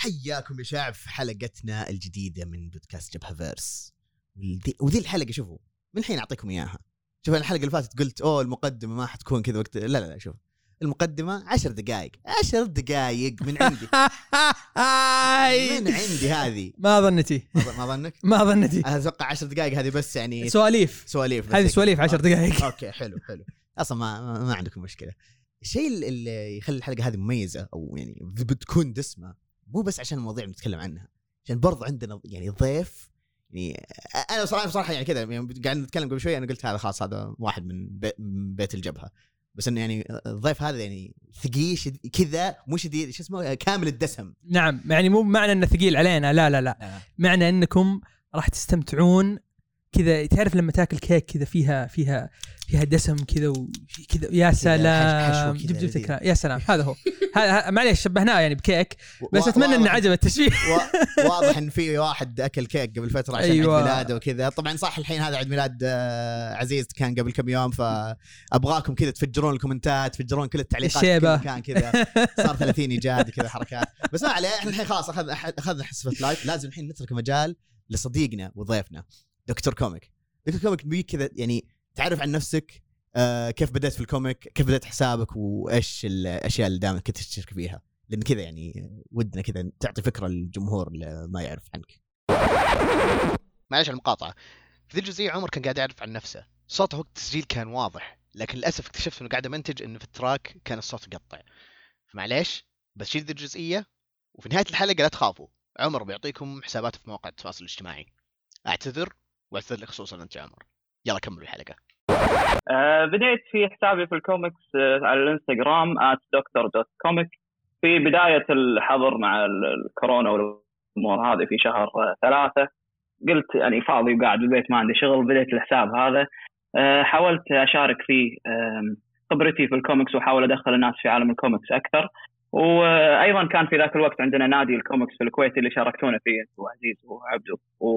حياكم يا شعب في حلقتنا الجديدة من بودكاست جبهة فيرس. وذي الحلقة شوفوا من الحين أعطيكم إياها. شوف الحلقة اللي فاتت قلت المقدمة ما حتكون كذا وقت. لا شوف المقدمة 10 دقائق من عندي من عندي هذه. ما ظنتي ما ظنك ما ظنتي أتوقع 10 دقائق هذه بس يعني سواليف هذه سواليف 10 دقائق. أوكي حلو أصلا ما عندكم مشكلة. الشيء اللي يخلي الحلقة هذه مميزة أو يعني بتكون دسمة مو بس عشان المواضيع اللي نتكلم عنها، عشان برضو عندنا يعني ضيف. يعني أنا بصراحة يعني كذا يعني قاعد نتكلم قبل شوي أنا قلت هذا خاص هذا واحد من بيت الجبهة، بس إنه يعني الضيف هذا يعني ثقيل كذا مو شديد شو اسمه كامل الدسم. نعم يعني مو معنى إنه ثقيل علينا لا معنى إنكم راح تستمتعون كذا. تعرف لما تاكل كيك كذا فيها دسم كذا وكذا يا سلام جبت يا سلام. هذا هو هذا معليش شبهناه يعني بكيك بس أتمنى إن عجب التشبيه. واضح إن في واحد أكل كيك قبل فترة عشان عيد ميلاده وكذا. طبعا صح الحين هذا عيد ميلاد عزيز كان قبل كم يوم، فأبغاكم كذا تفجرون الكومنتات تفجرون كل التعليقات الشيبة. كان كذا صار 30 إيجاد كذا حركات. بس ما عليه احنا الحين خلاص أخذنا حسبة لايف. لازم الحين نترك مجال لصديقنا وضيفنا دكتور كوميك. دكتور كوميك بيك كذا يعني تعرف عن نفسك، كيف بدأت في الكوميك، كيف بدأت حسابك، وإيش الأشياء اللي دائما كنت تشترك فيها، لأن كذا يعني ودنا كذا تعطي فكرة للجمهور اللي ما يعرف عنك. معلش المقاطعة. في ذي الجزئية عمر كان قاعد يعرف عن نفسه، صوته وقت التسجيل كان واضح، لكن للأسف اكتشفت إنه قاعد أمنتج إنه في التراك كان الصوت يقطع. فمعليش بس شيل ذي الجزئية، وفي نهاية الحلقة لا تخافوا عمر بيعطيكم حساباته في مواقع التواصل الاجتماعي. أعتذر واعتذر لك خصوصا أنت يا عمر. يلا كملوا الحلقة. بديت في حسابي في الكوميكس على الانستغرام @doctor.comic في بداية الحظر مع الكورونا والأمور هذه في شهر 3. قلت يعني فاضي وقاعد بالبيت ما عندي شغل، بديت الحساب هذا. حاولت أشارك فيه خبرتي في الكوميكس وحاول أدخل الناس في عالم الكوميكس أكثر. وأيضا كان في ذاك الوقت عندنا نادي الكوميكس في الكويت اللي شاركتونا فيه وعزيز وعبدو،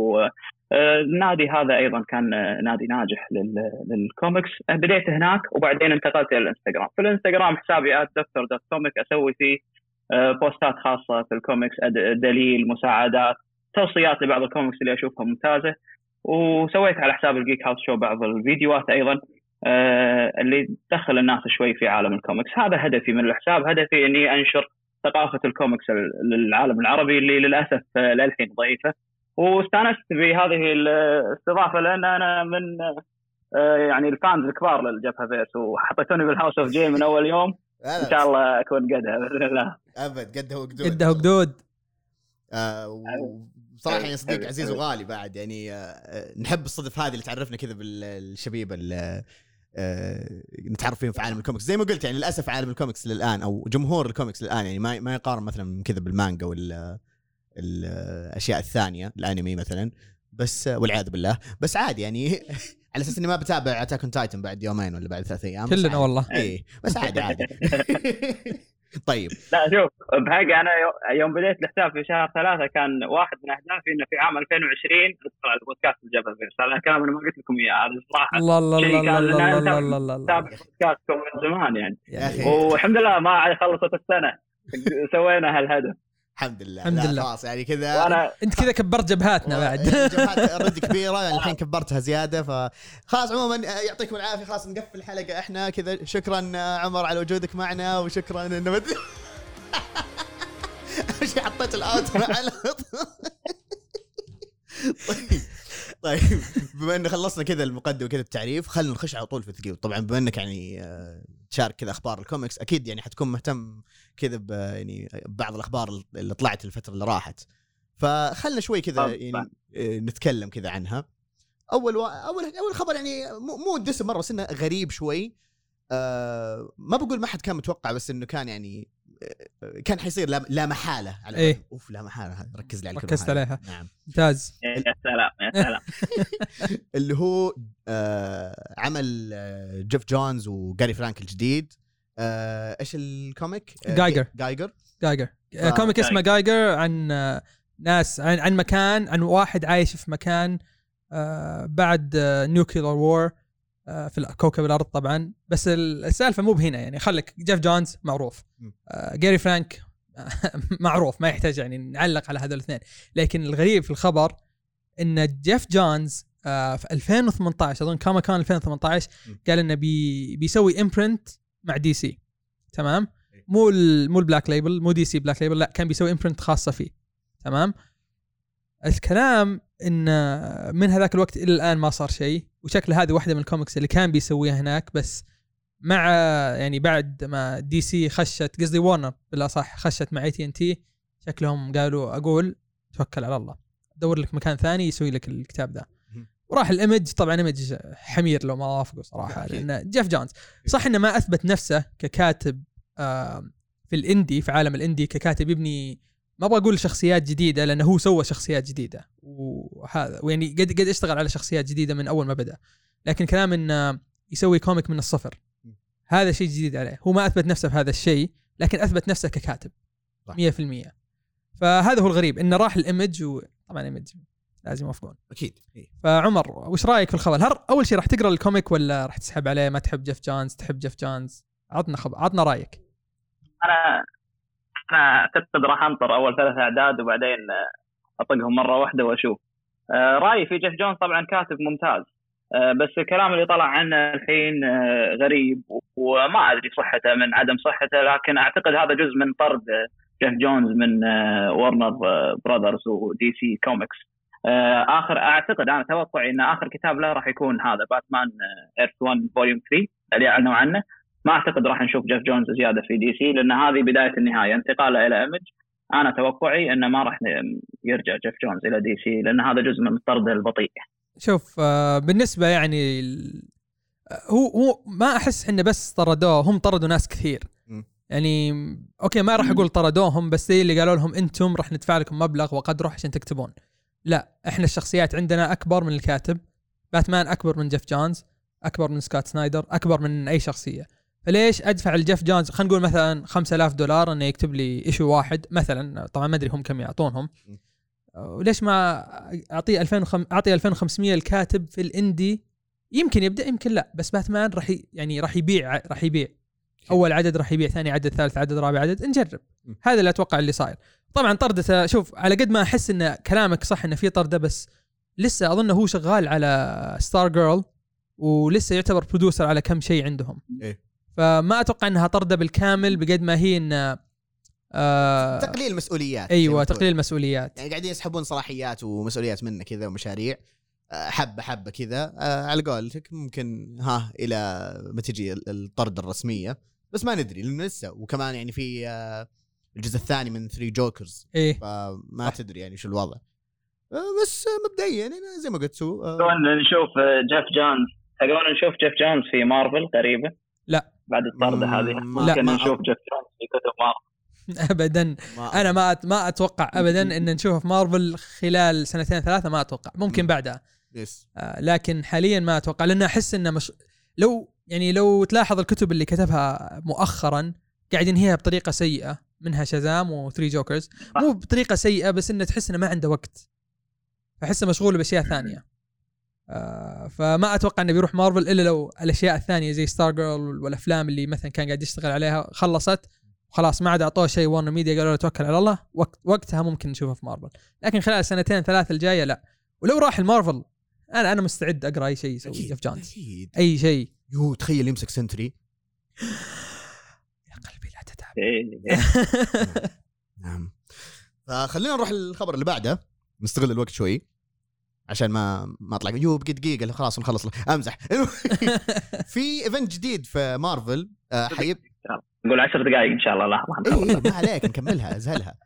والنادي هذا أيضا كان نادي ناجح للكوميكس. بديت هناك وبعدين انتقلت إلى الانستغرام. في الانستغرام حسابي @doctor.comic أسوي فيه بوستات خاصة في الكوميكس، دليل، مساعدات، توصيات لبعض الكوميكس اللي أشوفها ممتازة. وسويت على حساب الجيك هاوس شو بعض الفيديوهات أيضا اللي تدخل الناس شوي في عالم الكوميكس. هذا هدفي من الحساب، هدفي أني أنشر ثقافة الكوميكس للعالم العربي اللي للأسف للحين ضعيفة. واستانست بهذه الاستضافة لأن أنا من يعني الفانز الكبار للجبهة فيرس، وحطيتوني بالهاوس اوف جي من أول يوم. إن شاء الله أكون قدها بإذن الله. أبد قده وقدود. صراحة يا صديق عزيز وغالي بعد يعني نحب الصدف هذه اللي تعرفنا كذا بالشبيبة اللي نتعرف فيهم في عالم الكوميكس. زي ما قلت يعني للأسف عالم الكوميكس للآن أو جمهور الكوميكس للآن يعني ما يقارن مثلا كذا بالمانجا والأشياء الثانية الأنمي مثلا، بس والعياذ بالله. بس عادي يعني على أساس إني ما بتابع أتاك أون تايتن بعد يومين ولا بعد 3 أيام كلنا والله إيه بس عادي. طيب لا شوف بحاجة أنا يوم بديت الحساب في شهر 3 كان واحد من أهدافي إنه في عام 2020 أدخل على بودكاست الجبهة فيرس. هذا الكلام أنا ما قلت لكم إياه، هذا صراحة الله تابع بودكاستكم من زمان يعني. والحمد لله ما خلصت السنة سوينا هالهدف الحمد لله. خلاص يعني كذا انت كذا كبرت جبهاتنا بعد. جبهات رد كبيره يعني الحين كبرتها زياده. فخلاص عموما يعطيكم العافيه. خلاص نقفل الحلقه احنا كذا. شكرا عمر على وجودك معنا، وشكرا انه ايش حطيت الاوت مع طيب بما انه خلصنا كذا المقدمه وكذا التعريف، خلينا نخش على طول في الثقيل. طبعا بما انك يعني تشارك كذا اخبار الكوميكس اكيد يعني حتكون مهتم كذا يعني بعض الاخبار اللي طلعت الفتره اللي راحت، فخلنا شوي كذا يعني نتكلم كذا عنها. اول خبر يعني مو دسم مره، بس انه غريب شوي. ما بقول ما حد كان متوقع، بس انه كان يعني كان حيصير لا محاله على إيه؟ لا محاله. ركز لي على ركزت عليها. نعم ممتاز. يا سلام اللي هو عمل جيف جونز وجاري فرانك الجديد. ايش الكوميك؟ جايجر كوميك اسمه جايجر عن ناس عن مكان، عن واحد عايش في مكان بعد نيوكلير وور في كوكب الأرض طبعا. بس السالفة مو بهنا يعني. خلك جيف جونز معروف، جاري فرانك معروف ما يحتاج يعني نعلق على هذول الاثنين. لكن الغريب في الخبر ان جيف جونز في 2018 اظن كما كان 2018 قال انه بيسوي امبرنت مع دي سي. تمام. مو البلاك ليبل، مو دي سي بلاك ليبل، لا كان بيسوي امبرنت خاصه فيه. تمام. الكلام ان من هذاك الوقت الى الان ما صار شيء، وشكل هذه واحده من الكوميكس اللي كان بيسويها هناك، بس مع يعني بعد ما دي سي خشت، قصدي وارنر بالاصح خشت مع AT&T، شكلهم قالوا اقول توكل على الله دور لك مكان ثاني يسوي لك الكتاب ده. وراح الإيمج، طبعا إيمج حمير لو ما وافقوا صراحة، لأن جيف جونز صح إنه ما أثبت نفسه ككاتب في الإندي، في عالم الإندي ككاتب يبني، ما أبغى أقول شخصيات جديدة لأنه هو سوى شخصيات جديدة وهذا، ويعني قد اشتغل على شخصيات جديدة من أول ما بدأ، لكن كلام إنه يسوي كوميك من الصفر هذا شيء جديد عليه. هو ما أثبت نفسه في هذا الشيء، لكن أثبت نفسه ككاتب 100%. فهذا هو الغريب، إنه راح الإيمج، وطبعا إيمج لازم يوافقون اكيد. فعمر وش رايك في الخبر؟ هل اول شيء راح تقرا الكوميك ولا راح تسحب عليه؟ ما تحب جيف جونز، تحب جيف جونز؟ عطنا رايك. انا اعتقد راح انطر اول 3 اعداد وبعدين اطقهم مره واحده واشوف. رايي في جيف جونز طبعا كاتب ممتاز، بس الكلام اللي طلع عنه الحين غريب، وما ادري صحته من عدم صحته، لكن اعتقد هذا جزء من طرد جيف جونز من وارنر براذرز ودي سي كوميكس. اعتقد انا توقعي ان اخر كتاب له راح يكون هذا باتمان ايرث 1 فوليوم 3 اللي اعلنوا عنه. ما اعتقد راح نشوف جيف جونز زياده في دي سي، لان هذه بدايه النهايه، انتقاله الى ايمج. انا توقعي انه ما راح يرجع جيف جونز الى دي سي، لان هذا جزء من الطرد البطيء. شوف بالنسبه يعني هو ما احس انه بس طردوه، هم طردوا ناس كثير يعني. اوكي ما راح اقول طردوهم، بس اللي قالوا لهم انتم راح ندفع لكم مبلغ وقدره عشان تكتبون. لا احنا الشخصيات عندنا اكبر من الكاتب، باتمان اكبر من جيف جونز، اكبر من سكوت سنايدر، اكبر من اي شخصيه، فليش ادفع لجيف جونز خلينا نقول مثلا $5,000 انه يكتب لي ايشو واحد مثلا، طبعا ما ادري هم كم يعطونهم، وليش ما اعطيه 2500 الكاتب في الاندي؟ يمكن يبدا يمكن لا، بس باتمان راح يبيع اول عدد، راح يبيع ثاني عدد، ثالث عدد، رابع عدد، نجرب. هذا اللي اتوقع اللي صاير. طبعا طردته، شوف على قد ما احس ان كلامك صح انه في طرده، بس لسه اظن هو شغال على ستار جيرل ولسه يعتبر برودوسر على كم شيء عندهم. فما اتوقع انها طرده بالكامل بقد ما هي ان تقليل مسؤوليات. ايوه تقليل مسؤوليات، يعني قاعدين يسحبون صلاحيات ومسؤوليات منه كذا ومشاريع حبه كذا على قولتك، ممكن الى ما تجي الطرد الرسميه، بس ما ندري لانه لسه. وكمان يعني في الجزء الثاني من 3 جوكرز فما تدري يعني شو الوضع. بس مبدئيا يعني زي ما قلت نشوف جيف جونز. تقدرون نشوف جيف جونز في مارفل قريبا؟ لا بعد الطردة هذه ممكن نشوف جيف جونز في كتب مارفل ابدا. انا ما اتوقع ابدا ان نشوفه في مارفل خلال 2-3، ما اتوقع، ممكن بعدها لكن حاليا ما اتوقع، لان احس انه لو تلاحظ الكتب اللي كتبها مؤخرا قاعد ينهيها بطريقه سيئه، منها شازام و3 جوكرز، مو بطريقه سيئه بس انه تحس انه ما عنده وقت، فحسه مشغول باشياء ثانيه. فما اتوقع انه بيروح مارفل الا لو الاشياء الثانيه زي ستار جيرل والافلام اللي مثلا كان قاعد يشتغل عليها خلصت خلاص، ما عاد اعطوه شيء، وارنر ميديا قالوا له توكل على الله، وقتها ممكن نشوفه في مارفل. لكن خلال 2-3 الجايه لا. ولو راح المارفل انا مستعد اقرا اي شيء يسوي جيف جونز، اي شيء. تخيل يمسك سنتري، يا قلبي لا تتعب. نعم. فخلينا نروح الخبر اللي بعده، نستغل الوقت شوي عشان ما اطلع بقي دقيقه خلاص نخلص. امزح. في ايفنت جديد في مارفل نقول 10 دقائق ان شاء الله. لا ما عليك نكملها ازهلها.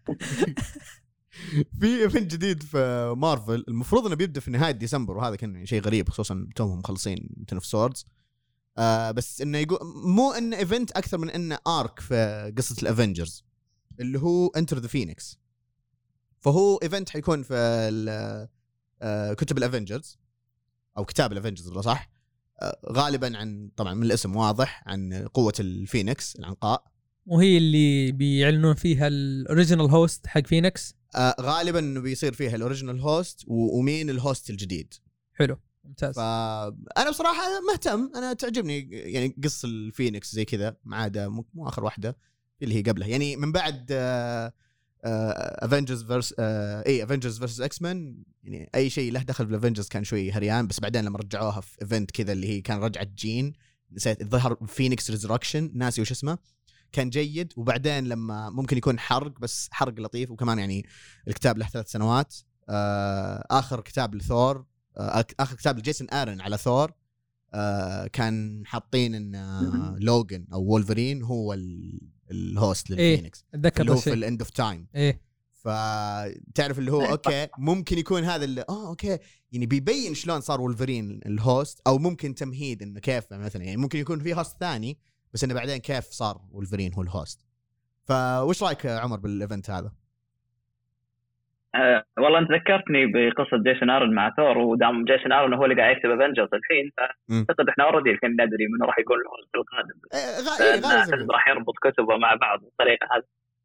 في ايفنت جديد في مارفل المفروض انه بيبدا في نهايه ديسمبر، وهذا كان شيء غريب خصوصا توهم مخلصين تن اوف سوردز. بس انه يقول مو انه ايفنت اكثر من انه ارك في قصه الافنجرز اللي هو انتر ذا فينيكس. فهو ايفنت حيكون في كتب الافنجرز او كتاب الافنجرز ولا صح، غالبا عن طبعا من الاسم واضح عن قوه الفينيكس العنقاء، وهي اللي بيعلنون فيها الاوريجينال هوست حق فينيكس. غالبا انه بيصير فيها الاوريجينال هوست ومين الهوست الجديد. حلو ممتاز. فانا بصراحه مهتم، انا تعجبني يعني قصه الفينيكس زي كذا، ما عدا مو اخر واحده اللي هي قبلها يعني من بعد افنجرز فيرسس اكس مان. يعني اي شيء له دخل بالافنجرز كان شوي هريان، بس بعدين لما رجعوها في ايفنت كذا اللي هي كان رجعت جين، نسيت الظهر فينيكس ريزركشن، ناسي وش اسمه، كان جيد. وبعدين لما ممكن يكون حرق، بس حرق لطيف. وكمان يعني الكتاب له 3 سنوات. اخر كتاب لثور، اخر كتاب لجيسون آرن على ثور، كان حاطين ان لوغان او وولفرين هو الهوست للفينيكس. اتذكر اللي هو في الاند اوف تايم. ايه فتعرف اللي هو اوكي ممكن يكون هذا اللي اوكي يعني بيبين شلون صار وولفرين الهوست، او ممكن تمهيد انه كيف مثلا يعني ممكن يكون في هوست ثاني، بس انه بعدين كيف صار وولفرين هو الهوست. فوش رايك يا عمر بالايفنت هذا؟ والله انت ذكرتني بقصه جيسون آرن مع ثور، ودام جيسون آرن هو اللي قاعد يكتب افنجرز الحين، فاعتقد احنا اوريدي الحين ندري منه راح يكون الهوست القادم. غالبا راح يربط كتبه مع بعض بالطريقه هذه.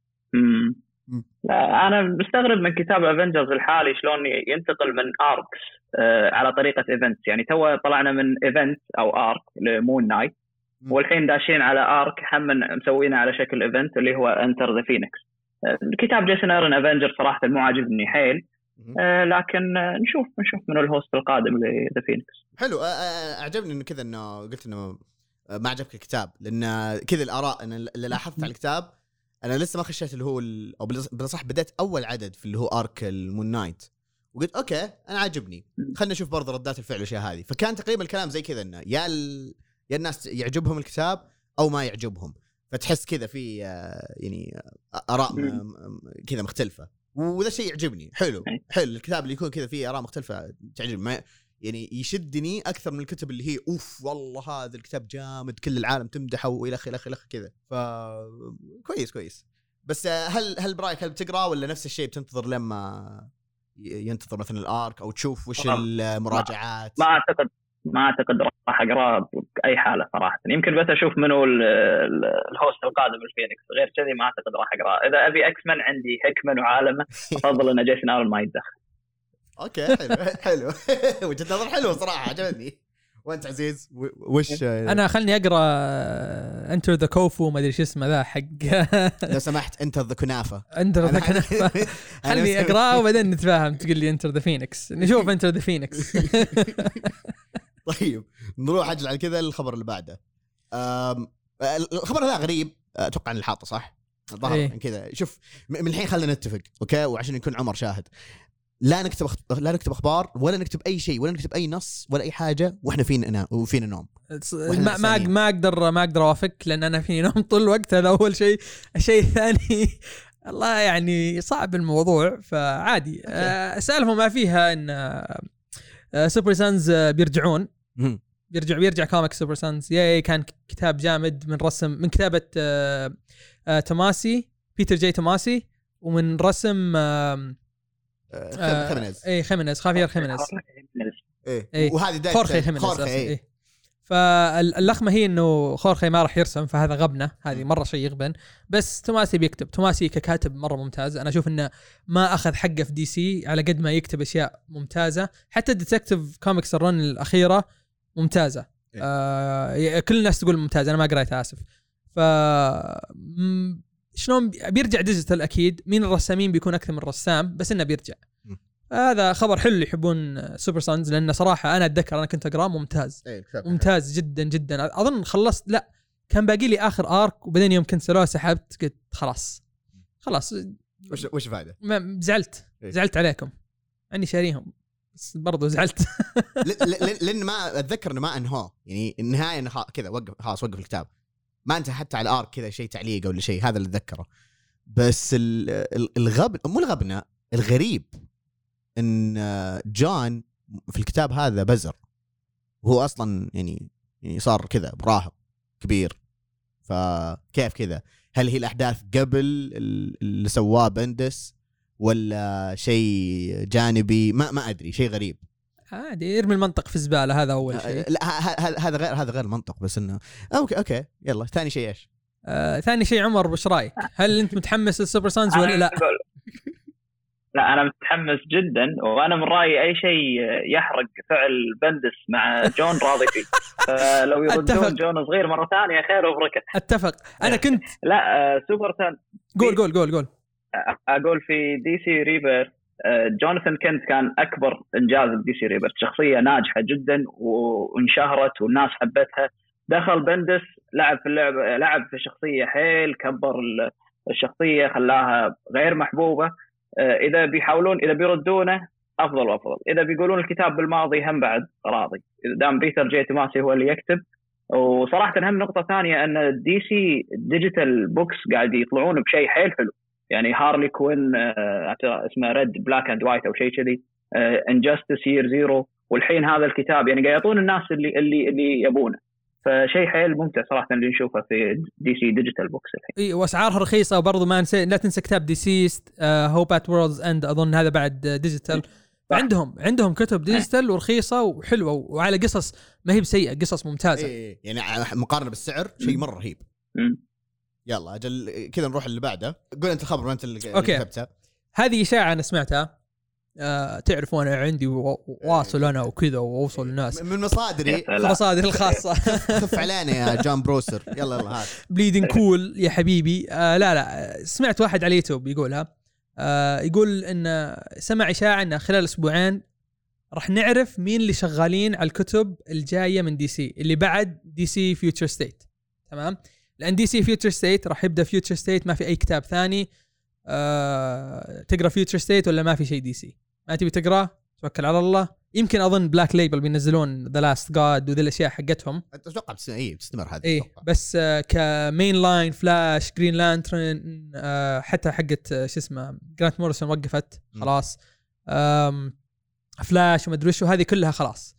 لا انا مستغرب من كتاب افنجرز الحالي شلون ينتقل من اركس على طريقه ايفنت. يعني تو طلعنا من ايفنت او ارك لمون نايت، والحين داشين على ارك حمن مسوينه على شكل ايفنت اللي هو انتر ذا فينيكس. كتاب جيسون آرن افنجر صراحه مو عاجبني حيل، لكن نشوف من الهوست القادم لذا فينيكس. حلو. اعجبني انه كذا انه قلت انه ما عجبك الكتاب، لان كذا الاراء انا اللي لاحظت على الكتاب. انا لسه ما خشيت اللي هو او بصح بديت اول عدد في اللي هو ارك المون نايت، وقلت اوكي انا عاجبني، خلنا نشوف برضه ردات الفعل والاشياء هذه. فكان تقريبا الكلام زي كذا انه يا الناس يعجبهم الكتاب او ما يعجبهم، فتحس كذا في يعني اراء كذا مختلفه، وذا شيء يعجبني. حلو الكتاب اللي يكون كذا فيه اراء مختلفه تعجبني، يعني يشدني اكثر من الكتب اللي هي اوف والله هذا الكتاب جامد كل العالم تمدحه والى اخره كذا. ف كويس. بس هل برايك هل بتقرا ولا نفس الشيء بتنتظر لما ينتظر مثلا الارك او تشوف وش المراجعات؟ ما اعتقد راح اقراه باي حاله صراحه. يمكن بس اشوف منو الهوست القادم الفينيكس، غير كذي ما اعتقد راح اقراه. اذا ابي اكس مان عندي هيكمان وعالمه، افضل ان جيسون آرن ما يتدخل. اوكي حلو وجهة نظر حلوه صراحه عجبتني. وانت عزيز وش؟ انا خلني اقرا انتر ذا كوفو ما ادري ايش اسمه ذا حق لو سمحت انتر ذا كنافه خلني اقراه وبعدين نتفاهم. تقول لي انتر ذا فينيكس، نشوف انتر ذا فينيكس. طيب نروح اجل على كذا الخبر اللي بعده. الخبر هذا غريب، اتوقع ان الحاطه صح ظهر إيه؟ كذا شوف من الحين خلينا نتفق اوكي، وعشان يكون عمر شاهد، لا نكتب اخبار ولا نكتب اي شيء ولا نكتب اي نص ولا اي حاجه واحنا فينا نوم. ما اقدر اوافق، لان انا فيني نوم طول الوقت. هذا اول شيء. الشيء الثاني الله يعني صعب الموضوع، فعادي. اسالهم ما فيها ان سوبر سانز بيرجعون. بيرجع كوميك سوبر سانز. كان كتاب جامد من كتابه توماسي، بيتر جي توماسي، ومن رسم خيمينيز خافير خيمينيز. وهذه دايرة خورخي. فاللخمه هي انه خورخي ما راح يرسم، فهذا غبنه، هذه مره شيء يغبن. بس توماسي بيكتب. توماسي ككاتب مره ممتاز. انا اشوف انه ما اخذ حقه في دي سي على قد ما يكتب اشياء ممتازه. حتى ديتكتيف كوميكس الرن الاخيره ممتازه. كل الناس تقول ممتازه، انا ما قريتها اسف. ف شلون بيرجع ديجيتال؟ اكيد مين الرسامين بيكون اكثر من رسام، بس انه بيرجع. هذا خبر حلو اللي يحبون سوبر سانز، لأن صراحة أنا أتذكر أنا كنت أقرأ ممتاز جدا جدا. أظن خلصت، لا كان باقي لي آخر آرك، وبعدين يوم كنت سلوه سحبت، قلت خلاص وش فائدة؟ زعلت عليكم أني شاريهم، بس برضو زعلت. لأن ما أتذكر إنه ما أنهاه، يعني النهاية إنه كذا وقف الكتاب، ما أنت حتى على الآرك كذا شيء تعليق ولا شيء. هذا اللي أتذكره. بس الغريب ان جون في الكتاب هذا بزر، وهو اصلا يعني صار كذا براهق كبير. فكيف كذا؟ هل هي الاحداث قبل اللي سواه بندس ولا شيء جانبي؟ ما ادري، شيء غريب. عادي يرمي المنطق في الزباله، هذا اول شيء. لا هذا غير المنطق، بس انه اوكي يلا. ثاني شيء ايش؟ ثاني شيء عمر، وش رايك؟ هل انت متحمس للسوبر سانز ولا لا؟ لا انا متحمس جدا، وانا من رايي اي شيء يحرق فعل بندس مع جون راضي فيه. فلو يردون جون صغير مره ثانيه خير وبركه. اتفق. انا كنت لا سوبر سان قول اقول في دي سي ريبيرث جوناثان كنت كان اكبر انجاز دي سي ريبيرث، شخصيه ناجحه جدا وانشهرت والناس حبتها. دخل بندس لعب في اللعبه، لعب في شخصيه حيل، كبر الشخصيه خلاها غير محبوبه. اذا بيحاولون اذا بيردونه افضل وافضل، اذا بيقولون الكتاب بالماضي هم بعد راضي دام بيتر جي توماسي هو اللي يكتب. وصراحه هم نقطه ثانيه ان دي سي ديجيتال بوكس قاعد يطلعون بشيء حيل حلو، يعني هارلي كوين اسمه ريد بلاك اند وايت او شيء كذي، انجستس يير زيرو، والحين هذا الكتاب يعني قاعد يعطون الناس اللي يبونه. فشيء حيل ممتع صراحه اللي نشوفه في دي سي ديجيتال بوكس الحين. اي واسعارها رخيصه، وبرضه ما ننسى لا تنسى كتاب ديسيست هوب ات وورلدز اند، اظن هذا بعد ديجيتال. عندهم كتب ديجيتال ورخيصه وحلوه وعلى قصص ما هي بسيئه، قصص ممتازه. يعني مقارنه بالسعر شيء مره رهيب. يلا اجل كذا نروح اللي بعده. قول انت الخبر انت اللي كتبتها. هذه اشاعه انا سمعتها، تعرفوا انا عندي واصل انا وكذا واوصل الناس من مصادري الخاصه. خف علينا يا جون بروسر. يلا هات بليدنج كول يا حبيبي. لا سمعت واحد على يوتيوب يقولها، يقول ان سمع اشاعه ان خلال اسبوعين راح نعرف مين اللي شغالين على الكتب الجايه من دي سي اللي بعد دي سي فيوتشر ستيت. تمام، لان دي سي فيوتشر ستيت راح يبدا فيوتشر ستيت، ما في اي كتاب ثاني. تقرا فيوتشر ستيت ولا ما في شيء دي سي؟ ما تبي تقرا توكل على الله. يمكن اظن بلاك ليبل بينزلون ذا لاست جاد وذي الاشياء حقتهم، اتوقع بتستمر هذه. إيه بس كمين لاين فلاش جرين لانترن حتى حقت شو اسمه جرانت موريسون وقفت خلاص. فلاش وما ادري وش، هذه كلها خلاص.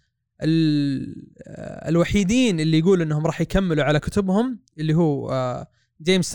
الوحيدين اللي يقول انهم راح يكملوا على كتبهم اللي هو جيمس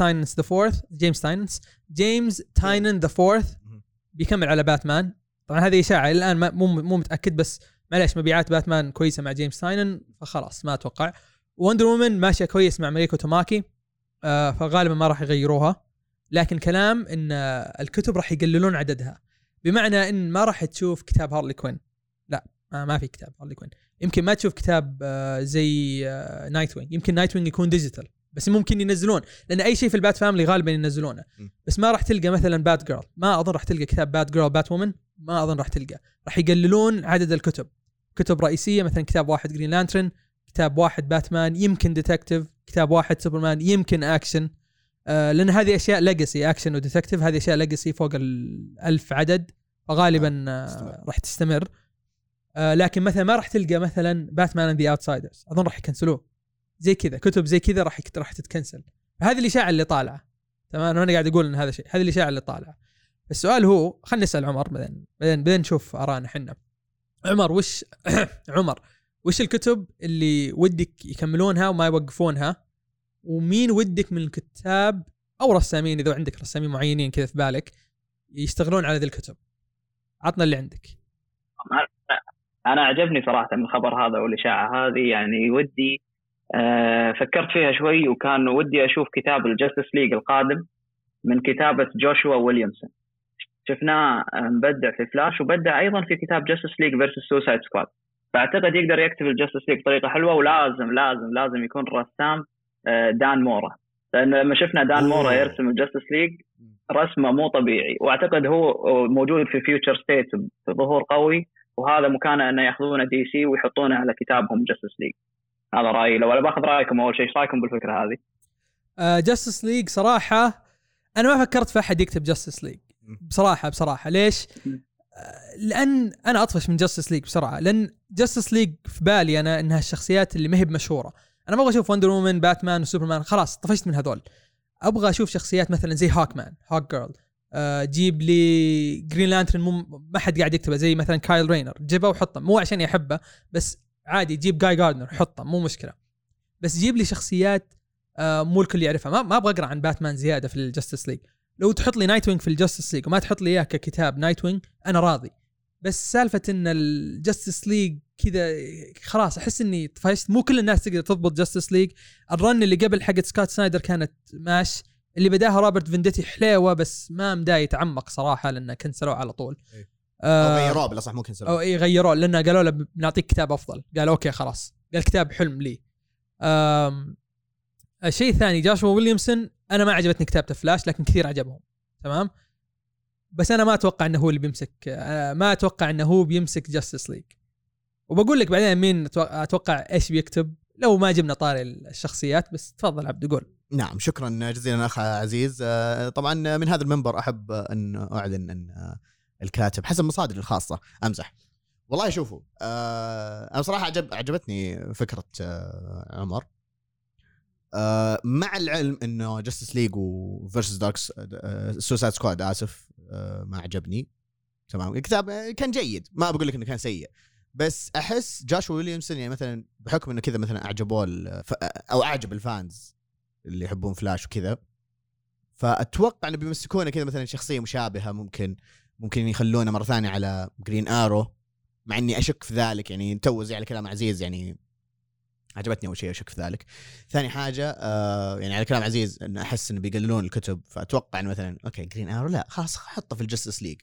تاينن ذا فورث بيكمل على باتمان. طبعا هذه إشاعة الآن مو متأكد، بس معليش مبيعات باتمان كويسة مع جيمس تاينن فخلاص ما أتوقع. وندر وومن ماشية كويس مع ماريكو توماكي، فغالبا ما راح يغيروها. لكن كلام إن الكتب راح يقللون عددها، بمعنى إن ما راح تشوف كتاب هارلي كوين. لا ما في كتاب هارلي كوين. يمكن ما تشوف كتاب زي نايت وينج. يمكن نايت وينج يكون ديجيتال بس ممكن ينزلون، لأن أي شيء في البات فاميلي غالبا ينزلونه. بس ما راح تلقى مثلا بات جيرل، ما أظن راح تلقى كتاب بات جيرل بات وومن، ما أظن راح تلقى. راح يقللون عدد الكتب، كتب رئيسية مثلا كتاب واحد جرين لانترن، كتاب واحد باتمان، يمكن ديتكتيف، كتاب واحد سوبرمان، يمكن أكشن. لأن هذه أشياء ليجاسي، أكشن وديتكتيف هذه أشياء ليجاسي فوق 1000 عدد، فغالبا راح تستمر. لكن مثلا ما راح تلقى مثلا باتمان اند ذا اوتسايدرز، أظن راح يكنسلوه. زي كذا كتب زي كذا راح تتكنسل. هذه الإشاعة اللي طالعة. تمام، أنا قاعد أقول إن هذا شيء، هذه الإشاعة اللي طالعة. السؤال هو، خلينا نسأل عمر بعدين نشوف آراءنا حنا. عمر وش الكتب اللي ودك يكملونها وما يوقفونها؟ ومين ودك من الكتاب أو رسامين، إذا عندك رسامين معينين كذا في بالك يشتغلون على ذي الكتب؟ عطنا اللي عندك. أنا عجبني صراحة من الخبر هذا والإشاعة هذه، يعني ودي فكرت فيها شوي، وكان ودي أشوف كتاب الجاستس ليج القادم من كتابة جوشوا ويليامسون. شفناه مبدع في فلاش، وبدع أيضا في كتاب جاستس ليج فيرسس سوسايد سكواد. فأعتقد يقدر يكتب الجاستس ليج بطريقة حلوة، ولازم لازم لازم يكون رسام دان مورا، لأن لما شفنا دان مورا يرسم الجاستس ليج رسمه مو طبيعي. وأعتقد هو موجود في فيوتشر ستيت بظهور قوي، وهذا مكانه أنه يأخذونه دي سي ويحطونه على كتابهم جاستس ليج. هذا رأيي. لو أنا باخذ رأيكم أول شيء، إيش رأيكم بالفكرة هذه؟ جاستس ليج صراحة أنا ما فكرت في أحد يكتب جاستس ليج بصراحة. ليش؟ لأن أنا أطفش من جاستس ليج بسرعة، لأن جاستس ليج في بالي أنا إنها الشخصيات اللي ما هي بمشهورة. أنا ما أبغى أشوف وندر وومن باتمان وسوبرمان، خلاص طفشت من هذول. أبغى أشوف شخصيات مثلا زي هوك جيرل، جيب لي جرين لانترن ما حد قاعد يكتبه، زي مثلا كايل رينر، جيبه وحطه، مو عشان يحبه بس عادي، جيب جاي جاردنر حطه مو مشكلة، بس جيب لي شخصيات مو الكل يعرفها. ما ابغى اقرا عن باتمان زياده في الجاستس ليج. لو تحط لي نايت وينج في الجاستس ليج وما تحط لي اياه ككتاب نايت وينج انا راضي. بس سالفه ان الجاستس ليج كذا خلاص احس اني طفشت. مو كل الناس تقدر تضبط جاستس ليج. الرن اللي قبل حقت سكوت سنايدر كانت ماش، اللي بداها روبرت فينديتي حليوه بس ما مداي يتعمق صراحه لانه كنسلوه على طول. او غيروه بلا صح مو كنسلوه او غيروه لانه قالوا له بنعطيك كتاب افضل. قال اوكي خلاص، قال كتاب حلم لي. الشيء الثاني جاشوا ويليامسون، انا ما عجبتني كتابته فلاش لكن كثير عجبهم تمام، بس انا ما اتوقع انه هو اللي بيمسك، ما اتوقع انه هو بيمسك جاستس ليج. وبقول لك بعدين مين اتوقع ايش بيكتب لو ما جبنا طاري الشخصيات. بس تفضل عبد قول. نعم شكرا جزيلا اخ عزيز. طبعا من هذا المنبر احب ان اعلن ان الكاتب حسب مصادري الخاصه، امزح والله. شوفوا انا صراحه عجبتني فكره عمر، مع العلم انه جاستس ليج وفيرسس داركس سوسايد سكواد ما عجبني تمام. الكتاب كان جيد، ما بقول لك انه كان سيء، بس احس جاشوا ويليامسون يعني مثلا بحكم انه كذا مثلا اعجبوا او اعجب الفانز اللي يحبون فلاش وكذا، فاتوقع انه بيمسكونه كذا مثلا شخصيه مشابهه، ممكن يخلونه مره ثانيه على جرين آرو، مع اني اشك في ذلك. يعني توزي على كلام عزيز، يعني عجبتني اول شيء اشك في ذلك. ثاني حاجه يعني على كلام عزيز ان احس انه بيقللون الكتب، فاتوقع انه مثلا اوكي جرين آرو لا خلاص حطه في الجاستس ليج.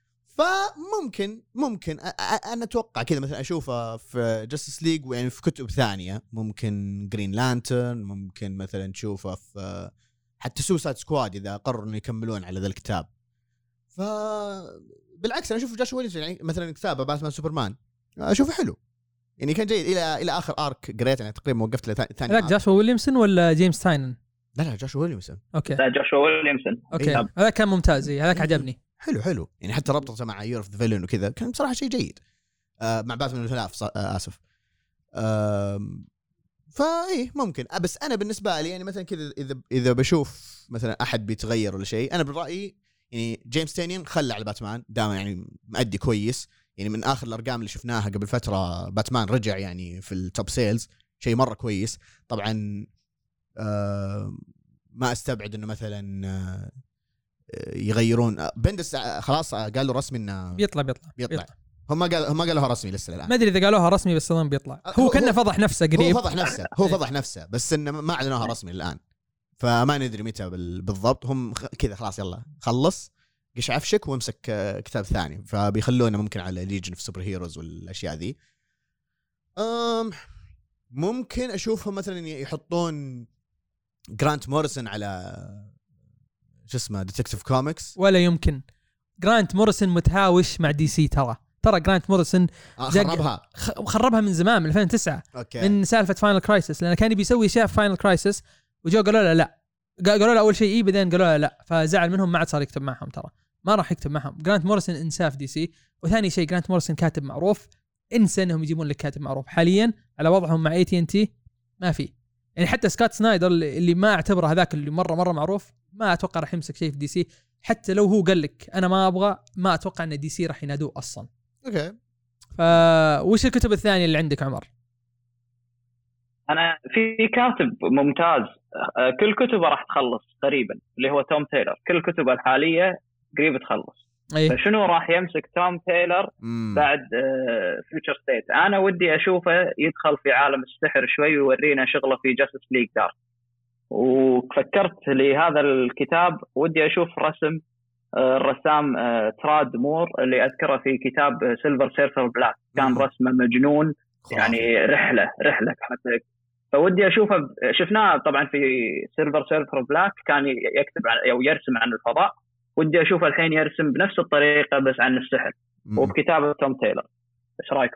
فممكن انا اتوقع كذا مثلا اشوفه في جاستس ليج، ويعني في كتب ثانيه ممكن جرين لانترن، ممكن مثلا تشوفه في حتى سوسايد سكواد اذا قرروا انه يكملون على ذا الكتاب. بالعكس انا اشوف جاش ويلز يعني مثلا كتابه باتمان سوبرمان اشوفه حلو، يعني كان جيد الى اخر ارك قريت. يعني تقريبا وقفت ثاني. لا جاشوا ويليامسون ولا جيمس تاينن؟ لا جاش ويليامسون. اوكي لا جاشوا ويليامسون. اوكي هذا كان ممتاز، هذاك عجبني حلو يعني حتى ربطته مع يور اوف ذا فيلن وكذا كان بصراحه شيء جيد. مع باتمان الثلاث اسف. فايه ممكن. بس انا بالنسبه لي يعني مثلا كذا اذا بشوف مثلا احد بيتغير ولا شيء، انا بالرايي يعني جيمس تينين خلى على باتمان دائما، يعني مؤدي كويس. يعني من اخر الارقام اللي شفناها قبل فتره باتمان رجع يعني في التوب سيلز، شيء مره كويس. طبعا ما استبعد انه مثلا يغيرون بندس، خلاص قالوا رسمي انه بيطلع. هم ما قالوها رسمي لسه الان، ما ادري اذا قالوها رسمي بس اظن بيطلع. هو كنا فضح نفسه قريب، هو فضح نفسه بس انه ما اعلنوها رسمي الان، فما ندري متى بالضبط. هم كذا خلاص يلا خلص قش عفشك وامسك كتاب ثاني، فبيخلونا ممكن على ليجن في سوبر هيروز والاشياء ذي. ممكن اشوفهم مثلا يحطون جرانت موريسون على شو اسمه ديتكتيف كوميكس. ولا يمكن. جرانت موريسون متهاوش مع دي سي. ترى جرانت موريسون خربها من زمان، من 2009 أوكي. من سالفه فاينل كرايسس، لانه كان بيسوي شيء في فاينل كرايسس وجو قالوا له لا، قالوا له اول شيء بعدين قالوا له لا، فزعل منهم ما عاد صار يكتب معهم. ترى ما راح يكتب معهم. جرانت موريسون انساف دي سي. وثاني شيء جرانت موريسون كاتب معروف، انسى انهم يجيبون لك كاتب معروف حاليا على وضعهم مع AT&T ما في. يعني حتى سكوت سنايدر اللي ما اعتبره هذاك اللي مره معروف، ما اتوقع راح يمسك شيء في دي سي. حتى لو هو قال لك انا ما ابغى، ما اتوقع ان دي سي راح ينادوه اصلا. اوكي. وش الكتب الثانيه اللي عندك عمر؟ انا في كاتب ممتاز كل كتبه راح تخلص قريبا، اللي هو توم تايلر. كل كتبه الحاليه قريب تخلص. فشنو راح يمسك توم تايلر بعد فيوتشر ستيت؟ انا ودي اشوفه يدخل في عالم السحر شوي ويورينا شغله في جاستس ليج دارك. وفكرت لهذا الكتاب ودي اشوف رسم الرسام تراد مور اللي اذكره في كتاب سيلفر سيرفر بلاك، كان رسمه مجنون يعني رحله كانت. فودي اشوفه، شفناه طبعا في سيلفر سيرفر بلاك كان يكتب او يرسم عن الفضاء، ودي اشوفه الحين يرسم بنفس الطريقه بس عن السحر وبكتابه توم تايلر. ايش رايكم؟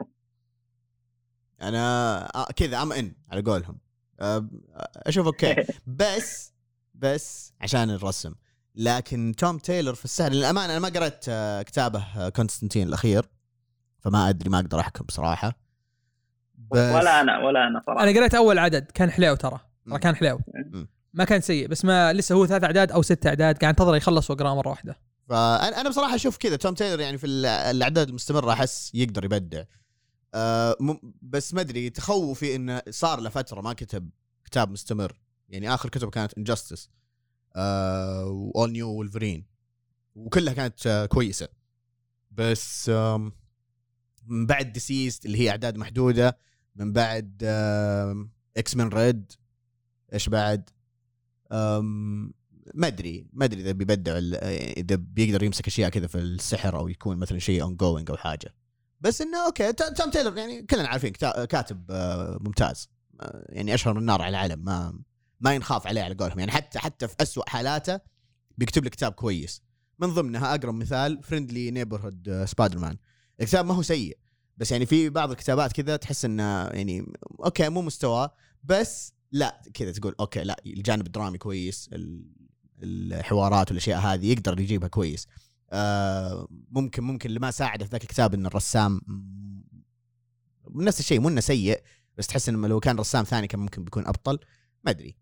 انا كذا على قولهم اشوف اوكي بس عشان الرسم. لكن توم تايلر في السحر للامانه انا ما قرأت كتابه كونستانتين الاخير، فما ادري، ما اقدر احكم بصراحه. ولا انا صراحه. انا قرأت اول عدد كان حلو، ترى كان حلو، ما كان سيء، بس ما لسه هو 3 أعداد او 6 أعداد قاعد انتظر يخلص واقرا مره واحده. فانا بصراحه اشوف كذا توم تايلر يعني في الاعداد المستمره احس يقدر يبدع. بس ما ادري، تخوفي انه صار له فتره ما كتب كتاب مستمر. يعني اخر كتب كانت انجستس وأول نيو وولفرين، وكلها كانت كويسه. بس من بعد ديسيست اللي هي اعداد محدوده، من بعد اكس مان ريد، ايش بعد ما ادري اذا بيبدع اذا بيقدر يمسك اشياء كذا في السحر او يكون مثلا شيء اون جوينج او حاجه. بس انه اوكي توم تايلور يعني كلنا عارفين كاتب ممتاز يعني اشهر من النار على العالم ما ينخاف عليه على قولهم يعني حتى في أسوأ حالاته بيكتب لك كتاب كويس. من ضمنها اقرب مثال فريندلي نيبرهود سبايدر مان. الكتاب ما هو سيء بس يعني في بعض الكتابات كذا تحس انه يعني اوكي مو مستوى بس لا كذا تقول اوكي لا الجانب الدرامي كويس الحوارات والاشياء هذه يقدر يجيبها كويس. ممكن اللي ما ساعد في ذاك الكتاب ان الرسام نفس الشيء مو انه سيء بس تحس انه لو كان رسام ثاني كان ممكن بيكون ابطل ما ادري.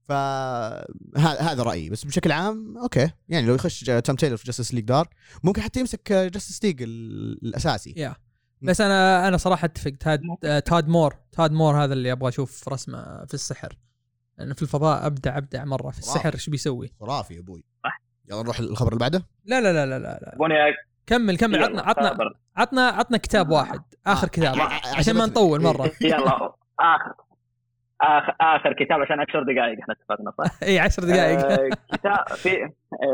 فهذا رايي بس بشكل عام اوكي يعني لو يخش توم تايلور في جاستس ليج دار ممكن حتى يمسك جاستس ليج الاساسي. بس انا صراحه اتفق تاد مور هذا اللي ابغى اشوف رسمه في السحر لانه في الفضاء ابدع مره في السحر. ايش بيسوي خرافي يا ابوي. يلا نروح الخبر اللي بعده. لا كمل عطنا كتاب واحد اخر كتاب عشان ما نطول مره. يلا اخر كتاب عشان 10 دقائق احنا اتفقنا صح. اي 10 دقائق. كتاب في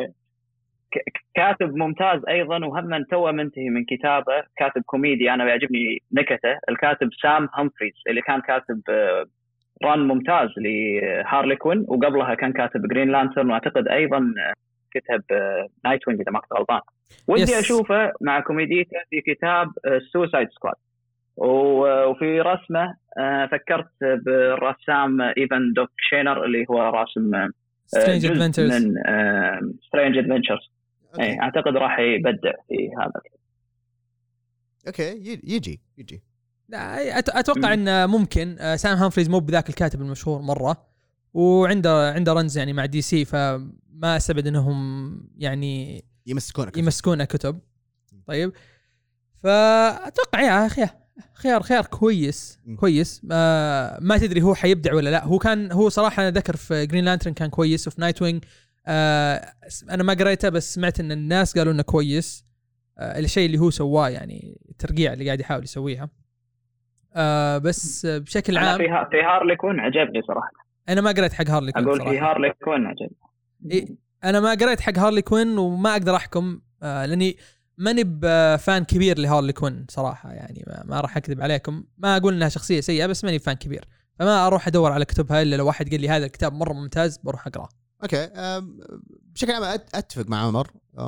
كاتب ممتاز ايضا وهم توه منتهي من كتابه. كاتب كوميدي انا بيعجبني نكته. الكاتب سام همفريز اللي كان كاتب ران ممتاز لهارلي كوين وقبلها كان كاتب جرين لانترن واعتقد ايضا كتب نايت وينج اذا ما كنت غلطان. ودي اشوفه مع كوميديته في كتاب سوسايد سكواد. وفي رسمه فكرت بالرسام ايفان دوك شينر اللي هو راسم سترينج ادفنتشرز من سترينج ادفنتشرز. اعتقد راح يبدع في هذا. اوكي يجي لا اتوقع ان ممكن سام همفريز مو بذاك الكاتب المشهور مره وعنده رنز يعني مع دي سي فما استبعد انهم يعني يمسكونه كتب. طيب فاتوقع يا اخي خيار كويس ما تدري هو حيبدع ولا لا. هو صراحه ذكر في جرين لانترن كان كويس وفي نايت وينج انا ما قريته بس سمعت ان الناس قالوا انه كويس. الشيء اللي هو سواه يعني الترقيع اللي قاعد يحاول يسويها. بس بشكل عام في هارلي كوين عجبني صراحه. انا ما قريت حق هارلي كوين اقول في هارلي كوين عجبني. انا ما قريت حق هارلي كوين وما اقدر احكم لاني ماني بفان كبير لهارلي كوين صراحه يعني ما راح اكذب عليكم. ما اقول انها شخصيه سيئه بس ماني فان كبير فما اروح ادور على كتبها الا لو واحد قال لي هذا الكتاب مره ممتاز بروح اقراه. اوكي بشكل عام اتفق مع عمر.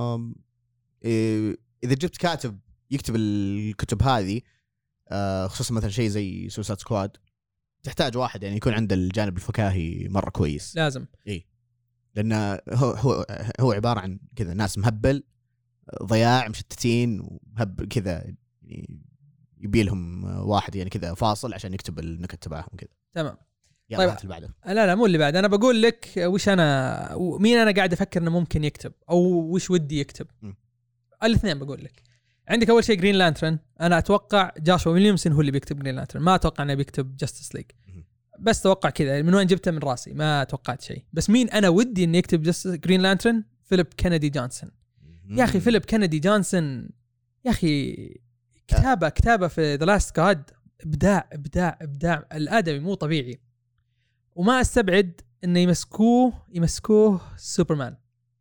اذا جبت كاتب يكتب الكتب هذه خصوصا مثلا شيء زي سوسايد سكواد تحتاج واحد يعني يكون عنده الجانب الفكاهي مره كويس لازم. لأنه هو عبارة عن كذا ناس مهبل ضياع مشتتين ومهبل كذا يعني يبي لهم واحد يعني كذا فاصل عشان يكتب النكت تبعهم كذا. تمام. طيب اللي بعده. لا مو اللي بعد. أنا بقول لك مين أنا قاعد أفكر إنه ممكن يكتب أو وش ودي يكتب. الاثنين بقول لك. عندك أول شيء جرين لانترن. أنا أتوقع جاشوا ويليامسون هو اللي بيكتب جرين لانترن. ما أتوقع إنه بيكتب جاستس ليج. بس توقع كذا من وين جبته من راسي ما توقعت شيء. بس مين أنا ودي إني يكتب جرين لانترن؟ فيليب كينيدي جونسون. يا أخي فيليب كينيدي جونسون يا أخي كتابة في The Last God إبداع الآدمي مو طبيعي. وما استبعد إنه يمسكوه سوبرمان.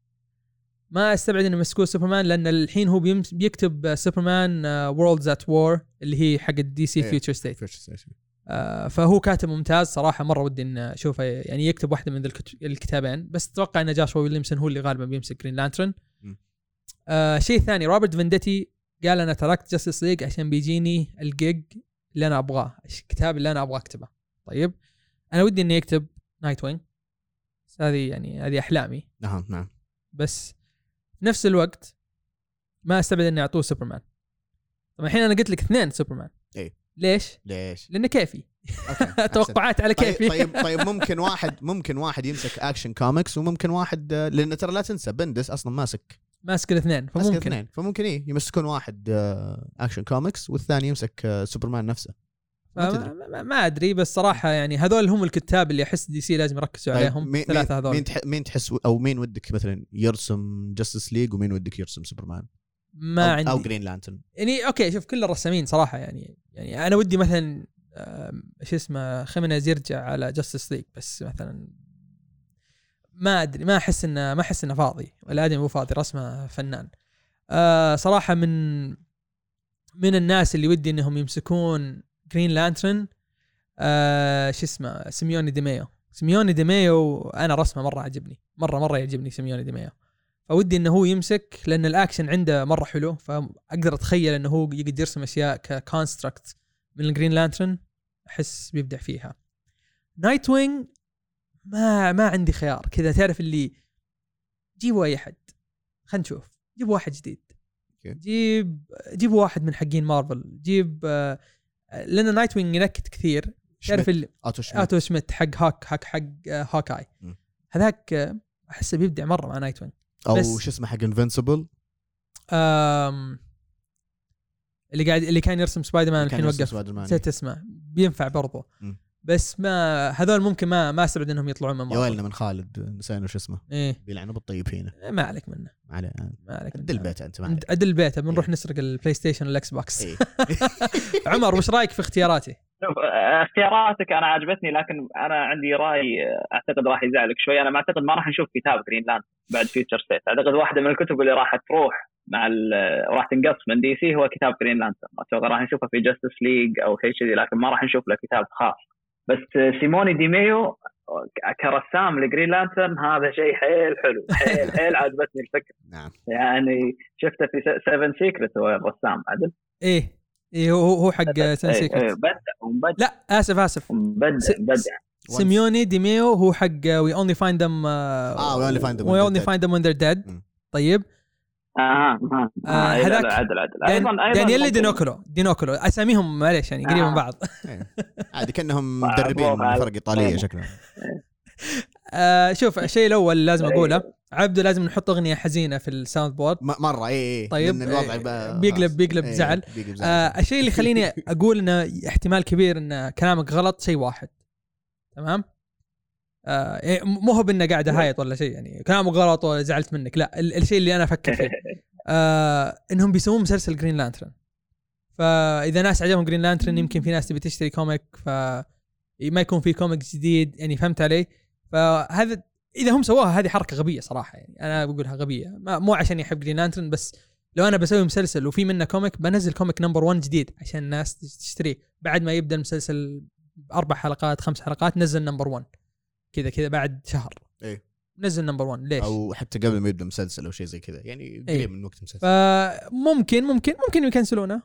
ما استبعد إنه يمسكوه سوبرمان لأن الحين هو بيكتب سوبرمان Worlds at War اللي هي حق الدي سي فيوتشر ستيت. فهو كاتب ممتاز صراحة مرة ودي إن أشوفه يعني يكتب واحدة من الكتابين. بس أتوقع إن جاشوا ويليامسون هو اللي غالبا بيمسك جرين لانترن. شيء ثاني روبرت فينديتي قال أنا تركت جاستس ليج عشان بيجيني الجيج اللي أنا أبغاه الكتاب اللي أنا أبغى أكتبه. طيب أنا ودي إني أكتب نايت وينج. هذه أحلامي. نعم. بس نفس الوقت ما استبعد إني أعطوه سوبرمان. طبعا الحين أنا قلت لك 2 سوبرمان. ليش؟ لأنه كيفي. توقعات على كيفي. طيب ممكن واحد يمسك أكشن كوميكس وممكن واحد لأن ترى لا تنسى بندس أصلا ماسك الاثنين فممكن يمسكون واحد أكشن كوميكس والثاني يمسك سوبرمان نفسه. ما أدري بس صراحة يعني هذول هم الكتاب اللي أحس دي سي لازم يركزوا عليهم. 3 هذول. مين تحس أو مين ودك مثلا يرسم جاستس ليج ومين ودك يرسم سوبرمان؟ ما عندي. أو جرين لانترن. يعني أوكي شوف كل الرسامين صراحة يعني أنا ودي مثلا إيش اسمه خيمينيز يرجع على جاستس ليج بس مثلا ما ادري، ما احس انه فاضي، الادمي مو فاضي، رسمه فنان. صراحه من الناس اللي ودي انهم يمسكون جرين لانترن شو اسمه سيميوني ديميو انا رسمه مره عجبني، مره يعجبني سيميوني ديميو، فودي انه هو يمسك لان الاكشن عنده مره حلو، فاقدر اتخيل انه هو يقدر يرسم اشياء ككونستراكت من الجرين لانترن، احس بيبدع فيها. نايت وينج ما عندي خيار كذا، تعرف اللي جيبوا اي حد، خلينا نشوف، جيب واحد جديد، جيب واحد من حقين مارفل، جيب لان نايت وينج ينكت كثير، تعرف اللي آتو شميت حق هوكاي هذاك احسه بيبدع مره مع نايت وينج. او شو اسمه حق انفنسبل اللي كان يرسم سبايدر مان الحين وقف، نسيت اسمه، بينفع برضه. بس ما هذول ممكن ما استبعد انهم يطلعون من يا ويلنا من خالد نسينا شو اسمه، إيه؟ بيلعنوا بالطيب فينا، ما عليك منه، ما عليك عدل البيت انت، ما عليك عدل البيت، بنروح نسرق البلاي ستيشن والاكس بوكس. إيه؟ عمر وش رايك في اختياراتي؟ شوف اختياراتك انا عجبتني، لكن انا عندي راي اعتقد راح يزعلك شوي. انا ما اعتقد ما راح نشوف كتاب جرين لاند بعد فيوتشر ستيت. اعتقد واحده من الكتب اللي راح تروح مع راح تنقص من دي سي هو كتاب جرين لانترن. اتوقع راح نشوفه في جاستس ليج او شيء كذي، لكن ما راح نشوف له كتاب خاص. بس سيموني ديميو كرسام لجرين لانترن هذا شيء حيل حلو، حيل عجبتني الفكره. نعم يعني شفته في 7 سيكريت هو الرسام عدل. ايه هو حق 7 سيكريت. بدع. لا اسف بدع. سيميوني ديميو هو حق we only find them we only find them when they're dead. طيب هذاك ايضا دانييل دينوكولو اساميهم معليش يعني قريبين من بعض. عادي كانهم مدربين من فرق ايطاليه شكلهم. شوف الشيء الاول لازم اقوله، عبده لازم نحط اغنيه حزينه في الساوند بورد مره. ايه طيب الوضع بيقلب زعل. الشيء اللي خليني اقول انه احتمال كبير ان كلامك غلط شيء واحد، تمام؟ مو هو بأنه قاعد هايط ولا شيء، يعني كلامه غلط وزعلت منك، لا الشيء اللي أنا أفكر فيه إنهم بيسوون مسلسل جرين لانترن. فإذا ناس عجبهم جرين لانترن يمكن في ناس تبي تشتري كوميك، فما يكون في كوميك جديد، يعني فهمت علي؟ فهذا إذا هم سواها هذه حركة غبية صراحة، يعني أنا بقولها غبية، مو عشان يحب جرين لانترن، بس لو أنا بسوي مسلسل وفي منه كوميك بنزل كوميك نمبر 1 جديد عشان الناس تشتريه بعد ما يبدأ المسلسل 4 حلقات 5 حلقات، نزل نمبر 1 كذا بعد شهر. ايه نزل نمبر 1 ليش؟ او حتى قبل ما يبدا مسلسل او شيء زي كذا، يعني قريب من وقت مسلسل. فممكن يكنسلونه.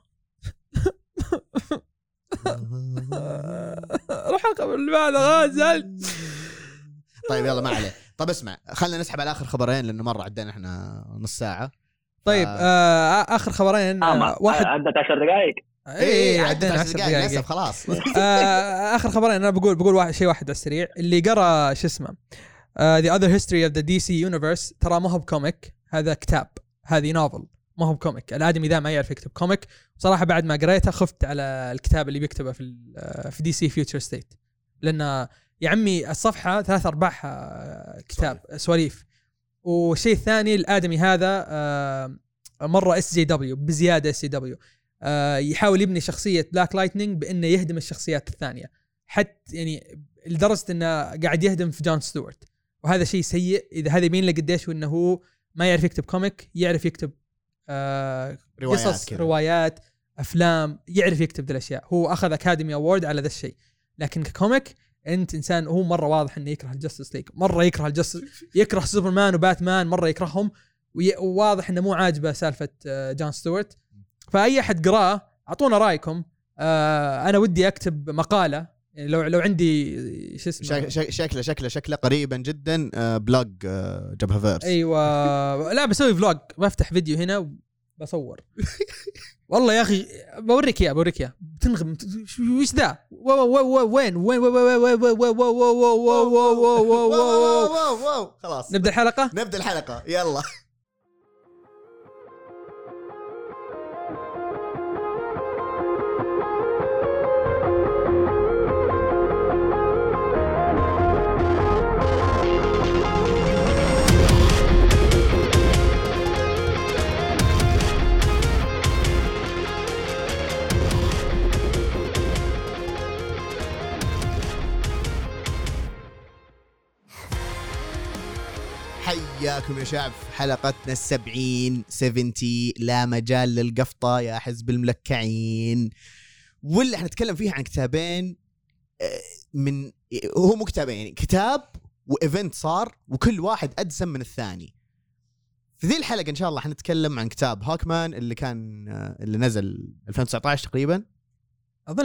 روح الخبر اللي بعده غازل. طيب يلا ما عليه. طب اسمع، خلينا نسحب على اخر خبرين لانه مره عدينا احنا نص ساعه. طيب اخر خبرين واحد عدت 10 دقائق. ايه عدينا 10 دقائق لسه خلاص. اخر خبرين انا بقول شيء واحد على السريع. اللي قرأ شو اسمه The Other History of the DC Universe ترى ما هو بكوميك، هذا كتاب، هذه نوفل، ما هو بكوميك. الادمي ذا ما يعرف يكتب كوميك صراحه. بعد ما قريته خفت على الكتاب اللي بيكتبه في DC Future State، لأن يا عمي الصفحه 3/4 كتاب سواليف. والشيء الثاني الادمي هذا مره SJW بزياده. SJW يحاول يبني شخصية بلاك لايتنينج بأنه يهدم الشخصيات الثانية، حتى يعني لدرجة أنه قاعد يهدم في جون ستيوارت، وهذا شيء سيء. إذا هذا يبين لك قديش وأنه هو ما يعرف يكتب كوميك، يعرف يكتب قصص روايات أفلام، يعرف يكتب ذي الأشياء. هو أخذ أكاديمي أوورد على ذا الشيء، لكن ككوميك أنت إنسان. هو مرة واضح أنه يكره الجاستس ليج، مرة يكره سوبرمان وباتمان، مرة يكرههم، وواضح أنه مو عاجبه سالفة جون ستيوارت. فأي أحد قرأه أعطونا رأيكم. أنا ودي أكتب مقالة، يعني لو عندي شو اسمه شكله قريبا جدا بلوج جبهة فيرس. أيوة لا بسوي فلوج، بفتح فيديو هنا وبصور. والله يا أخي بوريك يا بتنغم وش ذا وين خلاص نبدأ الحلقة يلا. حياكم يا شعب في حلقتنا 70 لا مجال للقفطة يا حزب الملكعين، واللي حنتكلم فيها عن كتابين من هو مو كتابين يعني كتاب وإيفنت صار وكل واحد أدسم من الثاني. في ذي الحلقة إن شاء الله حنتكلم عن كتاب هوكمان اللي نزل 2019 تقريبا، أظن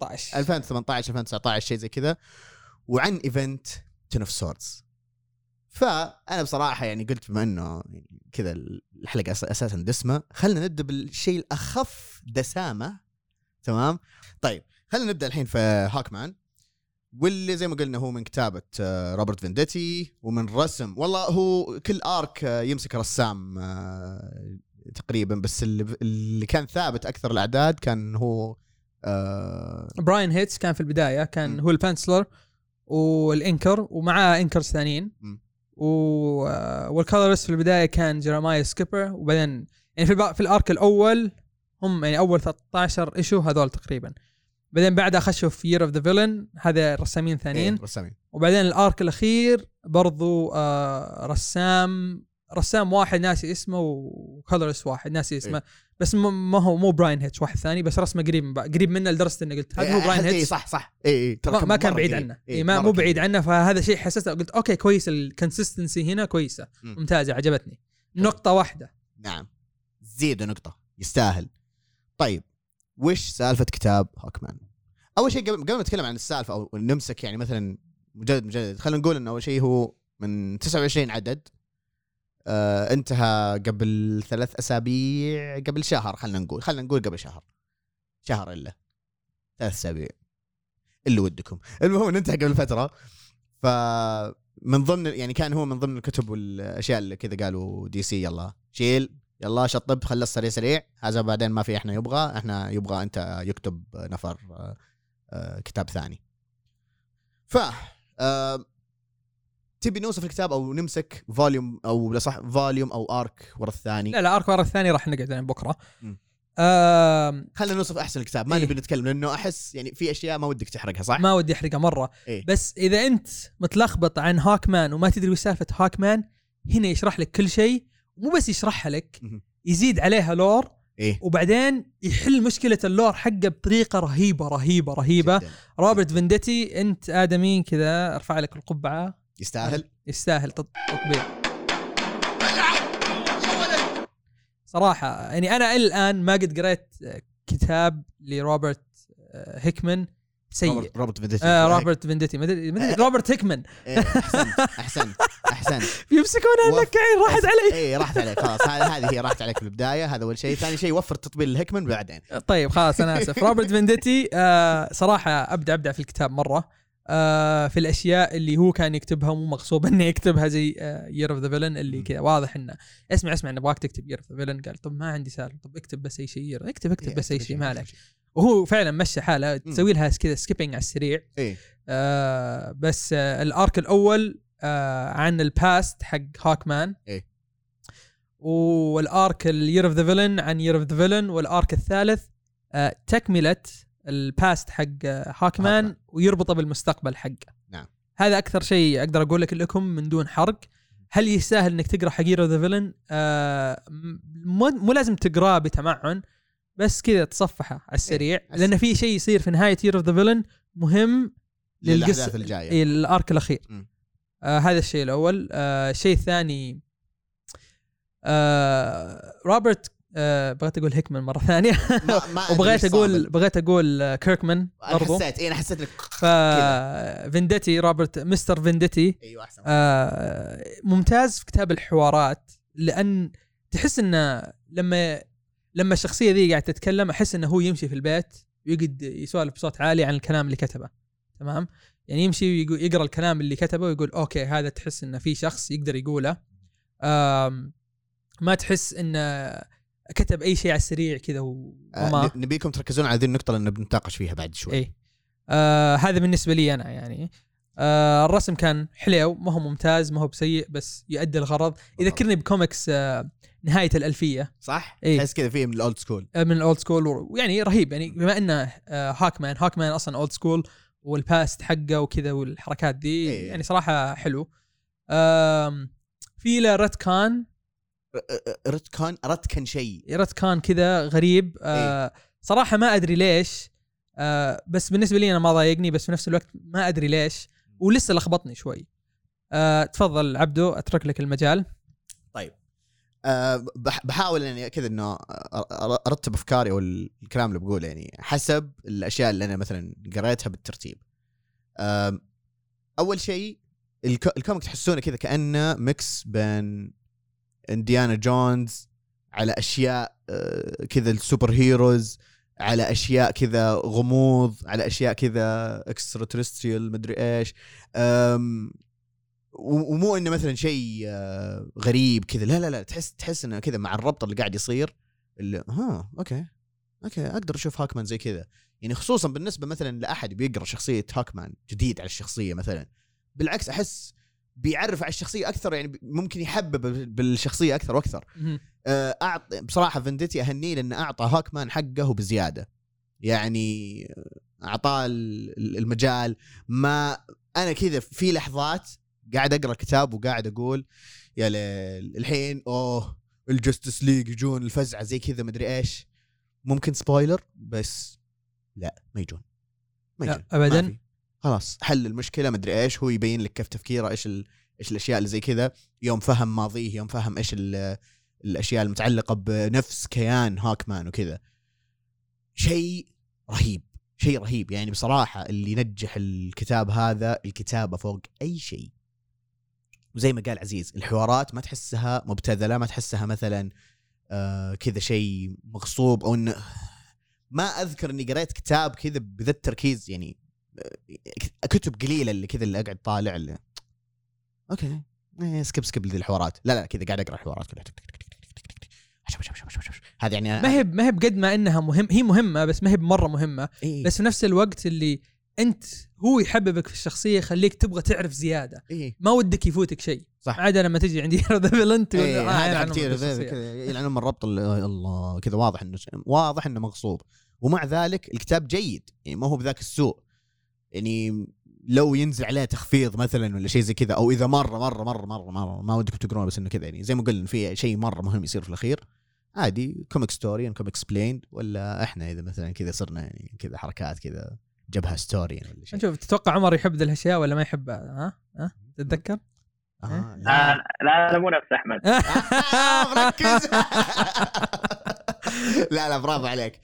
2018 شيء زي كذا، وعن إيفنت Ten of Swords. فأنا بصراحة يعني قلت بما أنه كذا الحلقة أساساً دسمة، خلنا نبدأ بالشيء الأخف دسامة. تمام، طيب خلنا نبدأ الحين في هوكمان، واللي زي ما قلنا هو من كتابة روبرت فينديتي، ومن رسم والله هو كل آرك يمسك رسام تقريبا، بس اللي كان ثابت أكثر الأعداد كان هو براين هيتس. كان في البداية كان هو البانسلر والإنكر ومعاه إنكرز ثانيين، والكالرست في البداية كان جيرمايا سكيبر، وبعدين يعني في الارك الاول هم يعني اول 13 ايشو هذول تقريبا، بعدين بعدها خشوا في يير اوف ذا فيلن، هذا رسامين ثانيين وبعدين الارك الاخير برضو رسام واحد ناسي اسمه وكالرست واحد ناسي اسمه بس ما هو مو براين هيتش، واحد ثاني بس رسمه قريب منه لدرجه اني قلت هذا هو براين هيتش. صح ما كان بعيد عنه، مو بعيد عنه، فهذا شيء حسيته قلت اوكي كويس، الكونسستنسي هنا كويسه ممتازه عجبتني. نقطه واحده، نعم زيد نقطه يستاهل. طيب وش سالفه كتاب هوكمان؟ اول شيء قبل ما نتكلم عن السالفه او نمسك يعني مثلا مجلد خلينا نقول انه اول شيء هو من 29 عدد، انتهى قبل 3 أسابيع، قبل شهر، خلنا نقول قبل شهر إلا 3 أسابيع اللي ودكم. المهم انتهى قبل فترة، فمن ضمن يعني كان هو من ضمن الكتب والأشياء اللي كذا قالوا دي سي يلا شيل يلا شطب خلص سريع هذا، بعدين ما في احنا يبغى انت يكتب نفر كتاب ثاني. ف تبي نوصف الكتاب او نمسك فوليوم او صح فوليوم او ارك ورا الثاني؟ لا ارك ورا الثاني راح نقعد يعني بكره. خلينا نوصف احسن الكتاب، ما نبي نتكلم لانه احس يعني في اشياء ما ودك تحرقها. صح، ما ودي احرقها مره. بس اذا انت متلخبط عن هوكمان وما تدري وش سالفه هوكمان، هنا يشرح لك كل شيء، مو بس يشرحها لك يزيد عليها لور وبعدين يحل مشكله اللور حقه بطريقه رهيبه. روبرت فينديتي انت ادمين كذا، ارفع لك القبعه، يستاهل تطبيق صراحة. يعني أنا الآن ما قد قرأت كتاب لروبرت هيكمان سيء. روبرت فينديتي مدري روبرت هيكمان. أحسن يمسكون الملكعين، راحت علي خلاص. هذه هي راحت عليك في البداية، هذا أول شيء. ثاني شيء وفر تطبيق الهيكمان بعدين. طيب خلاص أنا آسف. روبرت فينديتي صراحة أبدع في الكتاب مرة، في الاشياء اللي هو كان يكتبها مو مغصوب انه يكتبها، زي يير اوف ذا فيلن اللي كذا واضح انه اسمع نبغاك تكتب يير اوف ذا فيلن، قال طب ما عندي سالفه، طب اكتب بس اي شيء، اكتب بس اي شيء مالك. وهو فعلا مشى حاله، تسوي لها كذا سكيبينج على السريع. بس الارك الاول عن الباست حق هوكمان، والارك اليير اوف ذا فيلن عن يير اوف ذا فيلن، والارك الثالث تكمله الباست حق هوكمان ويربطه بالمستقبل حقه. نعم، هذا أكثر شيء أقدر أقول لكم من دون حرق. هل يستاهل إنك تقرأ حق هيرو ذا فيلن؟ مو لازم تقرأ بتمعن، بس كذا تصفحه على السريع، لأن في شيء يصير في نهاية هيرو ذا فيلن مهم للأحداث الجاية، الأرك الأخير. هذا الشيء الأول. الشيء الثاني، روبرت بغيت اقول هيكمان مره ثانيه وبغيت اقول كيركمان برضو. انا حسيت لك فينديتي، روبرت مستر فينديتي. ايوه احسن. ممتاز في كتاب الحوارات، لان تحس انه لما الشخصيه ذي قاعده تتكلم احس انه هو يمشي في البيت ويقعد يسولف بصوت عالي عن الكلام اللي كتبه. تمام، يعني يمشي يقرا الكلام اللي كتبه ويقول اوكي هذا، تحس انه في شخص يقدر يقوله، ما تحس انه كتب اي شيء على السريع كذا. نبيكم تركزون على هذه النقطه لان بنتناقش فيها بعد شوي. هذا بالنسبه لي انا يعني. الرسم كان حلو، ما هو ممتاز ما هو بسيء، بس يؤدي الغرض. يذكرني بكوميكس نهايه الألفية، صح؟ تحس كذا فيه من الأولد سكول، ويعني رهيب. يعني بما انه هوكمان اصلا أولد سكول، والباست حقه وكذا والحركات دي يعني صراحه حلو. في له رتكان شيء رتكان كذا غريب. صراحة ما أدري ليش، بس بالنسبة لي أنا ما ضايقني، بس في نفس الوقت ما أدري ليش ولسه لخبطني شوي. تفضل عبدو، أترك لك المجال. طيب بحاول يعني كذا إنه أرتب أفكاري والكلام اللي بقوله يعني حسب الأشياء اللي أنا مثلا قريتها بالترتيب. أول شيء الكوميك تحسونه كذا كأنه ميكس بين إنديانا جونز على أشياء كذا السوبر هيروز، على أشياء كذا غموض، على أشياء كذا اكسترا تريستريال مدري إيش. ومو إنه مثلا شيء غريب كذا، لا تحس إنه كذا مع الربط اللي قاعد يصير اللي أوكي أقدر أشوف هاكمان زي كذا يعني، خصوصا بالنسبة مثلا لأحد بيقرأ شخصية هاكمان جديد على الشخصية مثلا، بالعكس أحس بيعرف على الشخصية أكثر، يعني ممكن يحبب بالشخصية أكثر وأكثر. بصراحة فنديتي أهنيه لأن أعطى هاكمان حقه بزيادة، يعني أعطاه المجال. ما أنا كذا في لحظات قاعد أقرأ كتاب وقاعد أقول يا الحين الجستس ليج يجون الفزعة زي كذا مدري إيش، ممكن سبويلر بس لا ما يجون أبدا. خلاص حل المشكلة مدري إيش، هو يبين لك كيف تفكيره، إيش الأشياء اللي زي كذا، يوم فهم ماضيه، يوم فهم إيش الأشياء المتعلقة بنفس كيان هاكمان وكذا. شيء رهيب يعني بصراحة. اللي ينجح الكتاب هذا الكتابة فوق أي شيء، وزي ما قال عزيز الحوارات ما تحسها مبتذلة، ما تحسها مثلا كذا شيء مغصوب، أو إنه ما أذكر إني قرأت كتاب كذا بذا التركيز يعني. كتب قليلة اللي كذا اللي أقعد طالع اللي أوكي سكيب ذي الحوارات، لا كذا قاعد أقرأ الحوارات كلها هذا يعني ما هي بقد ما إنها هي مهمة، بس ما هي مرة مهمة. بس في نفس الوقت اللي أنت هو يحببك في الشخصية، يخليك تبغى تعرف زيادة. ما ودك يفوتك شيء، عادة لما تجي عندي ذا فيلنت يلعنون من الربط الله كذا، واضح إنه مغصوب. ومع ذلك الكتاب جيد يعني، ما هو بذاك السوء يعني. لو ينزل عليه تخفيض مثلا ولا شيء زي كذا، او اذا مره ما ودكم تقرون، بس انه كذا يعني زي ما قلنا في شيء مره مهم يصير في الاخير، عادي كوميك ستوري كوميك اكسبليند. ولا احنا اذا مثلا كذا صرنا يعني كذا حركات كذا جبهه ستوري ولا شيء. نشوف تتوقع عمر يحب ذي الاشياء ولا ما يحبها؟ تتذكر؟ لا انا مو نفس احمد. ركز. لا برافو عليك.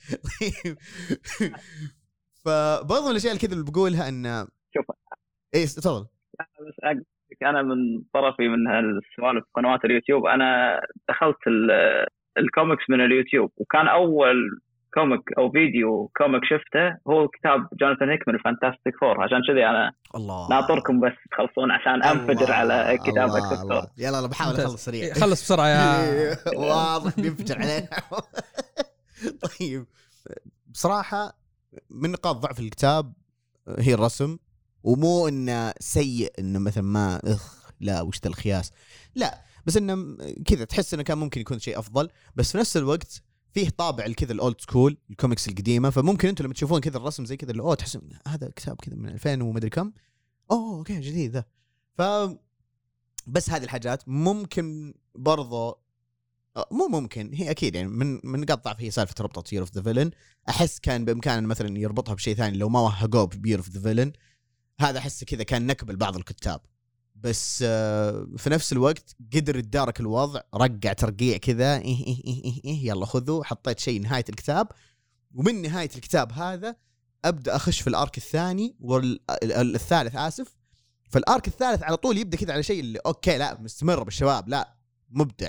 فبرضو الاشياء الكذا اللي بقولها ان شوف تفضل. بس انا من طرفي من هالسوالف قنوات اليوتيوب، انا دخلت الكوميكس من اليوتيوب، وكان اول كوميك او فيديو كوميك شفته هو كتاب جوناثان هيكمان الفانتاستيك فور. عشان كذي انا ناطركم بس تخلصون عشان انفجر على كتابك دكتور. يلا انا بحاول اخلص سريع. خلص بسرعه يا واضح بينفجر علينا. طيب بصراحه من نقاط ضعف الكتاب هي الرسم، ومو انه سيء انه مثلا ما لا وش ذا الخياس، لا بس انه كذا تحس انه كان ممكن يكون شيء افضل. بس في نفس الوقت فيه طابع الكذا الاولد سكول الكوميكس القديمه، فممكن انتم لما تشوفون كذا الرسم زي كذا اللي تحس هذا كتاب كذا من 2000 ومدري كم، اوكي جديد ذا. ف بس هذه الحاجات ممكن برضو مو ممكن، هي اكيد يعني من نقاط ضعف هي سالفه ربطه يير اوف ذا فيلن. احس كان بامكانه مثلا يربطها بشيء ثاني لو ما وهقوه بيير اوف ذا فيلن. هذا احس كذا كان نكبه لبعض الكتاب، بس في نفس الوقت قدر يتدارك الوضع، رقع ترقيع كذا يلا خذوا. حطيت شيء نهايه الكتاب، ومن نهايه الكتاب هذا ابدا اخش في الارك الثاني والثالث اسف. فالارك الثالث على طول يبدا كذا على شيء اللي اوكي لا مستمر بالشباب، لا مبدع.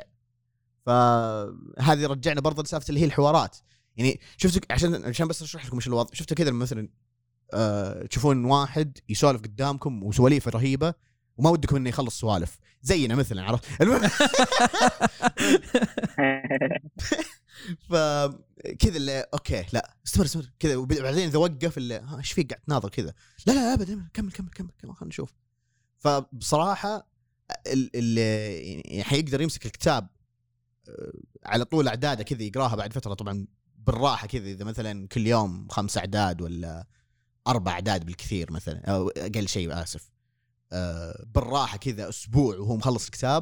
فهذه رجعنا برضه لسالفه اللي هي الحوارات. يعني شفتوا عشان بس اشرح لكم ايش الوضع. شفتوا كذا مثلا تشوفون واحد يسولف قدامكم وسواليفه رهيبه وما ودكم انه يخلص سوالف زينا مثلا، عرفت؟ فكذا اللي اوكي لا استمر كذا، وبعدين اذا وقف اللي ايش فيك قاعد تناظر كذا، لا ابدا كمل خلينا نشوف. فبصراحه اللي يعني حيقدر يمسك الكتاب على طول اعداده كذا يقراها بعد فتره، طبعا بالراحه كذا، اذا مثلا كل يوم 5 أعداد ولا 4 أعداد بالكثير مثلا، او اقل شيء اسف، بالراحه كذا اسبوع وهو مخلص الكتاب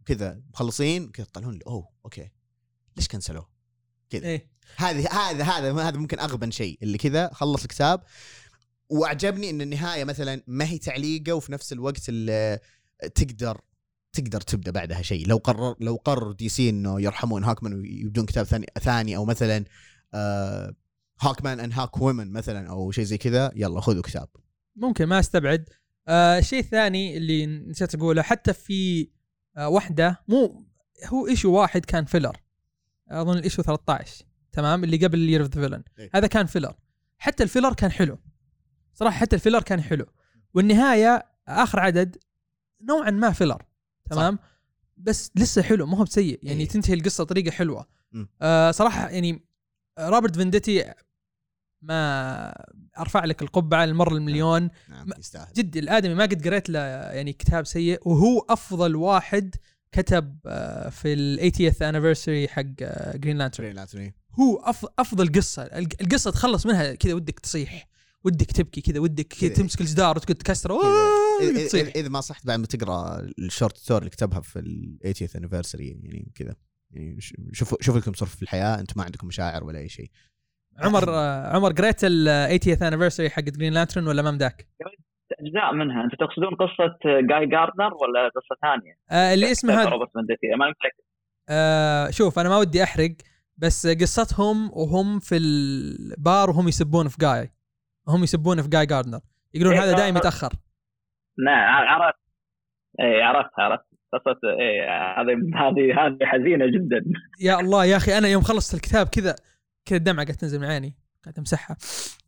كذا مخلصين كذا طلعون اوه اوكي ليش كنسلوه كذا. إيه. هذا ممكن اغبن شيء اللي كذا خلص الكتاب. وعجبني ان النهايه مثلا ما هي تعليقه وفي نفس الوقت اللي تقدر تبدا بعدها شيء. لو قرر دي سي انه يرحمون هاكمان ويبدون كتاب ثاني او مثلا هاكمان ان هاك وومن مثلا او شيء زي كذا، يلا خذوا كتاب. ممكن ما استبعد. الشيء الثاني اللي نسيت اقوله، حتى في واحده مو هو ايشو واحد كان فيلر، اظن الايشو 13 تمام اللي قبل الير اوف ذا فيلن، هذا كان فيلر. حتى الفيلر كان حلو صراحه، حتى الفيلر كان حلو. والنهايه اخر عدد نوعا ما فيلر تمام، بس لسه حلو ما هو بسيء يعني. تنتهي القصه بطريقه حلوه. صراحه يعني روبرت فينديتي ما ارفع لك القبعه المره المليون. نعم يستاهل جد. الادمي ما قد قريت له يعني كتاب سيء، وهو افضل واحد كتب في ال 80th anniversary حق جرين لانترن. هو افضل قصه. القصه تخلص منها كذا ودك تصيح، ودك تبكي كذا، ودك كذا تمسك الجدار وتقعد تكسره. اذا ما صحت بعد ما تقرا الشورت ستوري اللي كتبها في ال 80th anniversary يعني كذا يعني شوفوا لكم صرف في الحياه، انتم ما عندكم مشاعر ولا اي شيء. عمر قريت ال 80th anniversary حق جرين لانترن ولا ما مداك؟ اجزاء منها. انت تقصدون قصه جاي جاردنر ولا قصه ثانيه؟ اللي اسمها روبرت فينديتي ما يمتلك. شوف انا ما ودي احرق، بس قصتهم وهم في البار وهم يسبون في جاي، هم يسبون في جاي جاردنر، يقولون هذا دائما يتاخر. نعم عرفت. عرفت قصه. هذه حزينه جدا. يا الله يا اخي، انا يوم خلصت الكتاب كذا الدمعه قاعده تنزل من عيني، قاعد امسحها.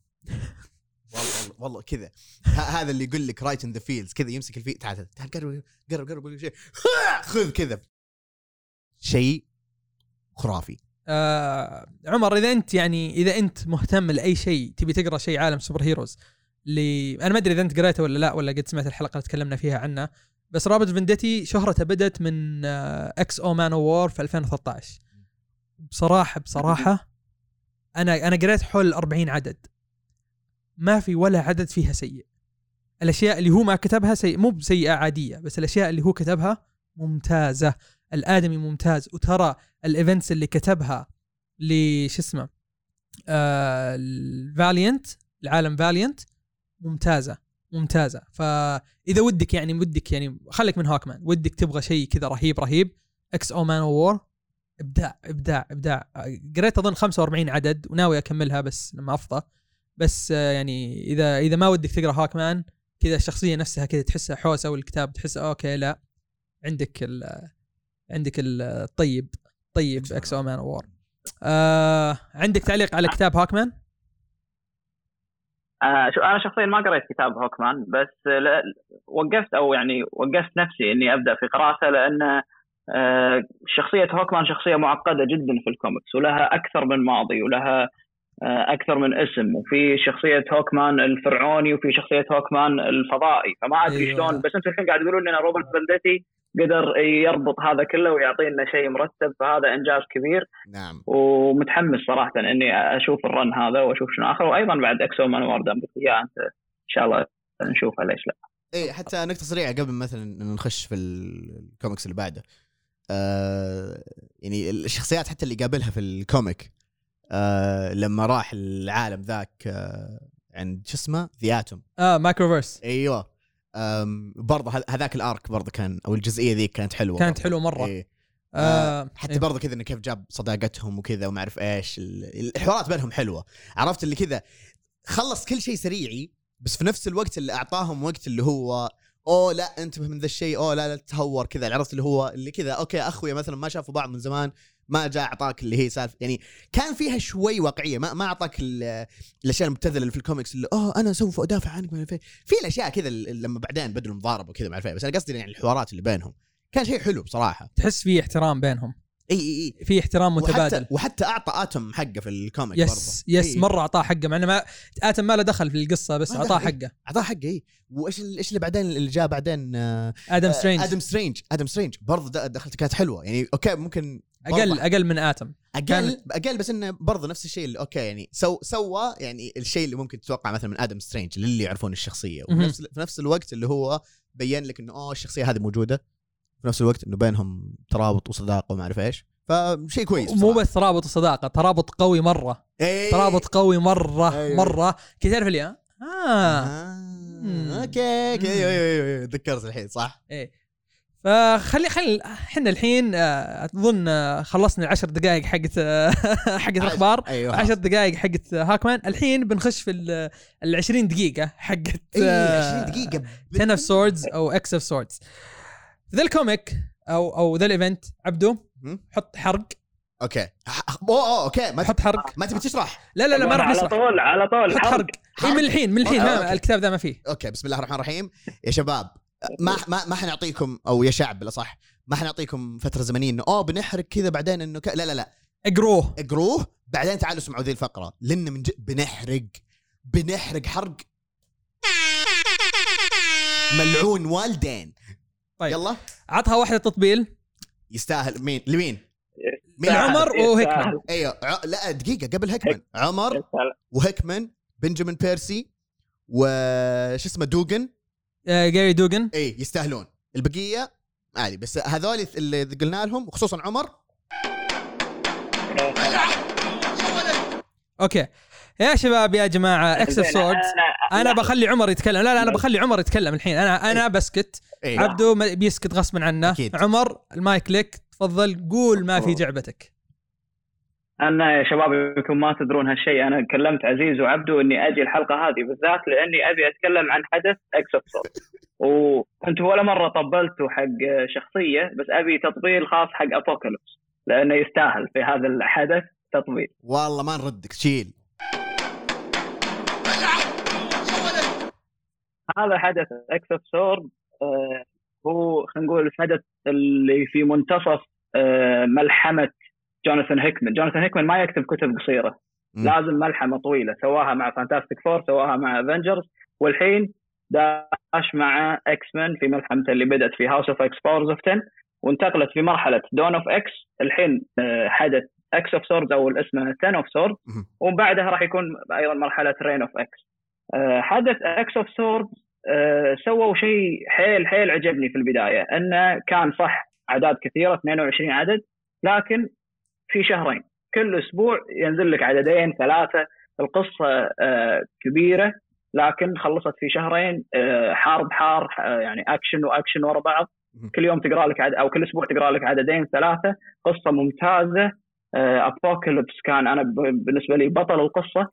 والله كذا هذا اللي يقول لك رايت ان ذا فيلدز كذا، يمسك الفيل تعال قرب شيء خذ كذا شيء خرافي. عمر اذا انت مهتم لاي شيء، تبي تقرا شيء عالم سوبر هيروز اللي انا ما ادري اذا انت قريته ولا لا، ولا قد سمعت الحلقه اللي تكلمنا فيها عنه، بس روبرت فينديتي شهرته بدت من اكس او مان وور في 2013. بصراحه انا قريت حول 40 عدد، ما في ولا عدد فيها سيء. الاشياء اللي هو ما كتبها مو سيئه عاديه، بس الاشياء اللي هو كتبها ممتازه. الادمي ممتاز. وترى الايفنتس اللي كتبها لش اسمه الفاليانت، العالم فاليانت، ممتازه. فاذا ودك يعني خليك من هاكمان، ودك تبغى شيء كذا رهيب اكس او مان وور ابداع. قريت اظن 45 عدد وناوي اكملها بس لما افضى. بس يعني اذا ما ودك تقرا هاكمان كذا، الشخصيه نفسها كذا تحسها حوسه، والكتاب تحسه اوكي، لا عندك الطيب اكس او مان وور. عندك تعليق على كتاب هاكمان؟ شو انا شخصيا ما قريت كتاب هوكمان، بس وقفت نفسي اني ابدا في قراءته، لان شخصيه هوكمان شخصيه معقده جدا في الكوميكس، ولها اكثر من ماضي، ولها اكثر من اسم. وفي شخصيه هوكمان الفرعوني، وفي شخصيه هوكمان الفضائي، فما ادري شلون. بس انتم الحين قاعد تقولون لنا روبرت فينديتي قدر يربط هذا كله ويعطينا شيء مرتب، فهذا انجاز كبير. نعم. ومتحمس صراحه اني اشوف الرن هذا واشوف شنو اخر، وايضا بعد اكسو مان وارد انت ان شاء الله نشوفها، ليش لا. ايه حتى نقطه سريعه قبل مثلا نخش في الكوميكس اللي بعده. يعني الشخصيات حتى اللي قابلها في الكوميك لما راح العالم ذاك عند شو اسمه ذا اتوم مايكروفيرس. ايوه برضه هذاك الارك برضه كان، او الجزئيه ذيك كانت حلوه مره. إيه. حتى إيه. برضه كذا انه كيف جاب صداقتهم وكذا وما اعرف ايش، الحوارات بينهم حلوه. عرفت اللي كذا خلص كل شيء سريعي، بس في نفس الوقت اللي اعطاهم وقت اللي هو لا انتبه من ذا الشيء، لا تهور كذا. عرفت اللي هو اللي كذا اوكي اخويا مثلا ما شافوا بعض من زمان، ما جاء اعطاك اللي هي سالفه، يعني كان فيها شوي واقعيه، ما اعطاك الاشياء المبتذله اللي في الكوميكس اللي انا سوف ادافع عنك من الفي. في الاشياء كذا لما بعدين بدلوا مضاربه وكذا مع الفي، بس انا قصدي يعني الحوارات اللي بينهم كان شيء حلو بصراحه، تحس فيه احترام بينهم. اي في احترام متبادل. وحتى اعطى اتم حقه في الكوميك برضه. مره اعطاه حقه، مع انه ما اتم ما له دخل في القصه، بس اعطاه حقه. وايش اللي بعدين اللي جاء بعدين ادم سترينج برضه دخلت كانت حلوه يعني. اوكي ممكن اقل من اتم، اقل بس انه برضه نفس الشيء اللي اوكي يعني سوى يعني الشيء اللي ممكن تتوقع مثلا من ادم سترينج للي يعرفون الشخصيه، في نفس الوقت اللي هو بين لك انه الشخصيه هذه موجوده، في نفس الوقت انه بينهم ترابط وصداقه وما اعرف ايش، فشيء كويس مو بس ترابط وصداقه، ترابط قوي مره. ترابط قوي مره. مره كذا تعرف لي اوكي تذكرت الحين صح. ايه فخلي احنا الحين اظن خلصنا 10 دقائق حقت الاخبار. 10 دقائق حقت هاكمان. الحين بنخش في 20 دقيقه حقت 20 دقيقه Ten of Swords او X of Swords. ذا الكوميك او ذا الايفنت عبدو حط حرق. اوكي اوكي ما تحط حرق، ما تبي تشرح. لا ما راح نشرح على طول حرق. من الحين الكتاب ذا ما فيه. اوكي بسم الله الرحمن الرحيم. يا شباب ما حنعطيكم، او يا شعب لا صح، ما حنعطيكم فتره زمنيه انه بنحرق كذا بعدين انه لا اقروه بعدين تعالوا اسمعوا ذي الفقره، لان من بنحرق حرق ملعون والدين. طيب يلا عطها واحده تطبيل يستاهل. مين عمر وهيكمان. ايوه لا دقيقه قبل هيكمان عمر وهيكمان بنجامين بيرسي وش اسمه دوغن جاري دوغن. اي يستاهلون. البقيه عادي، بس هذول اللي قلنا لهم وخصوصا عمر. اوكي يا شباب يا جماعه اكس اوف سوردز. انا بخلي عمر يتكلم. لا انا بخلي عمر يتكلم الحين. انا بسكت. عبدو بيسكت غصبا عنه. عمر المايك لك، تفضل قول ما في جعبتك. أنا يا شباب يمكن ما تدرون هالشيء، أنا كلمت عزيز وعبدو إني أجي الحلقة هذه بالذات لأني أبي أتكلم عن حدث إكس أوف سوردز، وكنت ولا مرة طبلته حق شخصية، بس أبي تطبيل خاص حق أبوكاليبس لأنه يستاهل في هذا الحدث تطبيل. والله ما نردك، شيل. هذا حدث إكس أوف سوردز هو خلينا نقول الحدث اللي في منتصف ملحمة جوناثان هيكمان ما يكتب كتب قصيرة، لازم ملحمة طويلة، سواها مع فانتاستيك فور، سواها مع افنجرز، والحين داش مع اكس مان في ملحمته اللي بدأت في هاوس اوف اكس باورز اوف 10 وانتقلت في مرحلة دون اوف اكس. الحين حدث اكس اوف سورد او اسمه 10 اوف سورد، وبعدها راح يكون ايضا مرحلة رين اوف اكس. حدث اكس اوف سورد سووا شيء حيل عجبني في البداية، انه كان صح اعداد كثيرة 22 عدد، لكن في شهرين كل أسبوع ينزل لك عددين 3. القصة كبيرة لكن خلصت في شهرين، حار يعني أكشن ورا بعض. كل يوم تقرأ لك أو كل أسبوع تقرأ لك عددين 3. قصة ممتازة. أبوكاليبس كان أنا بالنسبة لي بطل القصة.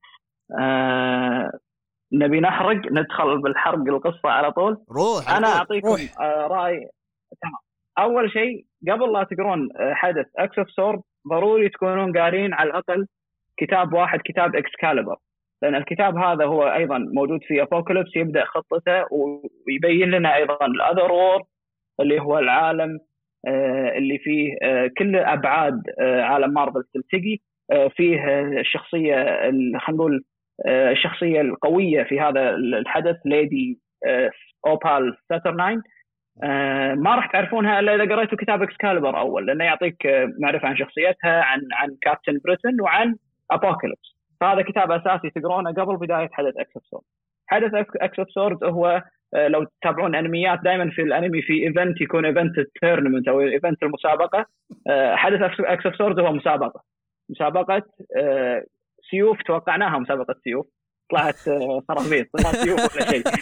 نبي ندخل بالحرق القصة على طول. أنا أعطيكم رأي. أول شيء قبل لا تقرون حدث أكس أوف سورد ضروري تكونون قارين على الأقل كتاب واحد، كتاب إكسكاليبر، لأن الكتاب هذا هو أيضا موجود في أبوكاليبس، يبدأ خطته ويبين لنا أيضا الأذر وور اللي هو العالم اللي فيه كل أبعاد عالم مارفل تلتقي فيه الشخصية، خلينا نقول الشخصية القوية في هذا الحدث ليدي أوبال ساترناين. ما راح تعرفونها الا اذا قريتوا كتاب اكسكاليبر اول، لانه يعطيك معرفه عن شخصيتها، عن كابتن بريتن وعن ابوكاليبس. فهذا كتاب اساسي تقرونه قبل بدايه حدث اكس اوف سورد. حدث اكس اوف سورد هو لو تتابعون انميات دائما في الانمي في ايفنت يكون ايفنت التورنمنت او ايفنت المسابقه. حدث اكس اوف سورد هو مسابقه سيوف، توقعناها مسابقه سيوف، طلعت خرابيط، طلعت سيوف ولا شيء.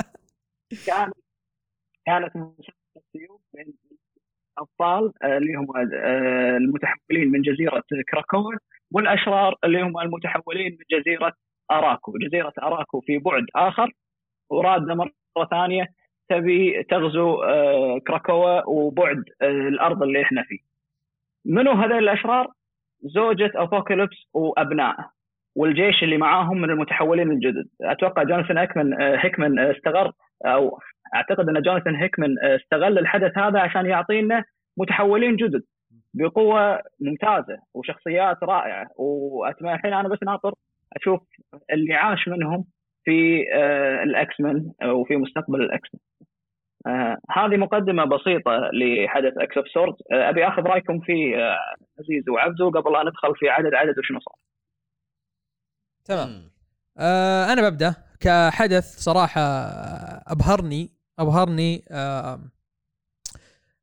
كانت مسابقة سيوف بين الأبطال اللي هم المتحولين من جزيرة كراكوة والأشرار اللي هم المتحولين من جزيرة أراكو. جزيرة أراكو في بعد آخر، ورادة مرة ثانية تبي تغزو كراكوة وبعد الأرض اللي إحنا فيه. منو هذول الأشرار؟ زوجة أبوكاليبس وأبنائه والجيش اللي معاهم من المتحولين الجدد. أتوقع جوناثان هيكمان استغر، أو أعتقد أن جوناثان هيكمان استغل الحدث هذا عشان يعطينا متحولين جدد بقوة ممتازة وشخصيات رائعة. وأتمنى الحين أنا بس ناطر أشوف اللي عاش منهم في الأكسمن وفي مستقبل الأكسمن. هذه مقدمة بسيطة لحدث أكس أوف سورد. أبي أخذ رأيكم في عزيز وعبدو قبل أن ندخل في عدد وشنو صار. تمام. أنا ببدأ. كحدث صراحة أبهرني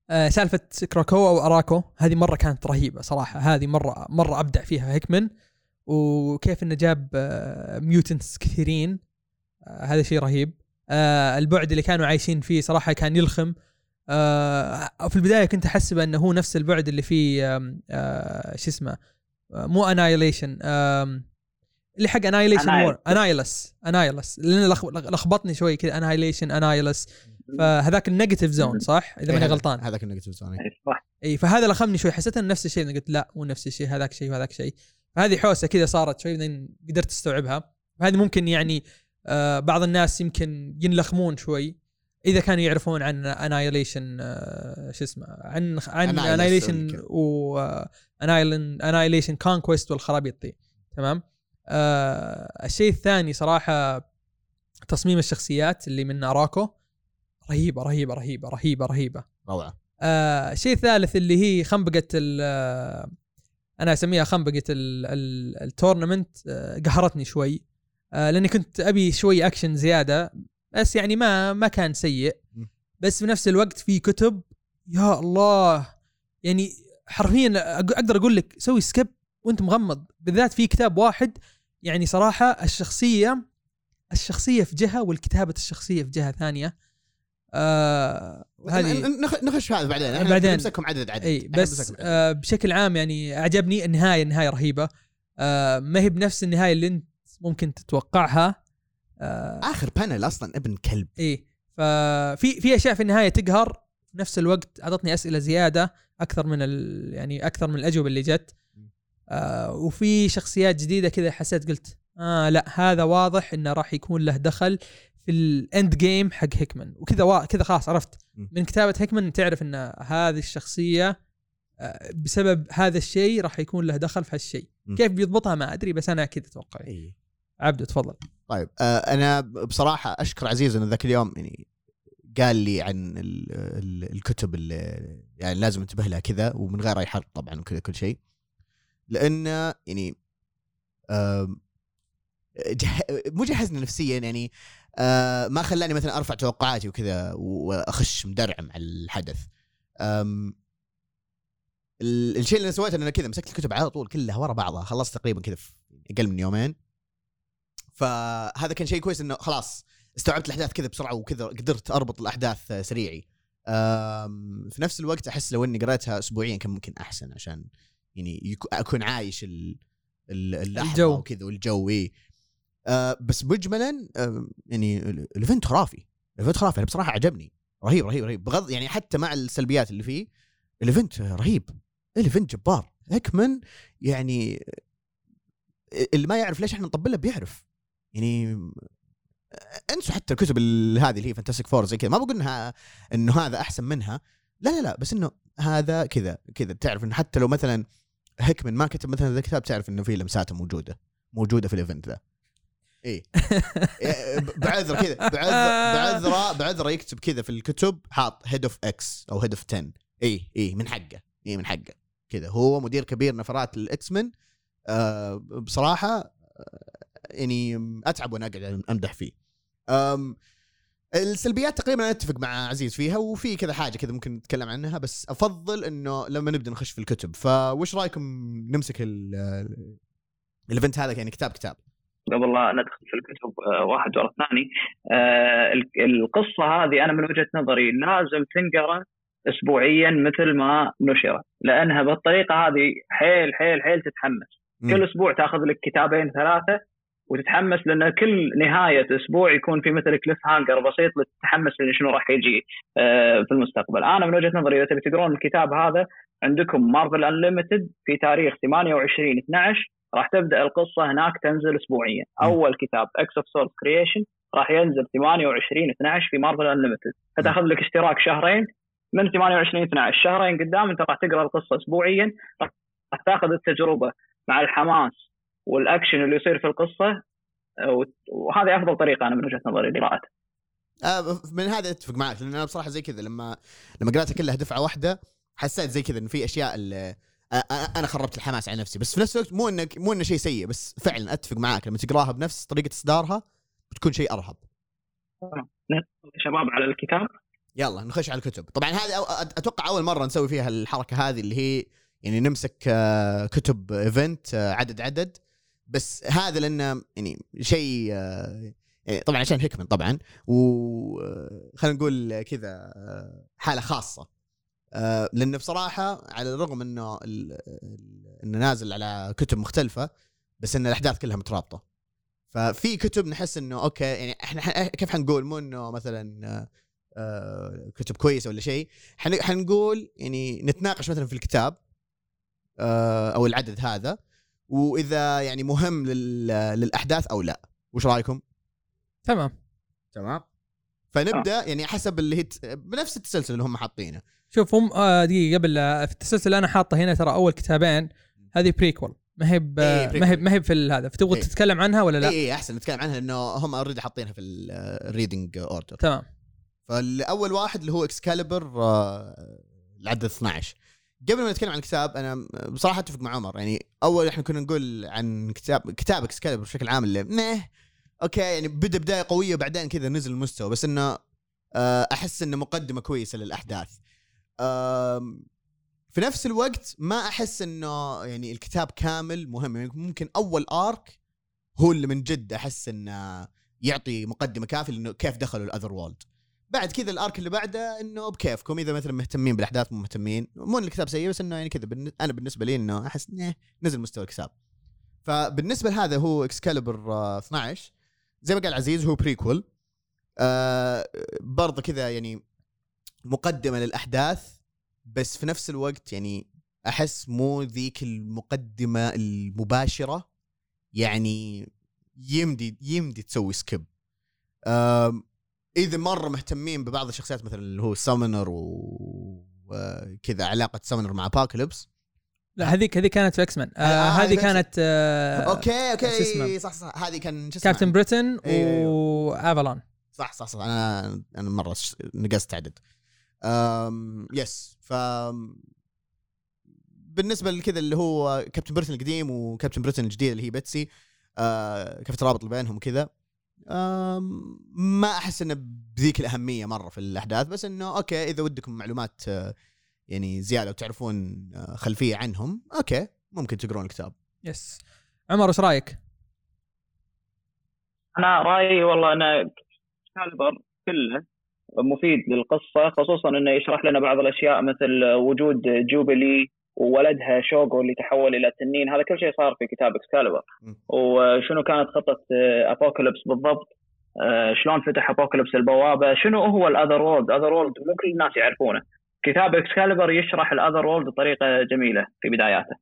سالفة كراكو أو أراكو هذه مرة كانت رهيبة صراحة. هذه مرة أبدع فيها هيكمان، وكيف إنه جاب ميوتنتس كثيرين. هذا شيء رهيب. البعد اللي كانوا عايشين فيه صراحة كان يلخم. في البداية كنت أحسب أنه هو نفس البعد اللي فيه شو اسمه، مو Annihilation، اللي حق Annihilation War، Annihilus لأن لخبطني شوي كذا. Annihilus فهذاك النيجاتيف زون صح إذا ماني غلطان. هذاك النيجاتيف زون اي فهذا لخمني شوي، حسيت انه نفس الشيء. قلت لا مو نفس الشيء، هذاك شيء وهذاك شيء. هذه حوسه كذا صارت شوي بعدين قدرت استوعبها. هذه ممكن يعني بعض الناس يمكن ينلخمون شوي اذا كانوا يعرفون عن Annihilation، شو اسمه، عن Annihilation و Annihilation Conquest والخرابيط دي. تمام. الشيء الثاني صراحه تصميم الشخصيات اللي من أراكو رهيبة رهيبة رهيبة رهيبة رهيبة روعة. الشيء الثالث اللي هي خنبقة أنا أسميها خنبقة التورنمنت، قهرتني شوي لأني كنت أبي شوي أكشن زيادة، بس يعني ما كان سيء. بس في نفس الوقت في كتب يا الله يعني حرفيا أقدر أقول لك سوي سكيب وأنت مغمض، بالذات في كتاب واحد يعني صراحة الشخصية في جهة والكتابة الشخصية في جهة ثانية. هذه نخش هذا بعدين نمسكهم عدد اي بس بشكل عام يعني اعجبني النهايه رهيبه. ما هي بنفس النهايه اللي انت ممكن تتوقعها. اخر بانل اصلا ابن كلب. اي ففي اشياء في النهايه تقهر، في نفس الوقت اعطتني اسئله زياده اكثر من يعني اكثر من الاجوبه اللي جت. وفي شخصيات جديده كذا حسيت قلت لا هذا واضح انه راح يكون له دخل في الاند جيم حق هيكمان وكذا كذا. خلاص عرفت من كتابة هيكمان تعرف ان هذه الشخصية بسبب هذا الشيء راح يكون له دخل في هالشيء. كيف بيضبطها ما ادري، بس انا كذا اتوقع. عبدو تفضل. طيب انا بصراحة اشكر عزيز انه ذاك اليوم يعني قال لي عن الكتب اللي يعني لازم انتبه لها كذا ومن غير اي حرق طبعا وكذا كل شيء، لان يعني مجهزني نفسيا يعني ما خلاني مثلا ارفع توقعاتي وكذا واخش مدرعم على الحدث. الشيء اللي سويته انا كذا مسكت الكتب على طول كلها ورا بعضها، خلصت تقريبا كذا في اقل من يومين. فهذا كان شيء كويس انه خلاص استوعبت الاحداث كذا بسرعه وكذا قدرت اربط الاحداث سريعي. في نفس الوقت احس لو اني قرأتها اسبوعيا كان ممكن احسن عشان يعني اكون عايش اللحظه وكذا والجو. بس مجملا يعني الايفنت خرافي انا بصراحه عجبني رهيب رهيب رهيب بغض يعني حتى مع السلبيات اللي فيه الايفنت رهيب. الايفنت جبار. هيكمان يعني اللي ما يعرف ليش احنا نطبل له بيعرف يعني. انسوا حتى الكتب هذه اللي هي فانتاستيك فور زي كذا، ما بقول انه هذا احسن منها، لا بس انه هذا كذا تعرف انه حتى لو مثلا هيكمان ما كتب مثلا ذا الكتاب تعرف انه فيه لمساته موجوده في الايفنت ذا. ايه بعذر كذا بعذره يكتب كذا في الكتب حاط هيد اوف اكس او هيد اوف 10. ايه من حقه كذا. هو مدير كبير نفرات الاكس من. بصراحه يعني اتعب وانا قاعد امدح فيه. السلبيات تقريبا انا اتفق مع عزيز فيها، وفي كذا حاجه كذا ممكن نتكلم عنها، بس افضل انه لما نبدا نخش في الكتب. فوش رايكم نمسك الايفنت هذا يعني كتاب قبل لا ندخل في الكتب واحد ورا الثاني؟ القصة هذه أنا من وجهة نظري لازم تنقرأ أسبوعيا مثل ما نشرت، لأنها بالطريقة هذه حيل تتحمس. كل أسبوع تأخذ لك كتابين 3 وتتحمس، لأن كل نهاية أسبوع يكون في مثل كليف هانجر بسيط لتتحمس لأن شنو راح يجي في المستقبل. أنا من وجهة نظري إذا تبي تقرون الكتاب هذا عندكم مارفل أنليمتد في تاريخ 28/12 راح تبدأ القصة هناك تنزل أسبوعيا. أول كتاب X of Souls Creation راح ينزل 28/12 في مارفل أنليمتد، فتأخذ لك اشتراك شهرين من 28/12 شهرين قدام أنت راح تقرأ القصة أسبوعيا، راح تأخذ التجربة مع الحماس والأكشن اللي يصير في القصة، وهذه أفضل طريقة أنا من وجهة نظري لقراءته. من هذا اتفق معك، لأن أنا بصراحة زي كذا لما قرأتها كلها دفعة واحدة حسيت زي كذا إن في أشياء اللي انا خربت الحماس على نفسي، بس في نفس الوقت مو انه شيء سيء، بس فعلا اتفق معاك لما تقراها بنفس طريقه اصدارها بتكون شيء ارهب. شباب على الكتاب يلا نخش على الكتب. طبعا هذه اتوقع اول مره نسوي فيها الحركه هذه اللي هي يعني نمسك كتب ايفنت عدد بس هذا لانه يعني شيء يعني طبعا عشان هيكمان طبعا وخلينا نقول كذا حاله خاصه لانه بصراحه على الرغم انه نازل على كتب مختلفه بس ان الاحداث كلها مترابطه. ففي كتب نحس انه اوكي يعني احنا كيف حنقول مو انه مثلا كتب كويسه ولا شيء، حنقول يعني نتناقش مثلا في الكتاب او العدد هذا واذا يعني مهم للاحداث او لا. وش رايكم؟ تمام فنبدا يعني حسب اللي هي بنفس التسلسل اللي هم حاطينه. شوف هم دقيقه قبل في التسلسل اللي انا حاطه هنا ترى اول كتابين هذه بريكول ما هي في هذا، فتبغى تتكلم عنها ولا لا؟ اي احسن نتكلم عنها لانه هم اوريدي حاطينها في الريدنج اوردر. تمام. فالاول واحد اللي هو اكسكاليبر العدد 12. قبل ما نتكلم عن الكتاب انا بصراحه اتفق مع عمر. يعني اول احنا كنا نقول عن كتاب اكسكاليبر بشكل عام اللي اوكي يعني بدا بدايه قويه بعدين كذا نزل المستوى، بس انه احس انه مقدمه كويسه للاحداث. في نفس الوقت ما احس انه يعني الكتاب كامل مهم. يعني ممكن اول ارك هو اللي من جد احس انه يعطي مقدمه كافيه انه كيف دخلوا الاذر وورلد. بعد كذا الارك اللي بعده انه بكيفكم اذا مثلا مهتمين بالاحداث مو مهتمين. مو الكتاب سيء بس انه يعني كذا انا بالنسبه لي انه احس نزل مستوى الكتاب. فبالنسبه لهذا هو اكسكاليبر 12 زي ما قال عزيز هو بريكول برضه كذا يعني مقدمه للاحداث، بس في نفس الوقت يعني احس مو ذيك المقدمه المباشره. يعني يمدي تسوي سكيب اذا مره مهتمين ببعض الشخصيات مثلا اللي هو سامونر وكذا علاقه سامونر مع ابوكاليبس. لا هذه كانت في اكس مان. هذه كانت اوكي صح هذه كان كابتن بريتن وافالون. صح انا مره نقصت عدد. يس. ف بالنسبه لكذا اللي هو كابتن بريتن القديم وكابتن بريتن الجديد اللي هي بيتسي كيف ترابط بينهم كذا ما احس انه بذيك الاهميه مره في الاحداث، بس انه اوكي اذا ودكم معلومات يعني زياده وتعرفون خلفيه عنهم اوكي ممكن تقرون الكتاب. يس. عمر ايش رايك؟ انا رايي والله انا كالبر كله مفيد للقصه، خصوصا انه يشرح لنا بعض الاشياء مثل وجود جوبلي وولدها شوغو اللي تحول الى تنين. هذا كل شيء صار في كتاب اكسكاليبر. وشنو كانت خطه ابوكاليبس بالضبط، شلون فتح ابوكاليبس البوابه، شنو هو الاذر وورلد. اذر وورلد مو كل الناس يعرفونه. كتاب اكسكاليبر يشرح الاذر وورلد بطريقه جميله في بداياته.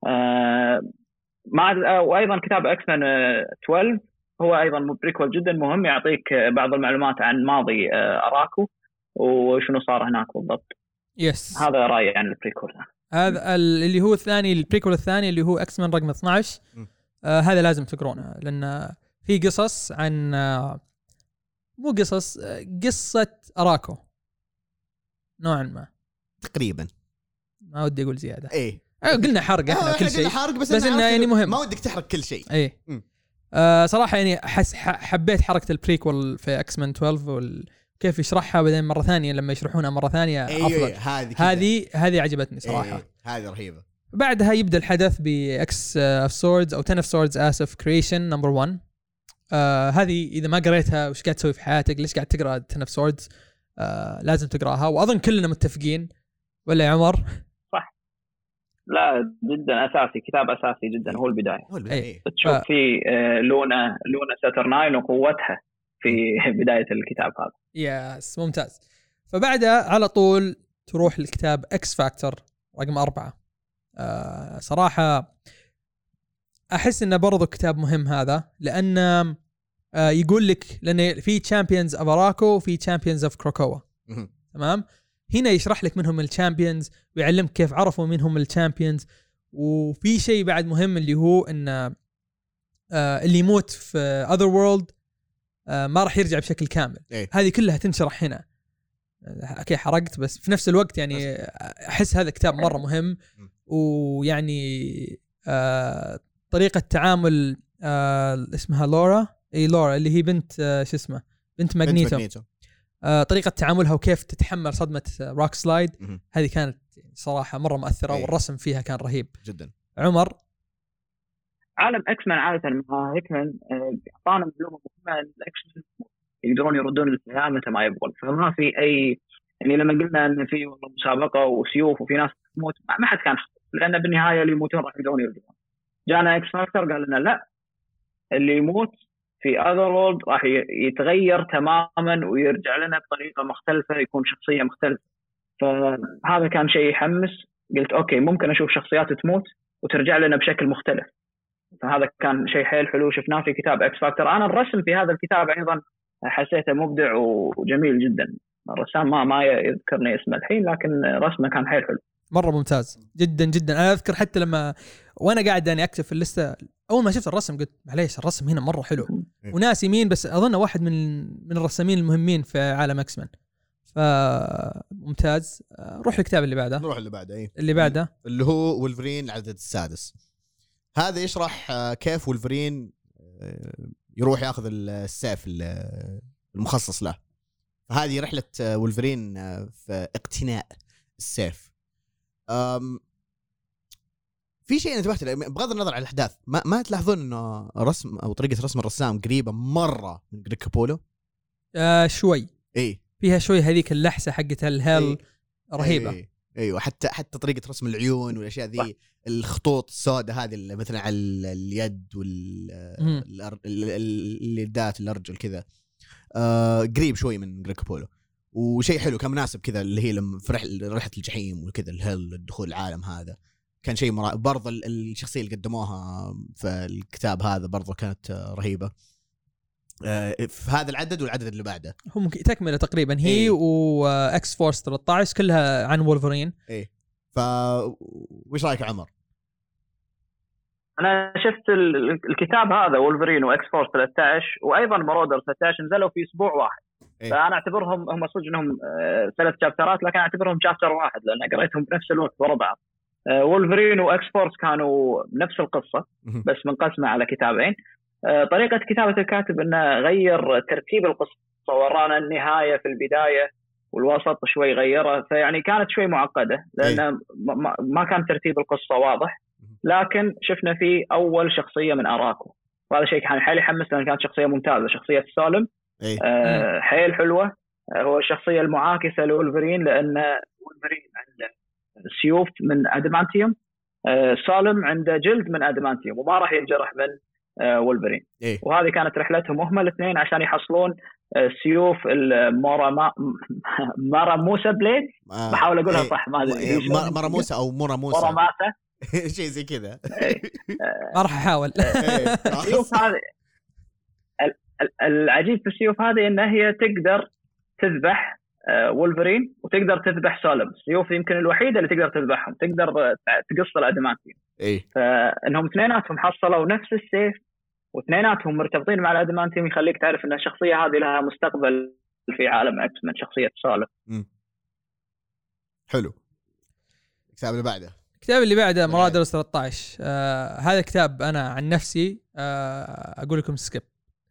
وايضا كتاب اكس مان 12 هو ايضا بريكول جدا مهم، يعطيك بعض المعلومات عن ماضي اراكو وشنو صار هناك بالضبط. يس. هذا رايي عن البريكول. هذا اللي هو الثاني، البريكول الثاني اللي هو اكس مان رقم 12. هذا لازم تقرونه لان في قصص عن مو قصة اراكو نوعا ما تقريبا. ما ودي اقول زيادة. ايه قلنا حرق احنا كل شيء بس انه يعني مهم ما ودك تحرق كل شيء. ايه صراحة يعني حبيت حركة البريكول في اكس مان 12 كيف يشرحها بعدين مرة ثانية لما يشرحونها مرة ثانية أفضل. هذه عجبتني صراحة. هذه رهيبة. بعدها يبدأ الحدث بإكس اوف سوردز أو 10 اوف سوردز آسف كرييشن نمبر 1. هذه إذا ما قريتها وش قاعد تسوي في حياتك؟ ليش قاعد تقرأ 10 اوف سوردز؟ لازم تقرأها وأظن كلنا متفقين ولا يا عمر؟ صح. لا جدا أساسي، كتاب أساسي جدا. هو البداية. تشوف في لونا ساترناين وقوتها في بداية الكتاب هذا. يس ممتاز. فبعدها على طول تروح للكتاب اكس فاكتور رقم 4. صراحة أحس إنه برضو كتاب مهم هذا لأن يقول لك لأن في تشامبيونز أوف أراكو وفي تشامبيونز أوف كروكوا. تمام. هنا يشرح لك منهم التشامبيونز ويعلمك كيف عرفوا منهم التشامبيونز. وفي شيء بعد مهم اللي هو إن اللي يموت في other world ما راح يرجع بشكل كامل. هذه كلها تنشرح هنا. اوكي حرقت بس في نفس الوقت يعني احس هذا كتاب مره مهم. ويعني طريقه تعامل اسمها لورا اللي هي بنت شو اسمه بنت ماغنيتو. طريقه تعاملها وكيف تتحمل صدمه روك سلايد هذه كانت صراحه مره مؤثره والرسم فيها كان رهيب جدا. عمر عالم اكس مان عاده مع هيكمان اعطانا معلومه مهمه ان الاكشن يقدرون يردون الاتهام متى ما يبغون، فما في اي يعني لما قلنا ان في والله مسابقه وسيوف وفي ناس تموت ما حد كان خطر، لان بالنهايه اللي يموتون راح يقدرون يرجعون. جانا اكس فاكتور قال لنا لا، اللي يموت في اذر وورلد راح يتغير تماما ويرجع لنا بطريقه مختلفه، يكون شخصيه مختلفه. فهذا كان شيء يحمس، قلت اوكي ممكن اشوف شخصيات تموت وترجع لنا بشكل مختلف. فهذا كان شيء حيل حلو شفناه في كتاب اكس فاكتور. انا الرسم في هذا الكتاب ايضا حسيته مبدع وجميل جدا. الرسام ما يذكرني اسمه الحين، لكن رسمه كان حيل حلو مره ممتاز جدا جدا. انا اذكر حتى لما وانا قاعد اني اكتب في اللسته اول ما شفت الرسم قلت معليش الرسم هنا مره حلو وناسي مين، بس اظن واحد من الرسامين المهمين في عالم اكس مان. فممتاز. روح الكتاب اللي بعده. نروح اللي بعده. ايه اللي بعده اللي هو وولفرين العدد السادس. هذا يشرح كيف وولفرين يروح ياخذ السيف المخصص له. فهذه رحلة وولفرين في اقتناء السيف. في شيء انتبهت له بغض النظر عن الاحداث، ما تلاحظون انه رسم او طريقة رسم الرسام قريبة مرة من جريج كابولو؟ شوي. ايه فيها شوي هذيك اللحسة حقتها الهيل رهيبة. ايوه حتى طريقة رسم العيون والاشياء ذي، الخطوط السوداء هذه مثلا على اليد واليدات الارجل كذا، قريب شوي من جريج كابولو. وشيء حلو كان مناسب كذا اللي هي لما في رحلة الجحيم وكذا الهيل الدخول العالم هذا كان شيء برضه الشخصية اللي قدموها في الكتاب هذا برضه كانت رهيبة في هذا العدد والعدد اللي بعده. هم تكملة تقريبا هي واكس فورس 13 كلها عن وولفرين. ايه وش رايك يا عمر؟ انا شفت الكتاب هذا وولفرين واكس فورس 13 وايضا مرودر 13 نزلوا في اسبوع واحد. فانا اعتبرهم هم صدق انهم 3 شابترات، لكن اعتبرهم شابتر واحد لان قريتهم بنفس الوقت ورا بعض. وولفرين واكس فورس كانوا نفس القصه بس منقسمه على كتابين. طريقه كتابه الكاتب انه غير ترتيب القصه، ورانا النهايه في البدايه والوسط شوي غيرها، فيعني كانت شوي معقده لان ما كان ترتيب القصه واضح. لكن شفنا فيه اول شخصيه من اراكو، وهذا شيء كان حيل يحمس لان كانت شخصيه ممتازه، شخصيه سالم حيل حلوه. هو الشخصيه المعاكسه لولفرين لان وولفرين عنده سيوف من ادمانتيوم، سالم عنده جلد من ادمانتيوم وما راح ينجرح من وولفرين. وهذه كانت رحلتهم هم الاثنين عشان يحصلون سيوف ماراموسا بليد. بحاول اقولها صح ما ادري ماراموسا او موراموسا شيء زي كذا. ما راح احاول. السيوف هذه العجيب في السيوف هذه انها هي تقدر تذبح وولفرين وتقدر تذبح سالم. السيوف يمكن الوحيده اللي تقدر تذبحهم، تقدر تقص الادمانتيوم. فانهم اثنيناتهم حصلوا نفس السيف واثنيناتهم مرتبطين مع الادمانتيوم، يخليك تعرف ان الشخصيه هذه لها مستقبل في عالم اكس من شخصيه سالم. حلو. الكتاب اللي بعده مرادر 13. هذا كتاب انا عن نفسي اقول لكم سكيب.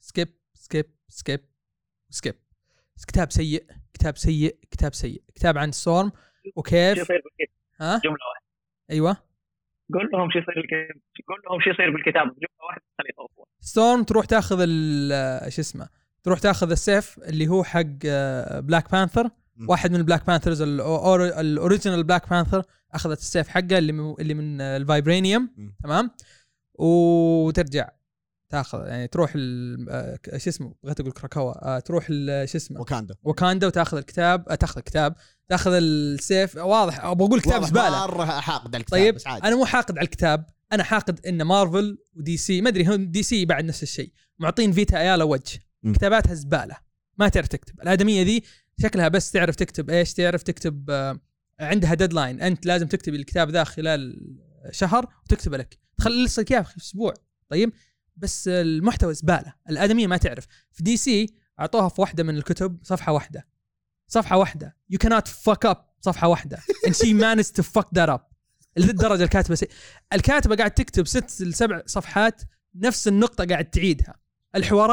كتاب سيء كتاب عن ستورم وكيف جمله واحده. ايوه قول لهم شو يصير بالكتاب جمله واحده خليه يطول. ستورم تروح تاخذ تروح تاخذ السيف اللي هو حق بلاك بانثر. واحد من البلاك بانثرز الاوريجينال بلاك بانثر اخذت السيف حقه اللي من الفايبرينيوم. تمام. وترجع تاخذ يعني تروح بغيت اقول كراكوا، تروح وكاندا وتاخذ الكتاب، تاخذ السيف. واضح ابغى اقول كتاب زباله مره حاقد على الكتاب. طيب بس انا مو حاقد على الكتاب، انا حاقد ان مارفل ودي سي ما ادري هم دي سي بعد نفس الشيء معطين فيتا ايالا وجه كتاباتها زباله ما تعرف تكتب. الادميه ذي شكلها بس تعرف تكتب ايش، تعرف تكتب عندها ديدلاين، انت لازم تكتب الكتاب ذا خلال شهر وتكتب لك تخلي لسه الكتاب في اسبوع. طيب بس المحتوى زباله، الادميه ما تعرف. في دي سي اعطوها في واحده من الكتب صفحه واحده you cannot fuck up صفحه واحده and she managed to fuck that up. لذي الدرجه الكاتبه قاعد تكتب 6 ل 7 صفحات نفس النقطه قاعد تعيدها. الحوارات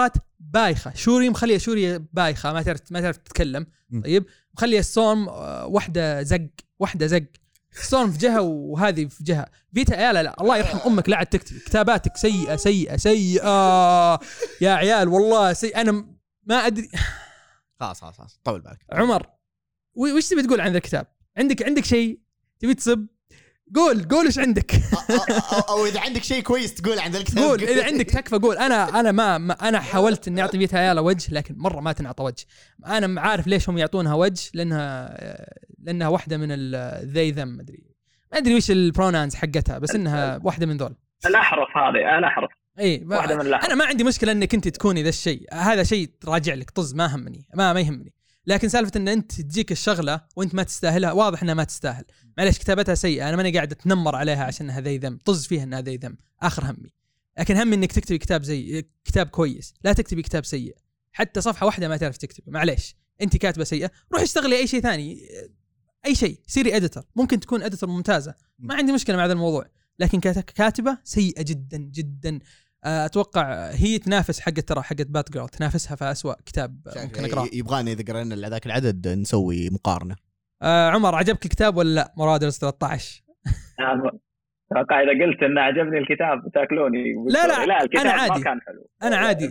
بايخه. شوري مخليه شوري بايخه ما تعرف تتكلم. طيب مخليه ستورم واحده زق ستورم في جهه وهذه في جهه. فيتا يا لا الله يرحم امك لا عاد تكتب كتاباتك سيئه يا عيال والله انا ما ادري. خلاص طول بالك عمر وش تبي تقول عن ذا الكتاب؟ عندك شيء تبي تصب؟ قول ايش عندك. او اذا عندك شيء كويس تقول عن ذا الكتاب قول. اذا عندك تكفى قول. انا حاولت اني اعطي فيتا يالا وجه لكن مره ما تنعطى وجه. انا عارف ليش هم يعطونها وجه لانها واحده من ذي ذم ما ادري وش البرونانز حقتها بس انها واحده من ذول الاحرف. هذه الاحرف اي واحده من الاحرف. انا ما عندي مشكله انك انت تكوني ذا الشيء. هذا شيء راجع لك طز ما همني ما يهمني. لكن سالفه ان انت تجيك الشغله وانت ما تستاهلها واضح انها ما تستاهل. معليش كتابتها سيئه انا ماني قاعد اتنمر عليها عشان انها ذي ذم. طز فيها انها ذي ذم اخر همي. لكن همي انك تكتبي كتاب كويس لا تكتبي كتاب سيء. حتى صفحه واحده ما تعرف تكتب معليش انت كاتبه سيئه روح اشتغلي اي شيء ثاني. اي شيء سيري اديتور. ممكن تكون اديتور ممتازه ما عندي مشكله مع هذا الموضوع. لكن كاتبه سيئه جدا جدا. اتوقع هي تنافس حقت بات جيرل تنافسها في أسوأ كتاب ممكن اقراه. يبغاني اذا قرينا ذاك العدد نسوي مقارنه. عمر عجبك الكتاب ولا لا؟ مرادرز 13 اتوقع اذا قلت ان عجبني الكتاب تاكلوني. لا الكتاب انا عادي. ما كان حلو. انا عادي.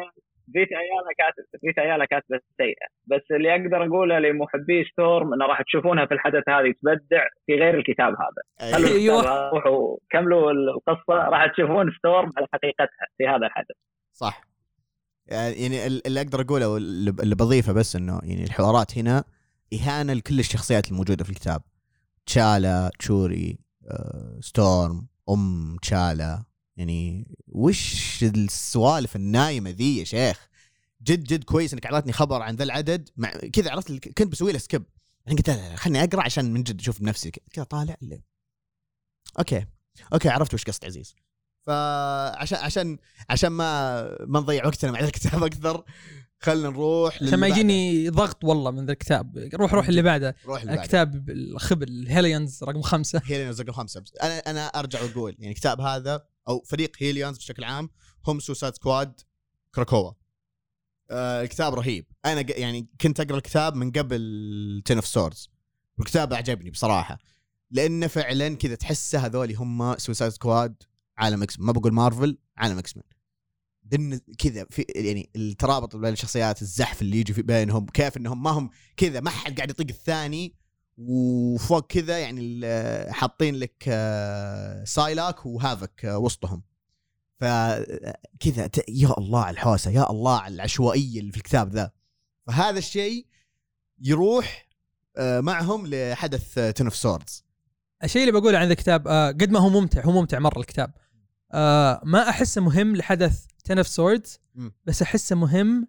فيتا كاتبه سيئه. بس اللي اقدر اقوله لمحبي ستورم انه راح تشوفونها في الحدث هذه تبدع في غير الكتاب هذا. ايوه روحوا كملوا القصه راح تشوفون ستورم على حقيقتها في هذا الحدث. صح. يعني اللي اقدر اقوله واللي بضيفه بس انه يعني الحوارات هنا اهانه لكل الشخصيات الموجوده في الكتاب. تشالا تشوري ستورم تشالا يعني وش السوالف النايمه ذي يا شيخ. جد كويس انك اعطيتني خبر عن ذا العدد مع كذا عرفت كنت بسوي له سكيب. انا قلت لا خلني اقرا عشان من جد اشوف بنفسي كذا طالع اللي. اوكي عرفت وش قصد عزيز. عشان ما نضيع وقتنا مع الكتاب اكثر خلنا نروح عشان ما يجيني ضغط والله من ذا الكتاب. روح اللي بعده. الكتاب الخبل هيليانز رقم 5. هيليانز رقم 5. انا ارجع واقول يعني الكتاب هذا او فريق هيليانز بشكل عام هم سوسايد سكواد كراكوا. الكتاب رهيب. انا يعني كنت اقرا الكتاب من قبل 10 of Swords والكتاب اعجبني بصراحه لانه فعلا كذا تحسه هذول هم سوسايد سكواد عالم اكس. ما بقول مارفل عالم اكس مان. كذا في يعني الترابط بين الشخصيات الزحف اللي يجي في بينهم كيف انهم ما هم كذا ما حد قاعد يطيق الثاني وفوق كذا يعني حاطين لك سايلاك وهافك وسطهم. فكذا يا الله على الحوسه يا الله على العشوائيه اللي في الكتاب ذا. فهذا الشيء يروح معهم لحدث 10 of Swords. الشيء اللي بقوله عن ذا الكتاب قد ما هو ممتع مرة الكتاب. ما أحسه مهم لحدث 10 of Swords بس أحسه مهم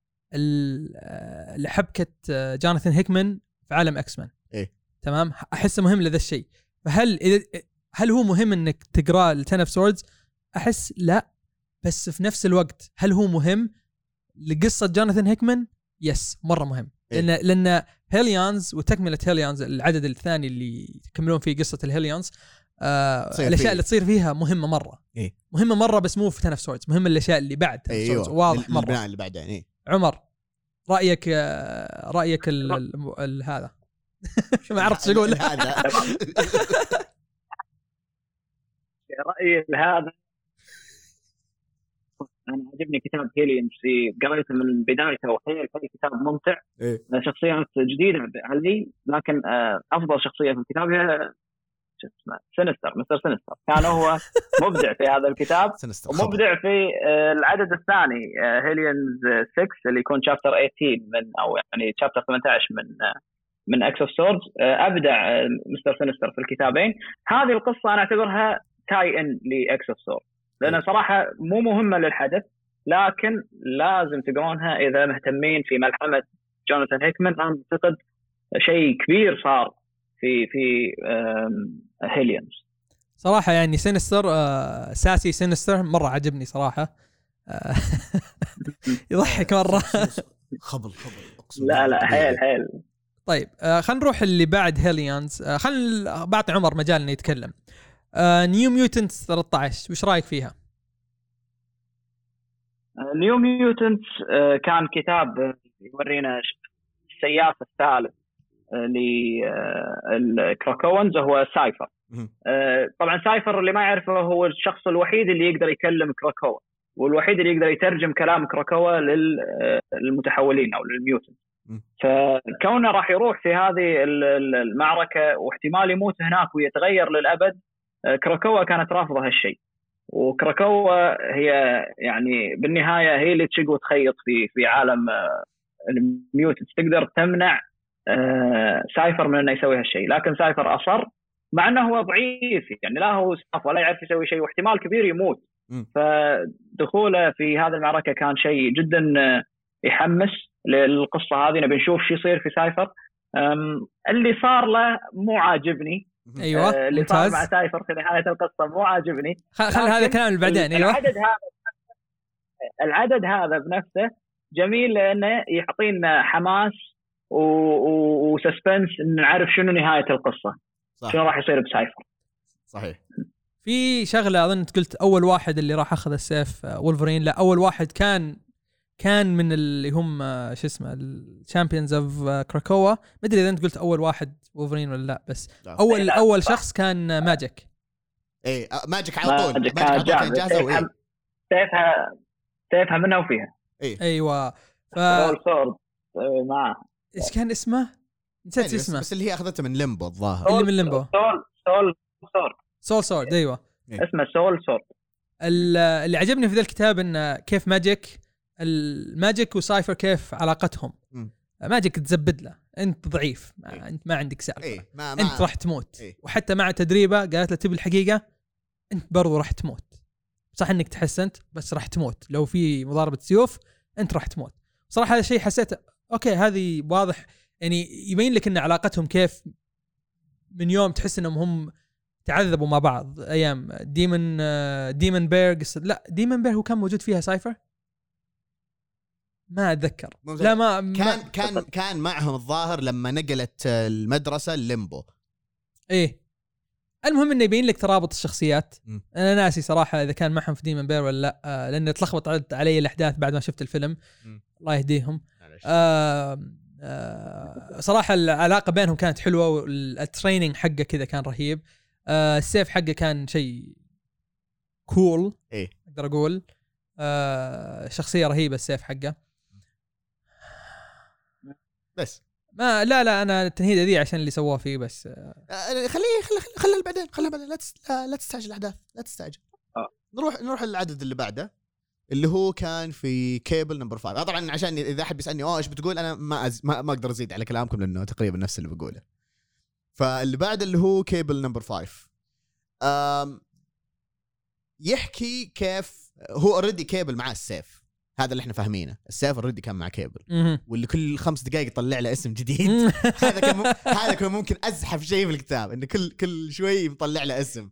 لحبكة جوناثان هيكمان في عالم أكسمان. إيه؟ تمام. أحسه مهم لذا الشيء. هل هو مهم إنك تقرأ 10 of Swords؟ أحس لا. بس في نفس الوقت هل هو مهم لقصة جوناثان هيكمان؟ يس مرة مهم. إيه؟ لأن هيليانز وتكملة هيليانز العدد الثاني اللي يكملون فيه قصة الهيليانز الأشياء اللي تصير فيها مهمة مرة. إيه؟ مهمة مرة بس مو في 10 of Swords. مهمة الأشياء اللي بعد 10 of Swords. واضح مرة البناء اللي بعده يعني. عمر رأيك هذا ما عرفت اقول هذا رأيي هذا. أنا عجبني كتاب هيليانز قريته من بدايته وحيل كتاب ممتع. إيه؟ شخصيات جديدة علي لكن أفضل شخصية في الكتاب هي سينستر. مستر سينستر كان هو مبدع في هذا الكتاب ومبدع في العدد الثاني هيليانز 6 اللي يكون شابتر 18 من أو يعني شابتر 18 من اكس اوف سوردز. أبدع مستر سينستر في الكتابين. هذه القصة أنا أعتبرها تاي إن لإكس اوف سوردز لأن صراحة مو مهمة للحدث لكن لازم تقرونها إذا مهتمين في ملحمة جوناثان هيكمان. أنا أعتقد شيء كبير صار في هيليانز صراحة. يعني سينستر ساسي سينستر مرة عجبني صراحة. يضحك مرة. خبل لا حيل. طيب خلينا نروح اللي بعد هيليانز. خلينا بعطي عمر مجال انه يتكلم. نيو ميوتنتس 13 وش رايك فيها؟ نيو ميوتنتس كان كتاب يورينا السياف الثالث للكراكوانز هو سايفر. طبعا سايفر اللي ما يعرفه هو الشخص الوحيد اللي يقدر يكلم كراكوا، والوحيد اللي يقدر يترجم كلام كراكوا للمتحولين أو للميوتنت. فكونه راح يروح في هذه المعركة واحتمال يموت هناك ويتغير للأبد، كراكوا كانت رافضة هالشيء. وكراكوا هي يعني بالنهاية هي اللي تشق وتخيط في عالم الميوتنت، تقدر تمنع سايفر من انه يسوي هالشيء. لكن سايفر اصر مع انه هو ضعيف، يعني لا هو ساف ولا يعرف يسوي شيء واحتمال كبير يموت. فدخوله في هذه المعركه كان شيء جدا يحمس للقصه هذه. نبي نشوف شو يصير في سايفر. اللي صار له مو عاجبني. ايوه اللي صار مع سايفر في نهايه القصه مو عاجبني. خل هذا كلام بعدين. ايوه العدد هذا بنفسه جميل لانه يعطينا حماس وسسبنس ان نعرف شنو نهايه القصه. صح. شنو راح يصير بسايفر. صحيح. في شغله اظن قلت اول واحد اللي راح اخذ السيف وولفرين، لا اول واحد كان من اللي هم شو اسمه الشامبيونز اوف كراكوا. ما ادري اذا انت قلت اول واحد وولفرين ولا لا، بس لا. اول شخص كان ماجيك. ايه ماجيك على طول. ماجيك على طول كان جاهزه. سيفها منها وفيها. ايوه معه. ايش كان اسمه؟ نسيت اسمه. بس اللي هي اخذته من ليمبو الظاهر. اللي من ليمبو. سول سورد. ايوه اسمه سول سورد. اللي عجبني في ذا الكتاب ان كيف الماجيك وسايفر كيف علاقتهم. ماجيك تزبد له انت ضعيف، انت ما عندك سالفه، انت راح تموت. وحتى مع تدريبه قالت له تبي الحقيقه انت برضو راح تموت. صح انك تحسنت بس راح تموت، لو في مضاربه سيوف انت راح تموت. صراحه هذا الشيء حسيته اوكي، هذه واضح يعني يبين لك ان علاقتهم كيف من يوم تحس انهم هم تعذبوا مع بعض ايام ديمون بير. لا ديمون بير هو كان موجود فيها سايفر، ما اتذكر. لا ما كان معهم الظاهر لما نقلت المدرسه الليمبو. ايه المهم انه يبين لك ترابط الشخصيات. انا ناسي صراحه اذا كان معهم في ديمون بير ولا لا، لان تلخبط علي الاحداث بعد ما شفت الفيلم. الله يهديهم. صراحه العلاقه بينهم كانت حلوه، والتريننج حقه كذا كان رهيب. السيف حقه كان شيء كول. ايه اقدر اقول شخصيه رهيبه السيف حقه. بس ما لا انا التنهيده دي عشان اللي سووه فيه بس. خليها بعدين لا تستعجل الاحداث، لا تستعجل. نروح للعدد اللي بعده اللي هو كان في كيبل نمبر 5. طبعا عشان اذا احد يسالني ايش بتقول، انا ما اقدر ازيد على كلامكم لانه تقريبا نفس اللي بقوله. فاللي بعد اللي هو كيبل نمبر 5 يحكي كيف هو اوريدي كيبل مع السيف. هذا اللي احنا فاهمينه، السيف اوريدي كان مع كيبل، واللي كل 5 دقائق يطلع له اسم جديد. هذا كان ممكن ازحف شيء في الكتاب، انه كل شوي يطلع له اسم.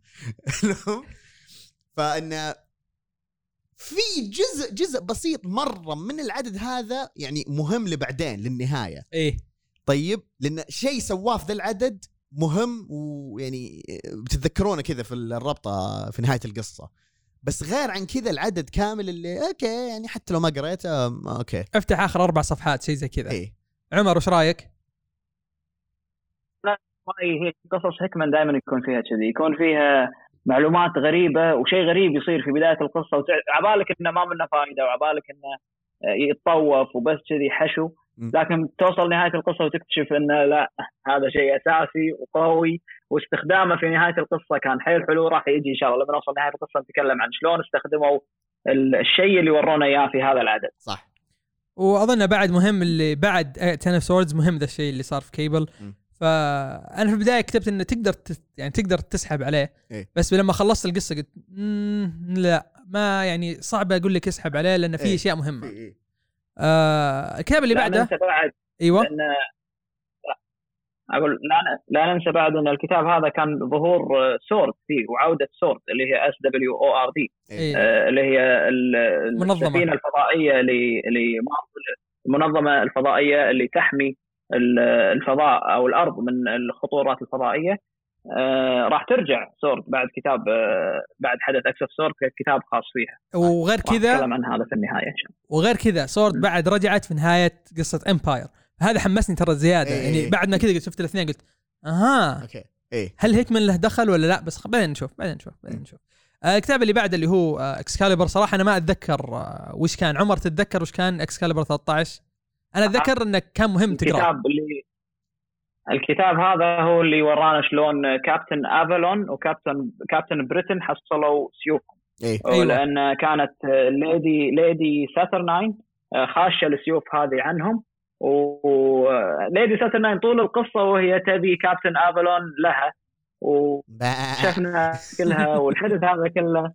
فان في جزء بسيط مره من العدد هذا يعني مهم لبعدين للنهايه. ايه طيب، لان شيء سواه في ذا العدد مهم، ويعني بتتذكرونه كذا في الربطه في نهايه القصه. بس غير عن كذا العدد كامل اللي اوكي يعني حتى لو ما قريته اوكي افتح اخر 4 صفحات شيء زي كذا. إيه؟ عمر وش رايك؟ لا هي قصص هيكمان دائما يكون فيها كذي، يكون فيها معلومات غريبه وشيء غريب يصير في بدايه القصه، وعبالك انه ما منه فائده وعبالك انه يتطوف وبس كذي حشو، لكن توصل نهايه القصه وتكتشف انه لا، هذا شيء اساسي وقوي، واستخدامه في نهايه القصه كان حيل حلو. راح يجي ان شاء الله لما نوصل نهايه القصه نتكلم عن شلون استخدموا الشيء اللي ورونا اياه في هذا العدد. صح. واظن بعد مهم اللي بعد 10 اوف سوردز مهم ذا الشيء اللي صار في كيبل. فانا في البدايه كتبت انه تقدر تسحب عليه. إيه؟ بس لما خلصت القصه قلت لا، ما يعني صعب اقول لك اسحب عليه لان في اشياء مهمه. الكتاب اللي بعده ايوه اقول لا ننسى بعد ان الكتاب هذا كان ظهور سورد فيه وعوده سورد اللي هي SWORD. اللي هي السفينه الفضائيه المنظمه الفضائيه اللي تحمي الفضاء او الارض من الخطورات الفضائيه. راح ترجع سورد بعد كتاب بعد حدث اكس اوف سورد كتاب خاص فيها. وغير كذا نتكلم عن هذا في النهايه. وغير كذا سورد بعد رجعت في نهايه قصه امباير. هذا حمسني ترى زياده. يعني بعد ما كذا شفت الاثنين قلت اوكي ايه هل هيكمن له دخل ولا لا؟ بس بعدين نشوف. الكتاب اللي بعده اللي هو اكسكاليبر، صراحه انا ما اتذكر وش كان. عمر تتذكر وش كان اكسكاليبر 13؟ انا اتذكر انه كان مهم تقراه. الكتاب هذا هو اللي ورانا شلون كابتن افالون وكابتن بريتن حصلوا سيوفهم. أيوة. لان كانت ليدي ساترناين خاشه السيوف هذه عنهم، وليدي ساترناين طول القصه وهي تبي كابتن افالون لها، وشفنا كلها والحدث هذا كله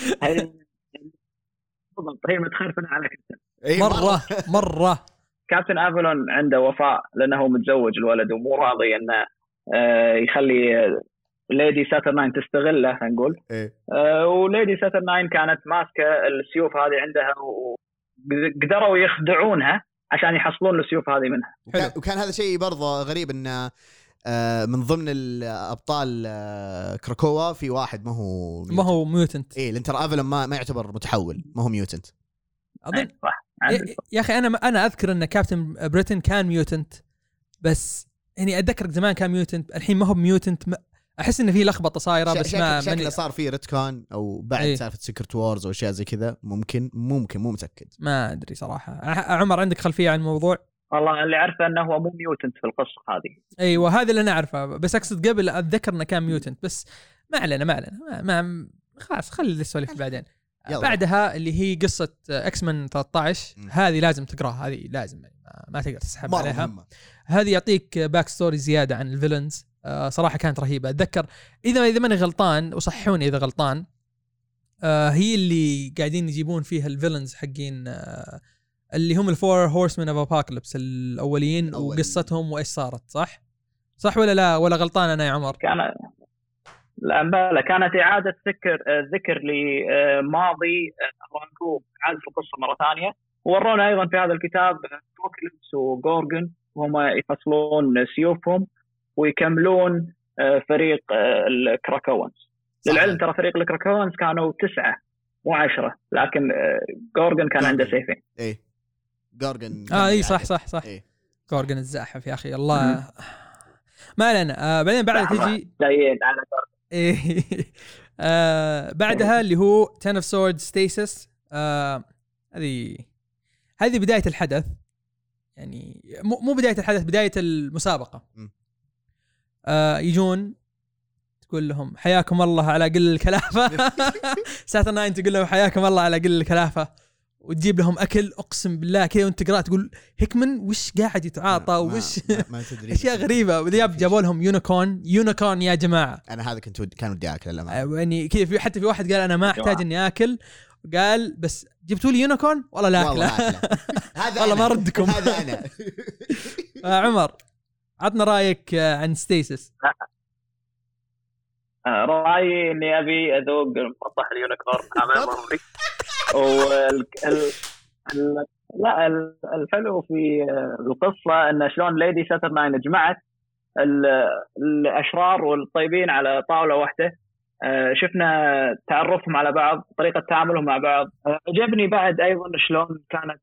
هي متخرفنه على كابتن مره كابتن افالون عنده وفاء لانه متزوج الولد ومو راضي انه يخلي ليدي ساترناين تستغله خلينا نقول. وليدي ساترناين كانت ماسكه السيوف هذه عندها وقدروا يخدعونها عشان يحصلون السيوف هذه منها. وكان هذا شيء برضه غريب ان من ضمن الابطال كراكوا في واحد ما هو ميوتنت. لان ترى افالون ما يعتبر متحول، ما هو ميوتنت اظن. يا اخي انا اذكر ان كابتن بريتن كان ميوتنت، بس يعني اتذكر زمان كان ميوتنت، الحين ما هو ميوتنت. احس ان في لخبطه صايره، بس ما شكله صار في ريتكون او بعد سالفه سيكرت وورز او اشياء زي كذا. ممكن مو متاكد، ما ادري صراحه. عمر عندك خلفيه عن الموضوع؟ والله اللي عارفه انه هو مو ميوتنت في القصه هذه. ايوه هذا اللي انا اعرفه، بس اقصد قبل اتذكر انه كان ميوتنت، بس ما علينا ما خلاص خلي السوالف بعدين. بعدها اللي هي قصة اكسمن 13 هذه لازم تقراها، هذه لازم ما تقدر تسحب عليها. هذه يعطيك باك ستوري زيادة عن الفيلنز. صراحة كانت رهيبة. أتذكر إذا ماني غلطان وصحوني إذا غلطان، هي اللي قاعدين يجيبون فيها الفيلنز حقين اللي هم الفور هورسمن اوف ابوكاليبس الأولين وقصتهم وإيش صارت. صح ولا لا ولا غلطان أنا يا عمر؟ لا كانت إعادة ذكر لماضي رانكو، إعادة القصة مرة ثانية. وورونا أيضا في هذا الكتاب أبوكاليبس وغورغن وهم يفصلون سيوفهم ويكملون فريق الكراكوانز. للعلم ترى فريق الكراكوانز كانوا 9 و10، لكن غورغن كان عنده سيفين. غورغن اي صح. غورغن الزاحف يا اخي الله. ما لنا. بعدين بعد تجي بعدها اللي هو 10 of Swords Stasis. هذه بداية الحدث، يعني مو بداية الحدث، بداية المسابقة. يجون تقول لهم حياكم الله على قل الكلافة. ساترناين تقول لهم حياكم الله على قل الكلافة، وتجيب لهم أكل. أقسم بالله كذا وانت تقرأ تقول هيكمن وش قاعد يتعاطى وش ما تدري أشياء غريبة. جابوا لهم يونيكورن يا جماعة. أنا هذا كان ودي أكل للأمانة. يعني كذا حتى في واحد قال أنا ما أحتاج إني أكل، قال بس جبتوا لي يونيكورن والله لا أكله. هذا والله ما ردكم. هذا أنا. عمر عطنا رأيك عن ستيسس. رأيي إني أبي أذوق مطح اليونيكورن هذا ضروري. لا الحلو في القصة إن شلون ليدي ساترناين جمعت الأشرار والطيبين على طاولة واحدة. شفنا تعرفهم على بعض، طريقة تعاملهم مع بعض. عجبني بعد أيضا شلون كانت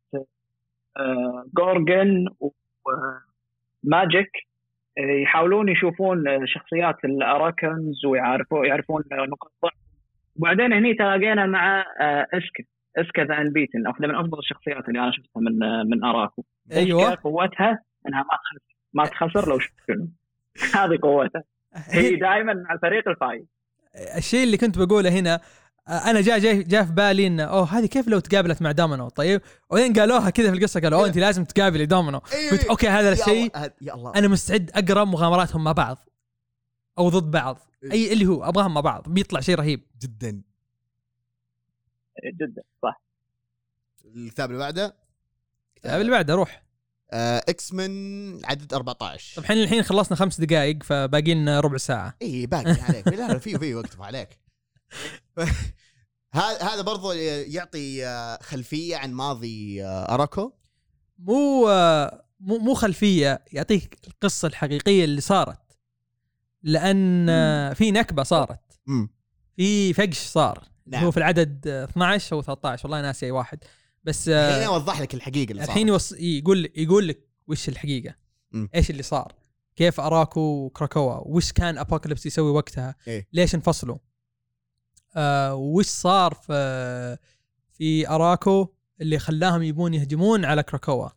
غورغن وماجيك يحاولون يشوفون شخصيات الأراكنز ويعرفون نقاط ضعف. وبعدين هني تلاقينا مع اسكا ذا انبيتن، واحدة من أفضل الشخصيات اللي أنا شفتها من أراكو. أيوة. قوتها إنها ما تخسر لو شنو. هذه قوتها، هي دائما مع الفريق الفايز. الشيء اللي كنت بقوله هنا، انا جاء في بالي انه هذه كيف لو تقابلت مع دومينو. طيب وين قالوها كذا في القصه، قالوا انت لازم تقابلي دومينو. قلت اوكي هذا الشيء انا مستعد اقرا مغامراتهم مع بعض او ضد بعض، اي اللي هو ابغاهم مع بعض، بيطلع شيء رهيب جدا صح. الكتاب اللي بعده روح اكسمن عدد 14. طب الحين خلصنا 5 دقائق، فباقي لنا ربع ساعه. اي باقي عليك. لا في وقت عليك. هذا برضو يعطي خلفيه عن ماضي أراكو. مو خلفيه، يعطيك القصه الحقيقيه اللي صارت. لان في نكبه صارت، في فقش صار. نعم. هو في العدد 12 او 13 والله ناسي اي واحد، بس الحين اوضح لك الحقيقه اللي الحين يقول لك وش الحقيقه. ايش اللي صار، كيف اراكو وكراكوا، وش كان ابوكاليبس يسوي وقتها، ليش انفصلوا، وش صار في اراكو اللي خلاهم يبون يهجمون على كراكوا.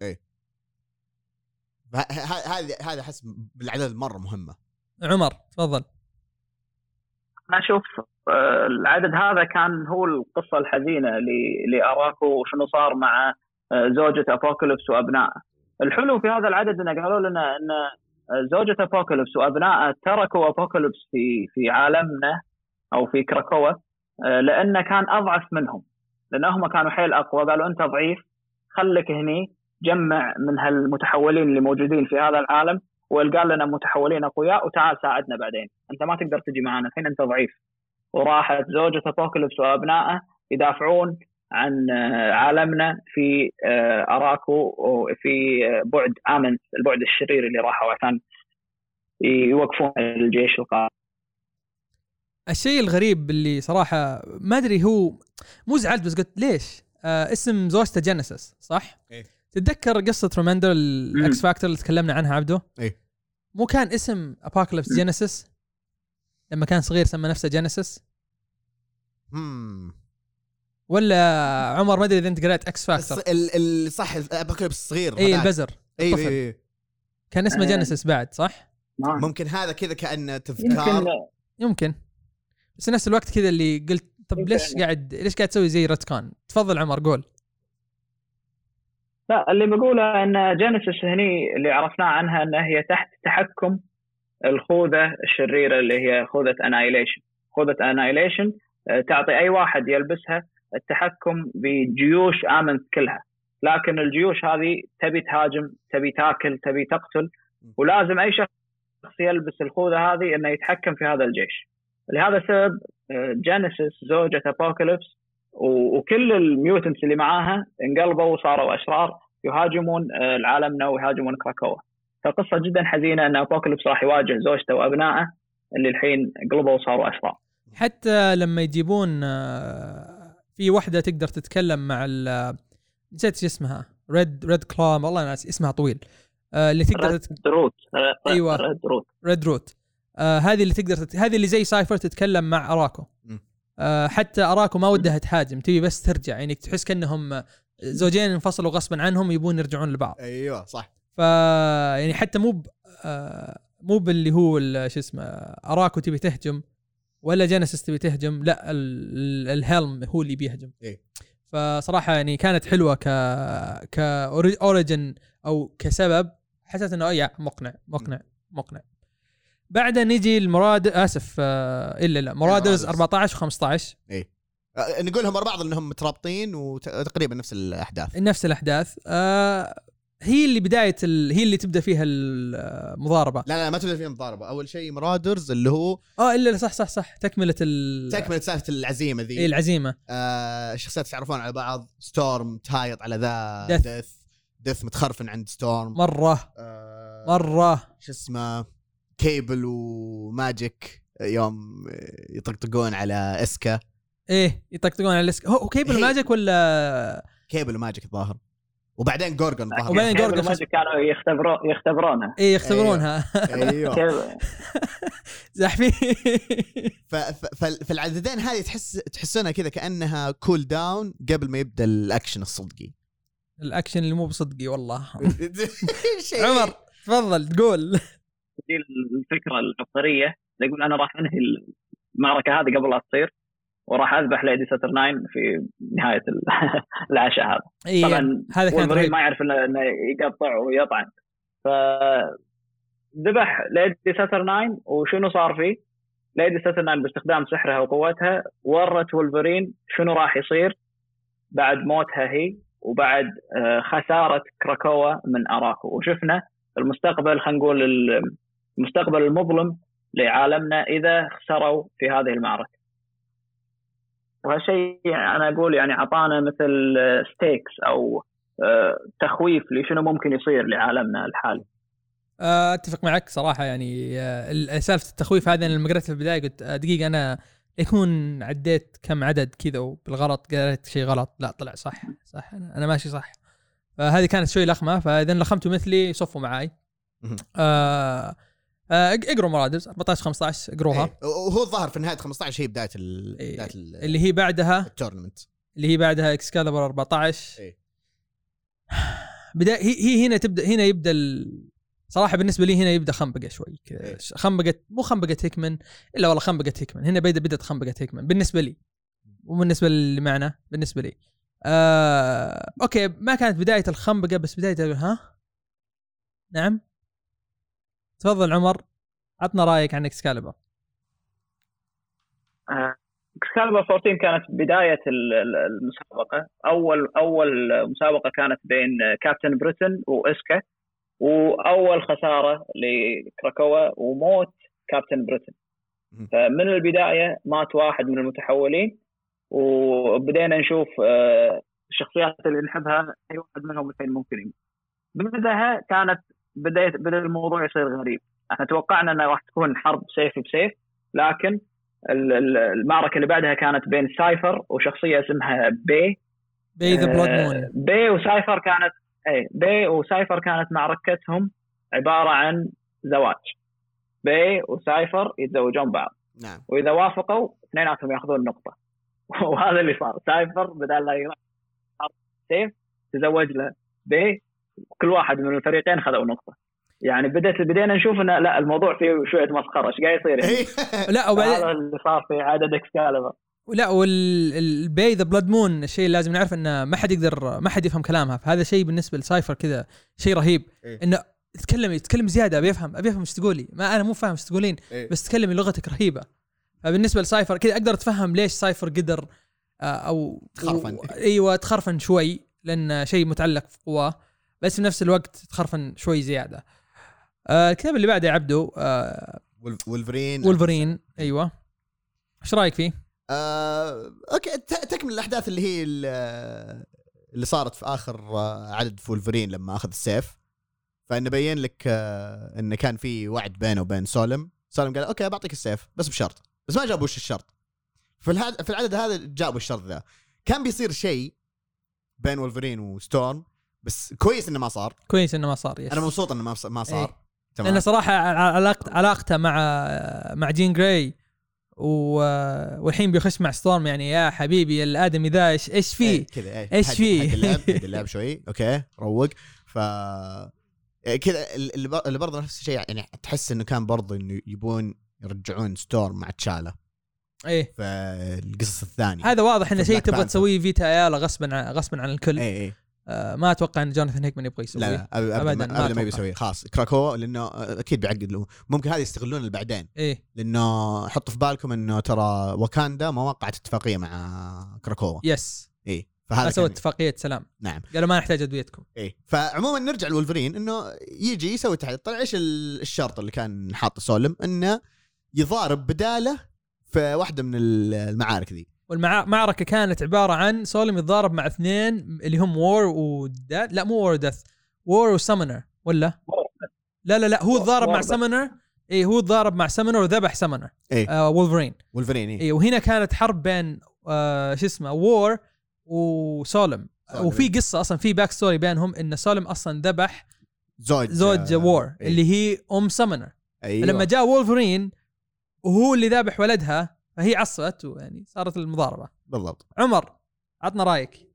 هذا حسب بالعدد مره مهمه. عمر تفضل. أنا أشوف العدد هذا كان هو القصة الحزينة لأراكو وشنو صار مع زوجة أبوكاليبس وأبنائه. الحلو في هذا العدد إنه قالوا لنا إن زوجة أبوكاليبس وأبنائه تركوا أبوكاليبس في عالمنا أو في كراكوا لأنه كان أضعف منهم، لأنهم كانوا حيل أقوى. قالوا أنت ضعيف، خلك هني جمع من هالمتحولين اللي موجودين في هذا العالم والقى لنا متحولين أقوياء وتعال ساعدنا بعدين، أنت ما تقدر تجي معنا الحين، أنت ضعيف. وراحت زوجة أبوكاليبس وأبنائه يدافعون عن عالمنا في أراكو وفي بعد آمنت، البعد الشرير اللي راحوا عشان يوقفون الجيش القائم. الشيء الغريب اللي صراحة ما أدري، هو مو زعلت بس قلت ليش اسم زوجته جينيسيس صح؟ تتذكر قصة روماندر الأكس فاكتور اللي تكلمنا عنها عبده؟ مو كان اسم أبوكاليبس جينيسيس لما كان صغير سمى نفسه جينيسيس؟ ولا عمر ما ادري اذا انت قرأت اكس فاكتور. صح ابوكاليبس صغير البزر كان اسمه جينيسيس بعد صح؟ ممكن هذا كذا كأنه تذكار يمكن بس نفس الوقت كذا اللي قلت طب ليش قاعد تسوي زي رتكان. تفضل عمر قول. لا اللي بقوله ان جينيسيس هني اللي عرفناه عنها انها هي تحت تحكم الخوذة الشريرة اللي هي خوذة انايليشن. خوذة انايليشن تعطي اي واحد يلبسها التحكم بجيوش آمنت كلها، لكن الجيوش هذه تبي تهاجم، تبي تاكل، تبي تقتل، ولازم أي شخص يلبس الخوذة هذه إنه يتحكم في هذا الجيش. لهذا السبب جينيسيس زوجة أبوكاليبس وكل الميوتنتس اللي معاها انقلبوا وصاروا أشرار يهاجمون العالمنا ويهاجمون كراكوا. فقصة جدا حزينة أن أبوكاليبس راح يواجه زوجته وأبنائه اللي الحين قلبوا وصاروا أشرار. حتى لما يجيبون في واحدة تقدر تتكلم مع نسيت اسمها ريد كلام والله ناس اسمها طويل اللي تقدر ريد روت. ايوه ريد روت. هذه اللي تقدر هذه اللي زي سايفر تتكلم مع أراكو. حتى أراكو ما ودها تهاجم، تبي بس ترجع، يعني تحس كأنهم زوجين انفصلوا غصبا عنهم يبون يرجعون لبعض. ايوه صح. يعني حتى مو باللي هو شو اسمه أراكو تبي تهجم ولا جينيسيس تبي تهجم، لا الهيلم هو اللي بيهجم. فصراحة يعني كانت حلوة كأوريجن أو كسبب، حسيت إنه مقنع. بعد نيجي المراد مرادرز 14 و 15. نقولهم ورا بعض إنهم مترابطين وتقريبا نفس الأحداث. هي اللي بداية هي اللي تبدأ فيها المضاربة. لا ما تبدأ فيها المضاربة. أول شيء مرادرز اللي هو إلا صح تكملة سالفة العزيمة ذي. العزيمة. الشخصيات تعرفون على بعض. ستورم تهايط على ذا. ديث متخرفن عند ستورم مرة. شو اسمه كيبل وماجيك يوم يطقطقون على اسكا. يطقطقون على اسكا. هو كيبل وماجيك ولا كيبل وماجيك الظاهر. وبعدين جورجون ظهر. وبعدين جورجون كانوا يختبرونها. يختبرونها. ايوه. زحفي. فالعددين هذه تحسونها كذا كأنها كول داون قبل ما يبدأ الأكشن الصدقي. الأكشن اللي مو بصدقي والله. عمر تفضل تقول. دي الفكرة العبقرية. يقول أنا راح أنهي المعركة هذه قبل لا تصير وراح أذبح ليدي ساترناين في نهاية العشاء هذا. طبعا هذا كان ما يعرف إنه يقطع ويطعن، فذبح ليدي ساترناين. وشنو صار فيه؟ ليدي ساترناين باستخدام سحرها وقوتها ورت وولفرين شنو راح يصير بعد موتها هي وبعد خسارة كراكوا من أراكو. وشفنا المستقبل، خلينا نقول المستقبل المظلم لعالمنا إذا خسروا في هذه المعركة. وهالشيء أنا أقول يعني عطانا مثل ستيكس أو تخويف لشنو ممكن يصير لعالمنا الحالي. اتفق معك صراحه يعني. سالفه التخويف هذا انا لما قرأت في البدايه قلت دقيقه انا يكون عديت كم عدد كذا وبالغلط قرأت شيء غلط، لا طلع صح انا ماشي صح. فهذه كانت شوي لخمه، فاذا لخمتوا مثلي صفوا معاي. اقروا مرادز 14 15 اقروها. وهو الظاهر في نهايه 15 هي بدايه اللي هي بعدها التورنمنت، اللي هي بعدها اكسكاليبر 14. بدايه هي هنا تبدا، هنا يبدا صراحه بالنسبه لي هنا يبدا خنبقه شوي كذا. خنبقه مو خنبقه هيكمن الا والله خنبقه هيكمن. هنا بدات خنبقه هيكمن بالنسبه لي، وبالنسبه اللي معنا بالنسبه لي. اوكي ما كانت بدايه الخنبقه بس بدايه ها. نعم تفضل عمر، عطنا رايك عن اكسكاليبر. اكسكاليبر 14 كانت بدايه المسابقه. اول مسابقه كانت بين كابتن بريتن واسكا، واول خساره لكراكوا وموت كابتن بريتن. فمن البدايه مات واحد من المتحولين، وبدينا نشوف الشخصيات اللي نحبها اي واحد منهم الحين ممكن يموت. بعدها كانت بدا الموضوع يصير غريب. احنا توقعنا انها راح تكون حرب سيف بسيف، لكن المعركه اللي بعدها كانت بين سايفر وشخصيه اسمها بي ذا بلود مون. بي وسايفر كانت معركتهم عباره عن زواج. بي وسايفر يتزوجون بعض. نعم. واذا وافقوا اثنيناتهم ياخذون نقطه. وهذا اللي صار. سايفر بدل لا يروح حرب سيف تزوج له بي، كل واحد من الفريقين خذوا نقطه. يعني بدينا نشوف ان لا الموضوع فيه شويه مسخره. ايش قاعد يصير يعني؟ لا هذا اللي صار في عدد اكسكاليبر. لا والبي ذا بلود مون الشيء اللي لازم نعرف انه ما حد يفهم كلامها. فهذا شيء بالنسبه لسايفر كذا شيء رهيب. انه يتكلم زياده، ابي افهم ايش تقولي. ما انا مو فاهم ايش تقولين، بس تكلمي لغتك رهيبه. فبالنسبه لسايفر كذا اقدر اتفهم ليش سايفر قدر او تخرفن. ايوه تخرفن شوي، لان شيء متعلق في قواه، بس في نفس الوقت تخرفن شوي زياده. الكتاب اللي بعده يا عبدو وولفرين. ايوه ايش رايك فيه؟ اوكي تكمل الاحداث اللي هي اللي صارت في اخر عدد في وولفرين لما اخذ السيف. فانه بين لك انه كان في وعد بينه وبين سولم قال اوكي بعطيك السيف بس بشرط، بس ما جابوش الشرط. في العدد هذا جابوا الشرط ذا. كان بيصير شيء بين وولفرين وستورم، بس كويس انه ما صار. انا مبسوط انه ما صار. تمام. لأن صراحة علاقته مع جين جراي والحين بيخش مع ستورم. يعني يا حبيبي الآدمي ذا ايش فيه كذا ايش فيه اللعب شوي اوكي روق. ف كذا اللي برضه نفس الشيء. يعني تحس انه كان برضه انه يبون يرجعون ستورم مع تشالا ايه في القصص الثانية. هذا واضح انه شيء تبغى تسويه فيتا ايالا غصبا عن الكل. ايه. ما اتوقع ان جوناثان هيكمان يبغى يسويه. لا ابدا ما بيسويه. خلاص كراكوا لانه اكيد بيعقد له. ممكن هذا يستغلون اللي بعدين. لانه حطوا في بالكم انه ترى واكاندا ما وقعت اتفاقيه مع كراكوا. يس فهذا سوى اتفاقيه سلام. نعم قالوا ما نحتاج ادويتكم. فعموما نرجع لولفرين انه يجي يسوي تحدي. طلع ايش الشرط اللي كان حاطه سولم؟ انه يضارب بداله في واحده من المعارك ذي. والمعركة كانت عبارة عن سولم يتضارب مع اثنين اللي هم وور وداث. لا مو وور وداث، وور وسامونر ولا لا هو تضارب مع سامونر. هو تضارب مع سامونر وذبح سامونر. وولفرين. وهنا كانت حرب بين شو اسمه وور وسولم. وفي قصة اصلا في باك ستوري بينهم ان سولم اصلا ذبح زوج وور اللي هي سامونر. لما جاء وولفرين وهو اللي ذابح ولدها فهي عصبت ويعني صارت المضاربة. بالضبط. عمر عطنا رأيك.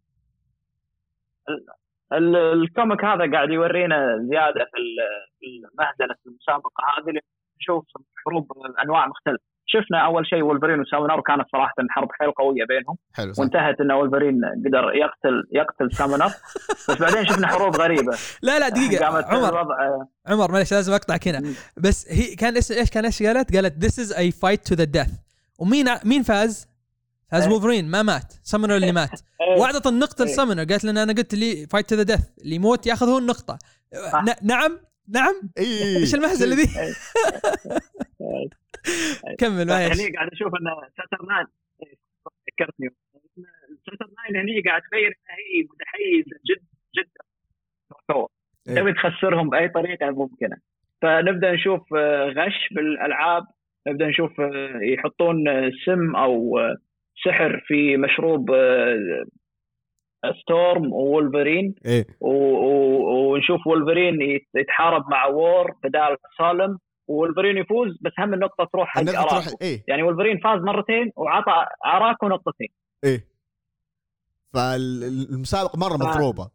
الكوميك هذا قاعد يورينا زيادة في المهزلة المسابقة هذه. نشوف حروب أنواع مختلفة. شفنا أول شيء وولفرين وسامونر كانت صراحة حرب حيل قوية بينهم. وانتهت إن وولفرين قدر يقتل سامونر. بس بعدين شفنا حروب غريبة. لا دقيقة عمر معلش لازم أقطعك هنا. بس هي كان إيش قالت this is a fight to the death. ومين فاز وولفرين ما مات. سامونر اللي مات. وعدت النقطة لسامونر قالت لنا أنا قلت لي fight to the death اللي يموت يأخذ هو النقطة. نعم إيش المهزلة ذي؟ كمل معي. هني قاعد أشوف أن ساترناين ذكرتني. ساترناين هني قاعد تبين أن هي متحيزة جدا تبي تخسرهم بأي طريقة ممكنة. فنبدا نشوف غش بالالعاب، نبدا نشوف يحطون سم او سحر في مشروب ستورم وولفرين، ونشوف وولفرين يتحارب مع وور بدال سالم، وولفرين يفوز بس هم النقطه تروح حق اراكو. يعني وولفرين فاز مرتين وعطى اراكو نقطتين. فالمسابقه مره مضروبه.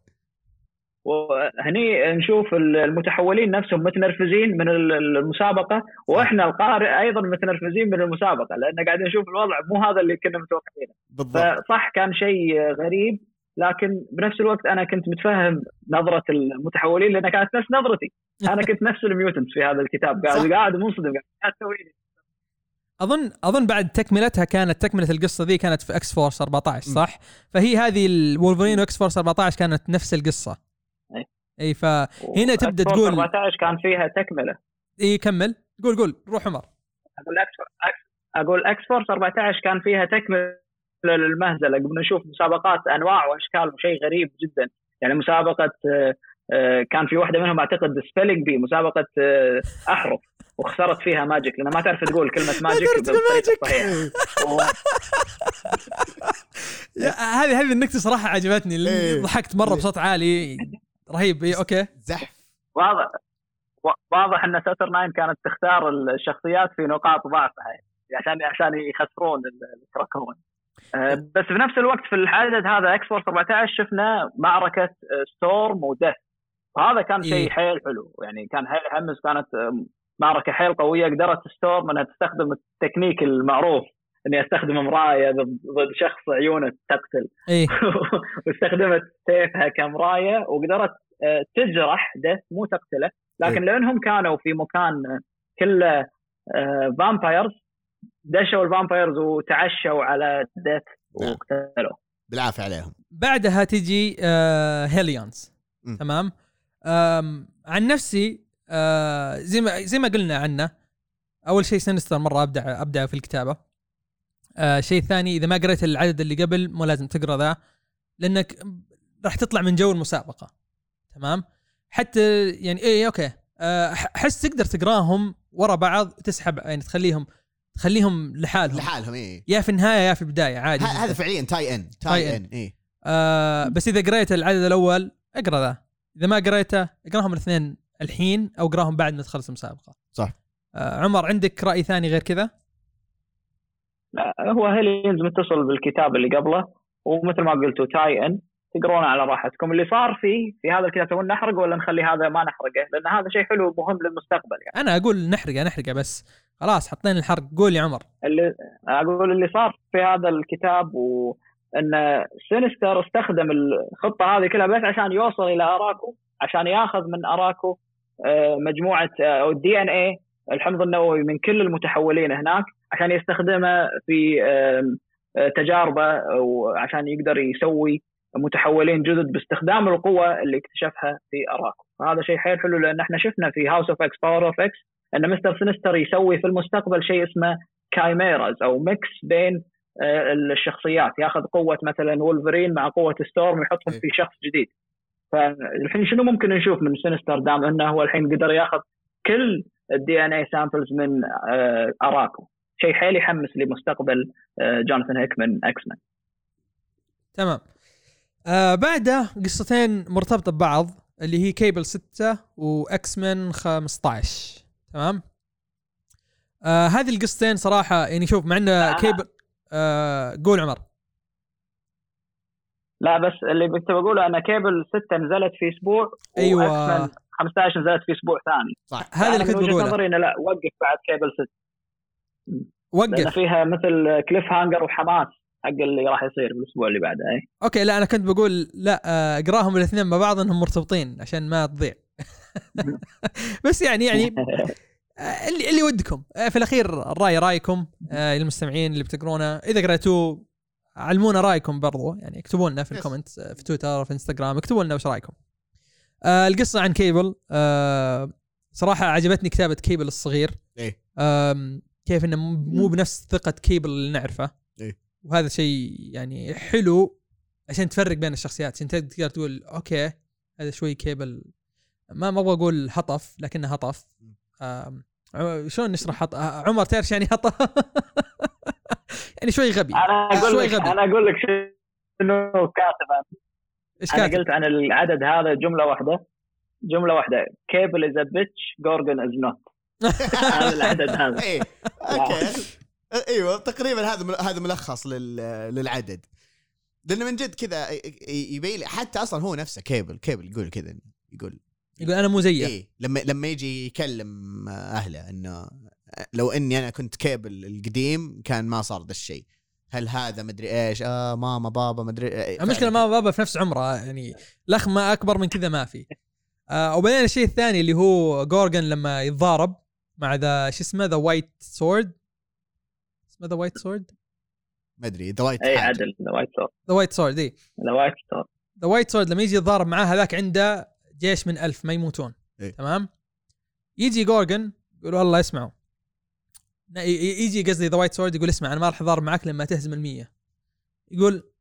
وهني نشوف المتحولين نفسهم متنرفزين من المسابقه، واحنا القارئ ايضا متنرفزين من المسابقه، لان قاعدين نشوف الوضع مو هذا اللي كنا متوقعينه. فصح كان شيء غريب، لكن بنفس الوقت انا كنت متفهم نظره المتحولين، لان كانت نفس نظرتي. انا كنت نفس الميوتنت في هذا الكتاب، قاعد منصدم قاعد اسوي. اظن بعد تكملتها كانت تكمله القصه ذي كانت في اكس فورس 14 صح؟ فهي هذه الولفرين واكس فورس 14 كانت نفس القصه. اي فهنا تبدا تقول 14 كان فيها تكمله. اي كمل، قول روح عمر. اقول اكس فورس 14 كان فيها تكمله للمهزله. قبل نشوف مسابقات انواع واشكال وشيء غريب جدا. يعني مسابقه كان في واحده منهم اعتقد سبيلينج بي، مسابقه احرف، وخسرت فيها ماجيك لأنها ما تعرف تقول كلمة ماجيك بالطريقة الصحيحة. هذه النكتة صراحة عجبتني، اللي ضحكت مرة بصوت عالي رهيب. أوكي زحف. واضح أن ساتر ناين كانت تختار الشخصيات في نقاط ضعفها عشان يخسرون الكراكون. بس في نفس الوقت في العدد هذا اكس فورس 14 شفنا معركة ستورم ودث، وهذا كان شيء حيل حلو. يعني كان حيل حمس، كانت معركة حيل قوية. قدرت ستورم أنها تستخدم التكنيك المعروف أني أستخدم مراية ضد شخص عيونه تقتل. واستخدمت سيفها كمراية، وقدرت تجرح دث مو تقتله. لكن لأنهم كانوا في مكان كله فامبايرز، دشوا الفامبايرز وتعشوا على دث وقتلوا بالعافية عليهم. بعدها تجي هيليونز. تمام. عن نفسي زي ما قلنا عنه، اول شيء سينستر مره ابدع في الكتابه. شيء ثاني، اذا ما قريت العدد اللي قبل مو لازم تقرا ذا، لانك راح تطلع من جو المسابقه. تمام. حتى يعني اوكي حس تقدر تقراهم ورا بعض، تسحب يعني تخليهم لحالهم يا في النهايه يا في البدايه عادي. هذا فعليا تاي ان بس اذا قريت العدد الاول اقرا ذا، اذا ما قريته اقراهم الاثنين الحين او اقراهم بعد ما تخلص المسابقه. صح. عمر عندك رأي ثاني غير كذا؟ لا، هو هيلينز متصل بالكتاب اللي قبله، ومثل ما قلتوا تاي ان، تقرونه على راحتكم. اللي صار في هذا الكتاب تبون نحرقه ولا نخلي هذا ما نحرقه؟ لان هذا شيء حلو ومهم للمستقبل. يعني انا اقول نحرقه بس خلاص حطين الحرق. قول يا عمر. اللي صار في هذا الكتاب، وان سينستر استخدم الخطه هذه كلها بس عشان يوصل الى اراكو، عشان ياخذ من اراكو مجموعه او الدي ان اي الحمض النووي من كل المتحولين هناك، عشان يستخدمه في تجاربه، وعشان يقدر يسوي متحولين جدد باستخدام القوة اللي اكتشفها في أراكو. فهذا شيء حيل حلو، لأن احنا شفنا في هاوس اوف اكس باور اوف اكس أن مستر سينستر يسوي في المستقبل شيء اسمه كايميراز أو ميكس بين الشخصيات، ياخذ قوة مثلا وولفرين مع قوة ستورم ويحطهم في شخص جديد. فالحين شنو ممكن نشوف من سينستر دام أنه هو الحين قدر ياخذ كل الدي ان اي سامبلز من أراكو؟ شيء حيل يحمس لمستقبل جوناثان هيكمان اكس مان. تمام. بعده قصتين مرتبطة ببعض اللي هي كيبل 6 واكس مان 15. تمام. هذه القصتين صراحة يعني شوف معنا كيبل. قول عمر. لا بس اللي كنت بقوله أنا كيبل 6 نزلت في أسبوع، أيوة. وأكس مان 15 نزلت في أسبوع ثاني. صح. هذا اللي كنت بقوله. نظري إنه لا، وقف بعد كيبل 6. وقف. لأن فيها مثل كليف هانجر وحماس حق اللي راح يصير بالأسبوع اللي بعده. اوكي لا انا كنت بقول لا اقراهم الاثنين مع بعض انهم مرتبطين عشان ما تضيع. بس يعني اللي ودكم في الاخير الراي رايكم. المستمعين اللي بتقرونه اذا قرأتوه علمونا رايكم برضو، يعني اكتبوا لنا في الكومنت في تويتر في انستغرام، اكتبوا لنا وش رايكم. القصه عن كيبل. صراحه عجبتني كتابه كيبل الصغير. كيف انه مو بنفس ثقه كيبل اللي نعرفه، وهذا شيء يعني حلو عشان تفرق بين الشخصيات، عشان تقدر تقول اوكي هذا شوي كيبل ما ابغى اقول هطف لكنه هطف، شلون نشرح عمر تعرف يعني هطا يعني شوي غبي. انا اقول لك شنو كاتب. ايش انا كاتب؟ قلت عن العدد هذا جمله واحده كيبل از ا بيتش جورجن از نوت. هذا العدد هذا. ايه اوكي ايوه تقريبا هذا ملخص للعدد، لانه من جد كذا يبين حتى اصلا هو نفسه كيبل يقول كذا، يقول انا مو زيه. إيه لما يجي يكلم اهله انه لو اني انا كنت كيبل القديم كان ما صار ذا الشيء، هل هذا مدري ايش ماما بابا مدري المشكله ماما بابا في نفس عمره يعني لخ ما اكبر من كذا ما في. وبعدين الشيء الثاني اللي هو جورجن لما يتضارب مع ذا شو اسمه ذا وايت سورد، اسمه ذا وايت سورد ما ادري ذا وايت اي عدل ذا وايت سورد ذا وايت سورد لما يجي يتضارب معاه هذاك عنده جيش من 1000 ما يموتون. إيه؟ تمام. يجي جورجن يقول والله اسمعوا، يجي قصدي ذا وايت سورد يقول اسمع انا ما راح اضارب معك لما تهزم 100. يقول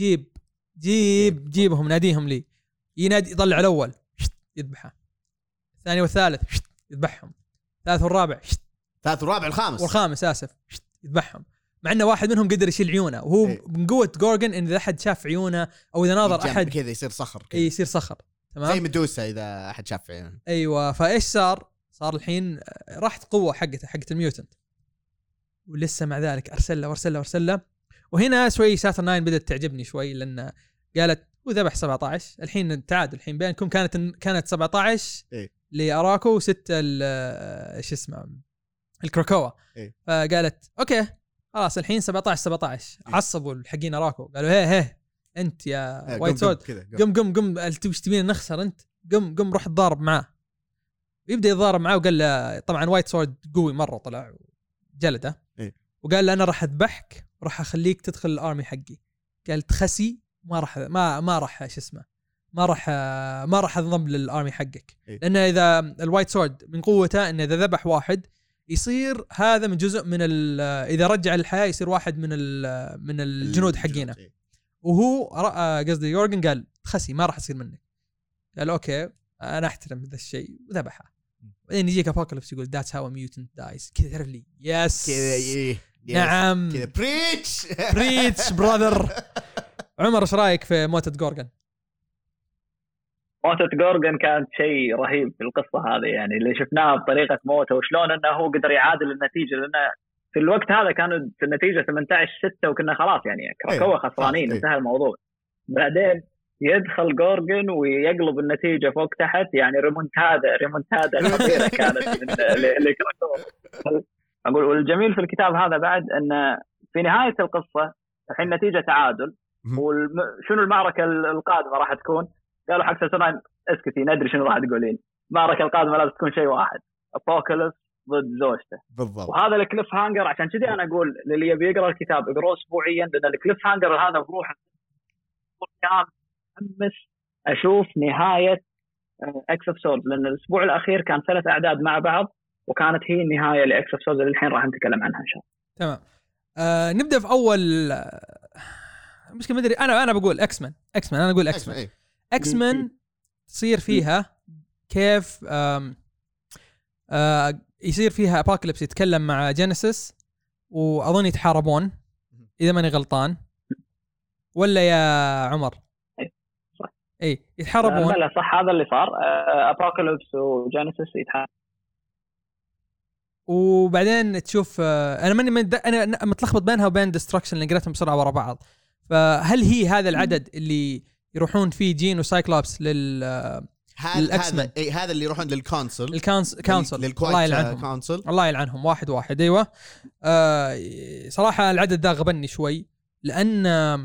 جيبهم ناديهم لي. ينادي يطلع الاول يذبحه، الثاني والثالث يذبحهم، الثالث والرابع والخامس اسف يذبحهم، مع انه واحد منهم قدر يشيل عيونه، وهو من قوه جورجن ان اذا احد شاف عيونه او اذا ناظر احد كذا يصير صخر كذا. يصير صخر تمام، زي مدوسة اذا احد شاف عيونه. ايوه. فايش صار الحين راحت قوه حقت الميوتنت، ولسه مع ذلك ارسل. وهنا شوي ساتر 9 بدأت تعجبني شوي، لان قالت وذبح 17 الحين التعادل الحين بينكم كانت 17 لاراكو و6 ايش اسمه الكروكوا. فقالت اوكي خلاص الحين 17 عصبوا الحقين اراكو، قالوا هي انت يا وايت سورد قم تبين نخسر، انت قم روح تضارب معاه. يبدا يتضارب معاه وقال له طبعا وايت سورد قوي مره، طلع جلده وقال له انا راح اذبحك وراح اخليك تدخل الارمي حقي. قالت خسي ما راح شو اسمه ما راح انضم للارمي حقك، لان اذا الوايت سورد من قوته انه اذا ذبح واحد يصير هذا من جزء من اذا رجع الحياه يصير واحد من الجنود حقينا. وهو قصدي يورجن قال خسي ما راح يصير منك. قال اوكي انا احترم هذا الشيء وذبحه. بعدين يجيك ابوكاليبس يقول that's how a mutant dies كذا، تعرف لي يس كذا نعم كذا بريتش براذر. عمر ايش رايك في موتة جورجن؟ موتة جورجن كانت شيء رهيب في القصة هذه، يعني اللي شفناها بطريقة موته وشلون انه هو قدر يعادل النتيجة، لأنه في الوقت هذا كانت النتيجة 18-6 وكنا خلاص يعني كراكوا خسرانين انتهى الموضوع. بعدين يدخل جورجن ويقلب النتيجة فوق تحت، يعني ريمونتادا خطيرة كانت اللي كراكوا. أقول والجميل في الكتاب هذا بعد أن في نهاية القصة الحين نتيجة تعادل، وشنو المعركة القادمة راح تكون؟ قالوا حق ساترناين اسكتي ندري شنو راح تقولين، المعركة القادمة لازم تكون شيء واحد، أبوكاليبس ضد زوجته بالضبط. وهذا الكليف هانجر، عشان كذي أنا أقول للي يبي يقرأ الكتاب اقرأه أسبوعيا، لأن الكليف هانجر هذا بروحه كان متحمس أشوف نهاية اكس اوف سورد، لأن الأسبوع الأخير كان 3 أعداد مع بعض وكانت هي النهاية لإكس اوف سورد اللي الحين راح نتكلم عنها إن شاء الله. تمام. نبدأ في أول مشكلة مدري أنا بقول اكس مان أنا أقول اكس مان تصير فيها كيف يصير فيها أبوكاليبس يتكلم مع جينيسيس وأظن يتحاربون إذا ماني غلطان، ولا يا عمر؟ اي يتحاربون. لا صح هذا اللي صار، أبوكاليبس وجينيسيس يتحاربون. وبعدين تشوف انا متلخبط بينها وبين ديستركشن اللي قريتهم بسرعه ورا بعض. فهل هي هذا العدد اللي يروحون فيه جين وسايكلوبس هذا اللي يروحون للكونسل الله يلعنهم الله يلعنهم واحد ايوه. صراحه العدد ذا غبني شوي، لان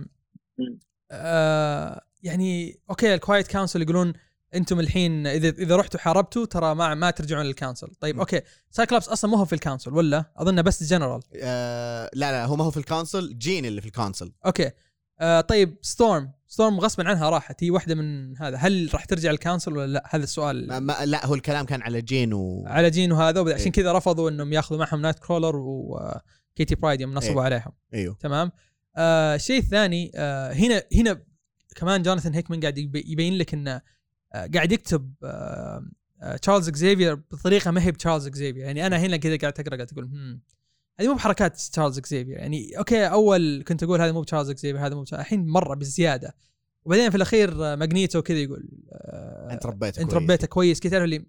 يعني اوكي الكوايت كونسل يقولون انتم الحين اذا رحتوا حاربتوا ترى ما ترجعون للكونسل. طيب اوكي سايكلوبس اصلا مو هو في الكونسل ولا اظن بس جنرال؟ لا هو ما هو في الكونسل، جين اللي في الكونسل. اوكي طيب ستورم غصبا عنها راحت، هي واحدة من هذا، هل راح ترجع الكونسل ولا لا؟ هذا السؤال. لا هو الكلام كان على جين وهذا عشان كذا رفضوا انهم ياخذوا معهم نايت كرولر وكيتي برايد يوم نصبوا عليهم. ايوه تمام. الشيء الثاني هنا كمان جوناثان هيكمان قاعد يبين لك انه قاعد يكتب تشارلز إكزيفير بطريقه ما هي بتشارلز إكزيفير. يعني انا هنا كذا قاعد تقرا قاعد تقول هذه مو بحركات تشارلز إكزيفير. يعني اوكي اول كنت اقول هذا مو تشارلز إكزيفير، هذا مو الحين مره بالزياده. وبعدين في الاخير ماغنيتو كذا يقول انت ربيته كويس كذا اللي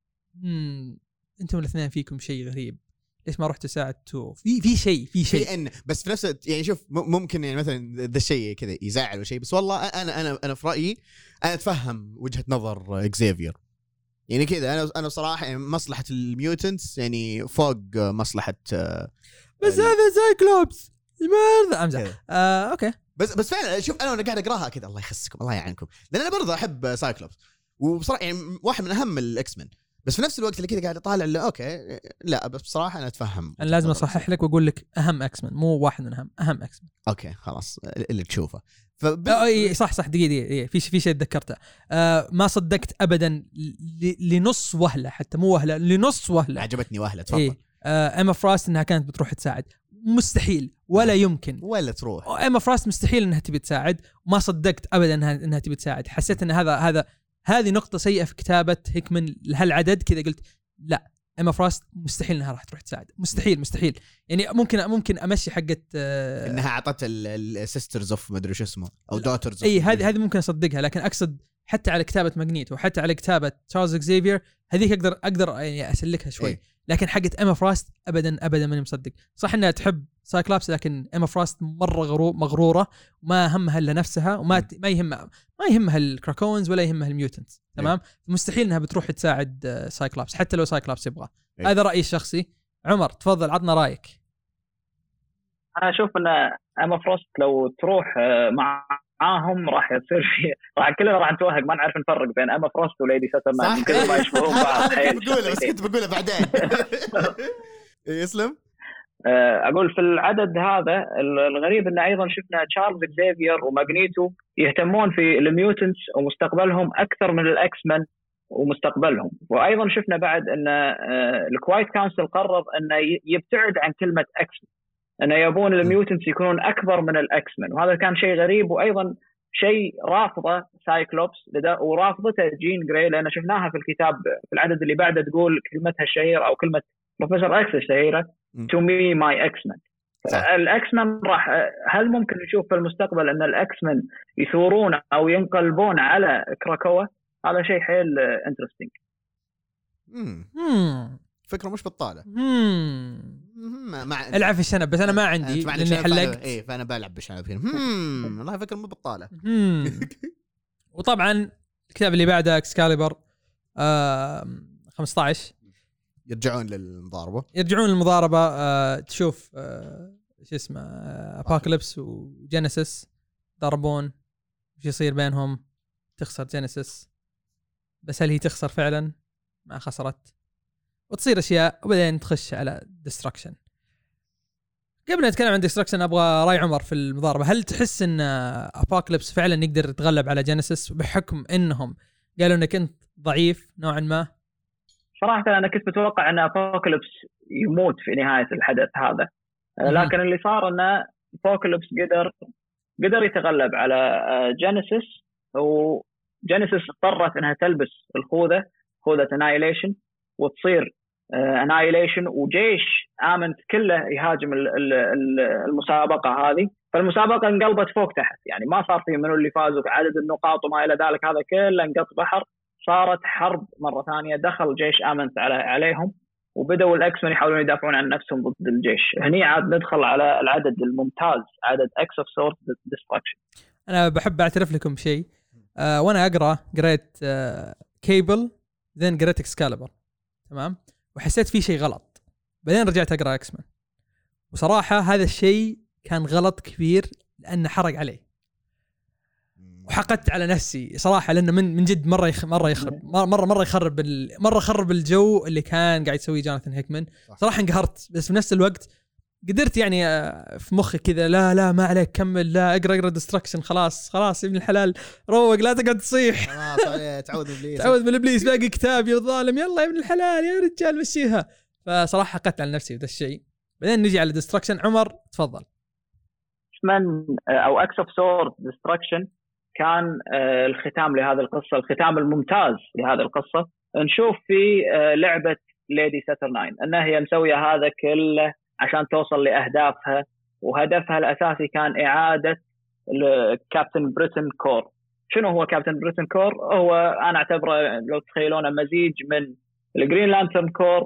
انتم الاثنين فيكم شيء غريب، ليش ما رحتوا ساعدتوا في شيء إن بس في نفس يعني شوف ممكن يعني مثلا ذا الشيء كذا يزعل ولا شيء، بس والله انا في رايي انا اتفهم وجهه نظر إكزيفير. يعني كذا انا صراحه يعني مصلحه الميوتنتس يعني فوق مصلحه بس هذا سايكلوبس لماذا امزح اوكي. بس فعلا شوف انا قاعد اقراها كذا الله يخسكم الله يعينكم، لان انا برضه احب سايكلوبس وبصراحه يعني واحد من اهم الاكس مان، بس في نفس الوقت اللي كذا قاعد اطالع اللي اوكي لا بس بصراحه انا اتفهم. انا لازم اصحح لك واقول لك اهم اكس مان، مو واحد من اهم اكس مان. اوكي خلاص اللي تشوفه صح دقيقه في شيء تذكرته. ما صدقت ابدا لنص وهله، حتى مو وهله لنص وهله. عجبتني وهله تفضل. ايما فراست انها كانت بتروح تساعد، مستحيل ولا يمكن ولا تروح. ايما فراست مستحيل انها تبي تساعد، وما صدقت ابدا انها تبي تساعد. حسيت ان هذه نقطه سيئه في كتابه هيكمان لهالعدد. كذا قلت لا ايما فراست مستحيل انها راح تروح تساعد، مستحيل. يعني ممكن امشي حقه انها اعطت السيسترز اوف ما ادري شو اسمه او دوترز. اي هذه ممكن اصدقها، لكن اقصد حتى على كتابه ماغنيتو وحتى على كتابه تشارلز إكزيفير هذيك اقدر يعني اسلكها شوي. لكن حقه ايما فراست ابدا ماني مصدق. صح انها تحب سايكلابس، لكن ايما فراست مره مغروره وما همها الا نفسها، وما ما يهمها الكراكونز ولا يهمها الميوتنتس. تمام. مستحيل انها بتروح تساعد سايكلابس حتى لو سايكلابس يبغى. هذا رايي الشخصي. عمر تفضل عطنا رايك. انا اشوف ان ايما فروست لو تروح معاهم راح يصير كلنا راح نتوهق، ما نعرف نفرق بين ايما فروست وليدي ساترمان، كل ما يشبهون بعض. كنت بقوله بعدين. يسلم. اقول في العدد هذا الغريب ان ايضا شفنا تشارلز إكزيفير وماغنيتو يهتمون في الميوتنتس ومستقبلهم اكثر من الاكس مان ومستقبلهم. وايضا شفنا بعد ان الكوايت كونسل قرر انه يبتعد عن كلمه اكس مان، انه يبون الميوتنتس يكونون اكبر من الاكس مان، وهذا كان شيء غريب. وايضا شيء رافضه سايكلوبس ورافضته جين جراي، لان شفناها في الكتاب في العدد اللي بعده تقول كلمتها الشهيره او كلمه بروفيسور اكس الشهيره to me my X-Men. الأكسمن هل ممكن نشوف في المستقبل أن الأكسمن يثورون أو ينقلبون على كراكوا؟ هذا شيء حيل interesting. فكرة مش بطالة. العب في الشنب، بس أنا ما عندي لأني حلقت. فأنا بلعب بالشنب هنا. والله فكرة مو بطالة. وطبعا الكتاب اللي بعده اكسكاليبر 15 يرجعون للمضاربة. تشوف شو اسمه أبوكاليبس وجينيسيس ضربون، وش يصير بينهم؟ تخسر جينيسيس، بس هل هي تخسر فعلا؟ ما خسرت، وتصير أشياء، وبعدين تخش على ديستركشن. قبل نتكلم عن ديستركشن أبغى رأي عمر في المضاربة. هل تحس إن أبوكاليبس فعلا يقدر يتغلب على جينيسيس بحكم إنهم قالوا إنك أنت ضعيف نوعا ما؟ صراحة أنا كنت متوقع أن أبوكاليبس يموت في نهاية الحدث هذا، لكن اللي صار أن أبوكاليبس قدر يتغلب على جينيسيس، وجينيسيس اضطرت أنها تلبس خوذة أنايليشن وتصير أنايليشن، وجيش آمنت كله يهاجم المسابقة هذه. فالمسابقة انقلبت فوق تحت، يعني ما صار فيه منو اللي فازوا عدد النقاط وما إلى ذلك، هذا كله انقط بحر. صارت حرب مرة ثانية، دخل جيش آمنت عليهم، وبدأوا الأكسمن يحاولون يدافعون عن نفسهم ضد الجيش. هني عاد ندخل على العدد الممتاز، عدد X of Swords Destruction. أنا بحب أعترف لكم شيء. وأنا قريت كيبل ذن قريت إكسكاليبر، تمام، وحسيت فيه شيء غلط، بعدين رجعت أقرأ أكسمن، وصراحة هذا الشيء كان غلط كبير لأنه حرق عليه، وحقدت على نفسي صراحة، لأنه من جد مرة يخرب الجو اللي كان قاعد يسويه جوناثان هيكمان. صراحة انقهرت، بس في نفس الوقت قدرت يعني في مخي كذا لا ما عليك كمل، لا اقرا ديستركشن، خلاص ابن الحلال روق، لا تقعد تصيح، خلاص تعوذ من ابليس باقي كتاب يا ظالم، يلا يا ابن الحلال يا رجال مشيها. فصراحة حقدت على نفسي بهذا الشيء. بعدين نجي على ديستركشن. عمر تفضل. من او X of Swords Destruction كان الختام لهذه القصة، الختام الممتاز لهذه القصة. نشوف في لعبة ليدي ساترناين أنها هي مسوية هذا كله عشان توصل لأهدافها، وهدفها الأساسي كان إعادة كابتن بريتن كور. شنو هو كابتن بريتن كور؟ هو أنا أعتبره لو تخيلونه مزيج من الجرين لانترن كور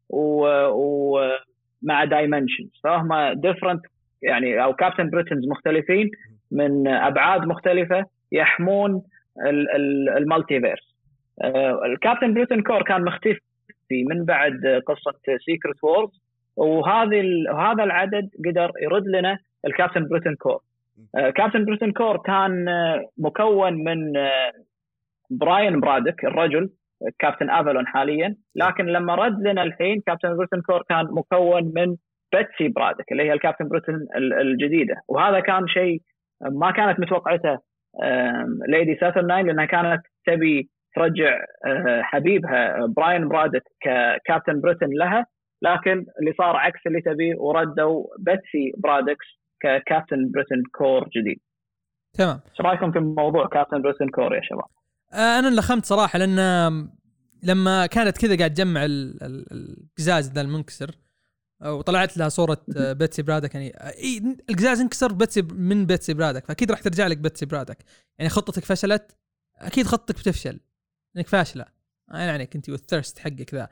ومع دايمنشنز، فهم ديفرنت يعني، أو كابتن بريتنز مختلفين من أبعاد مختلفة يحمون المالتيفيرس. الكابتن بريتن كور كان مختفي من بعد قصة سيكريت وورز، وهذا العدد قدر يرد لنا الكابتن بريتن كور. كابتن بريتن كور كان مكون من براين برادك الرجل كابتن أفالون حاليا، لكن لما رد لنا الحين كابتن بريتن كور كان مكون من بيتسي برادك اللي هي الكابتن بريتن الجديدة. وهذا كان شيء ما كانت متوقعته ليدي ساترناين، لأنها كانت تبي ترجع حبيبها براين برادك ككابتن بريتن لها، لكن اللي صار عكس اللي تبيه، وردوا بيتسي برادكس ككابتن بريتن كور جديد. تمام. ايش رايكم في موضوع كابتن بريتن كور يا شباب؟ انا لخمت صراحه، لان لما كانت كذا قاعد تجمع القزاز ذا المنكسر وطلعت لها صوره بيتسي برادك، يعني القزاز انكسر من بيتسي برادك، فاكيد راح ترجع لك بيتسي برادك. يعني خطتك فشلت، اكيد خطتك بتفشل انك فاشله يعني كنتي والثيرست حقك ذا.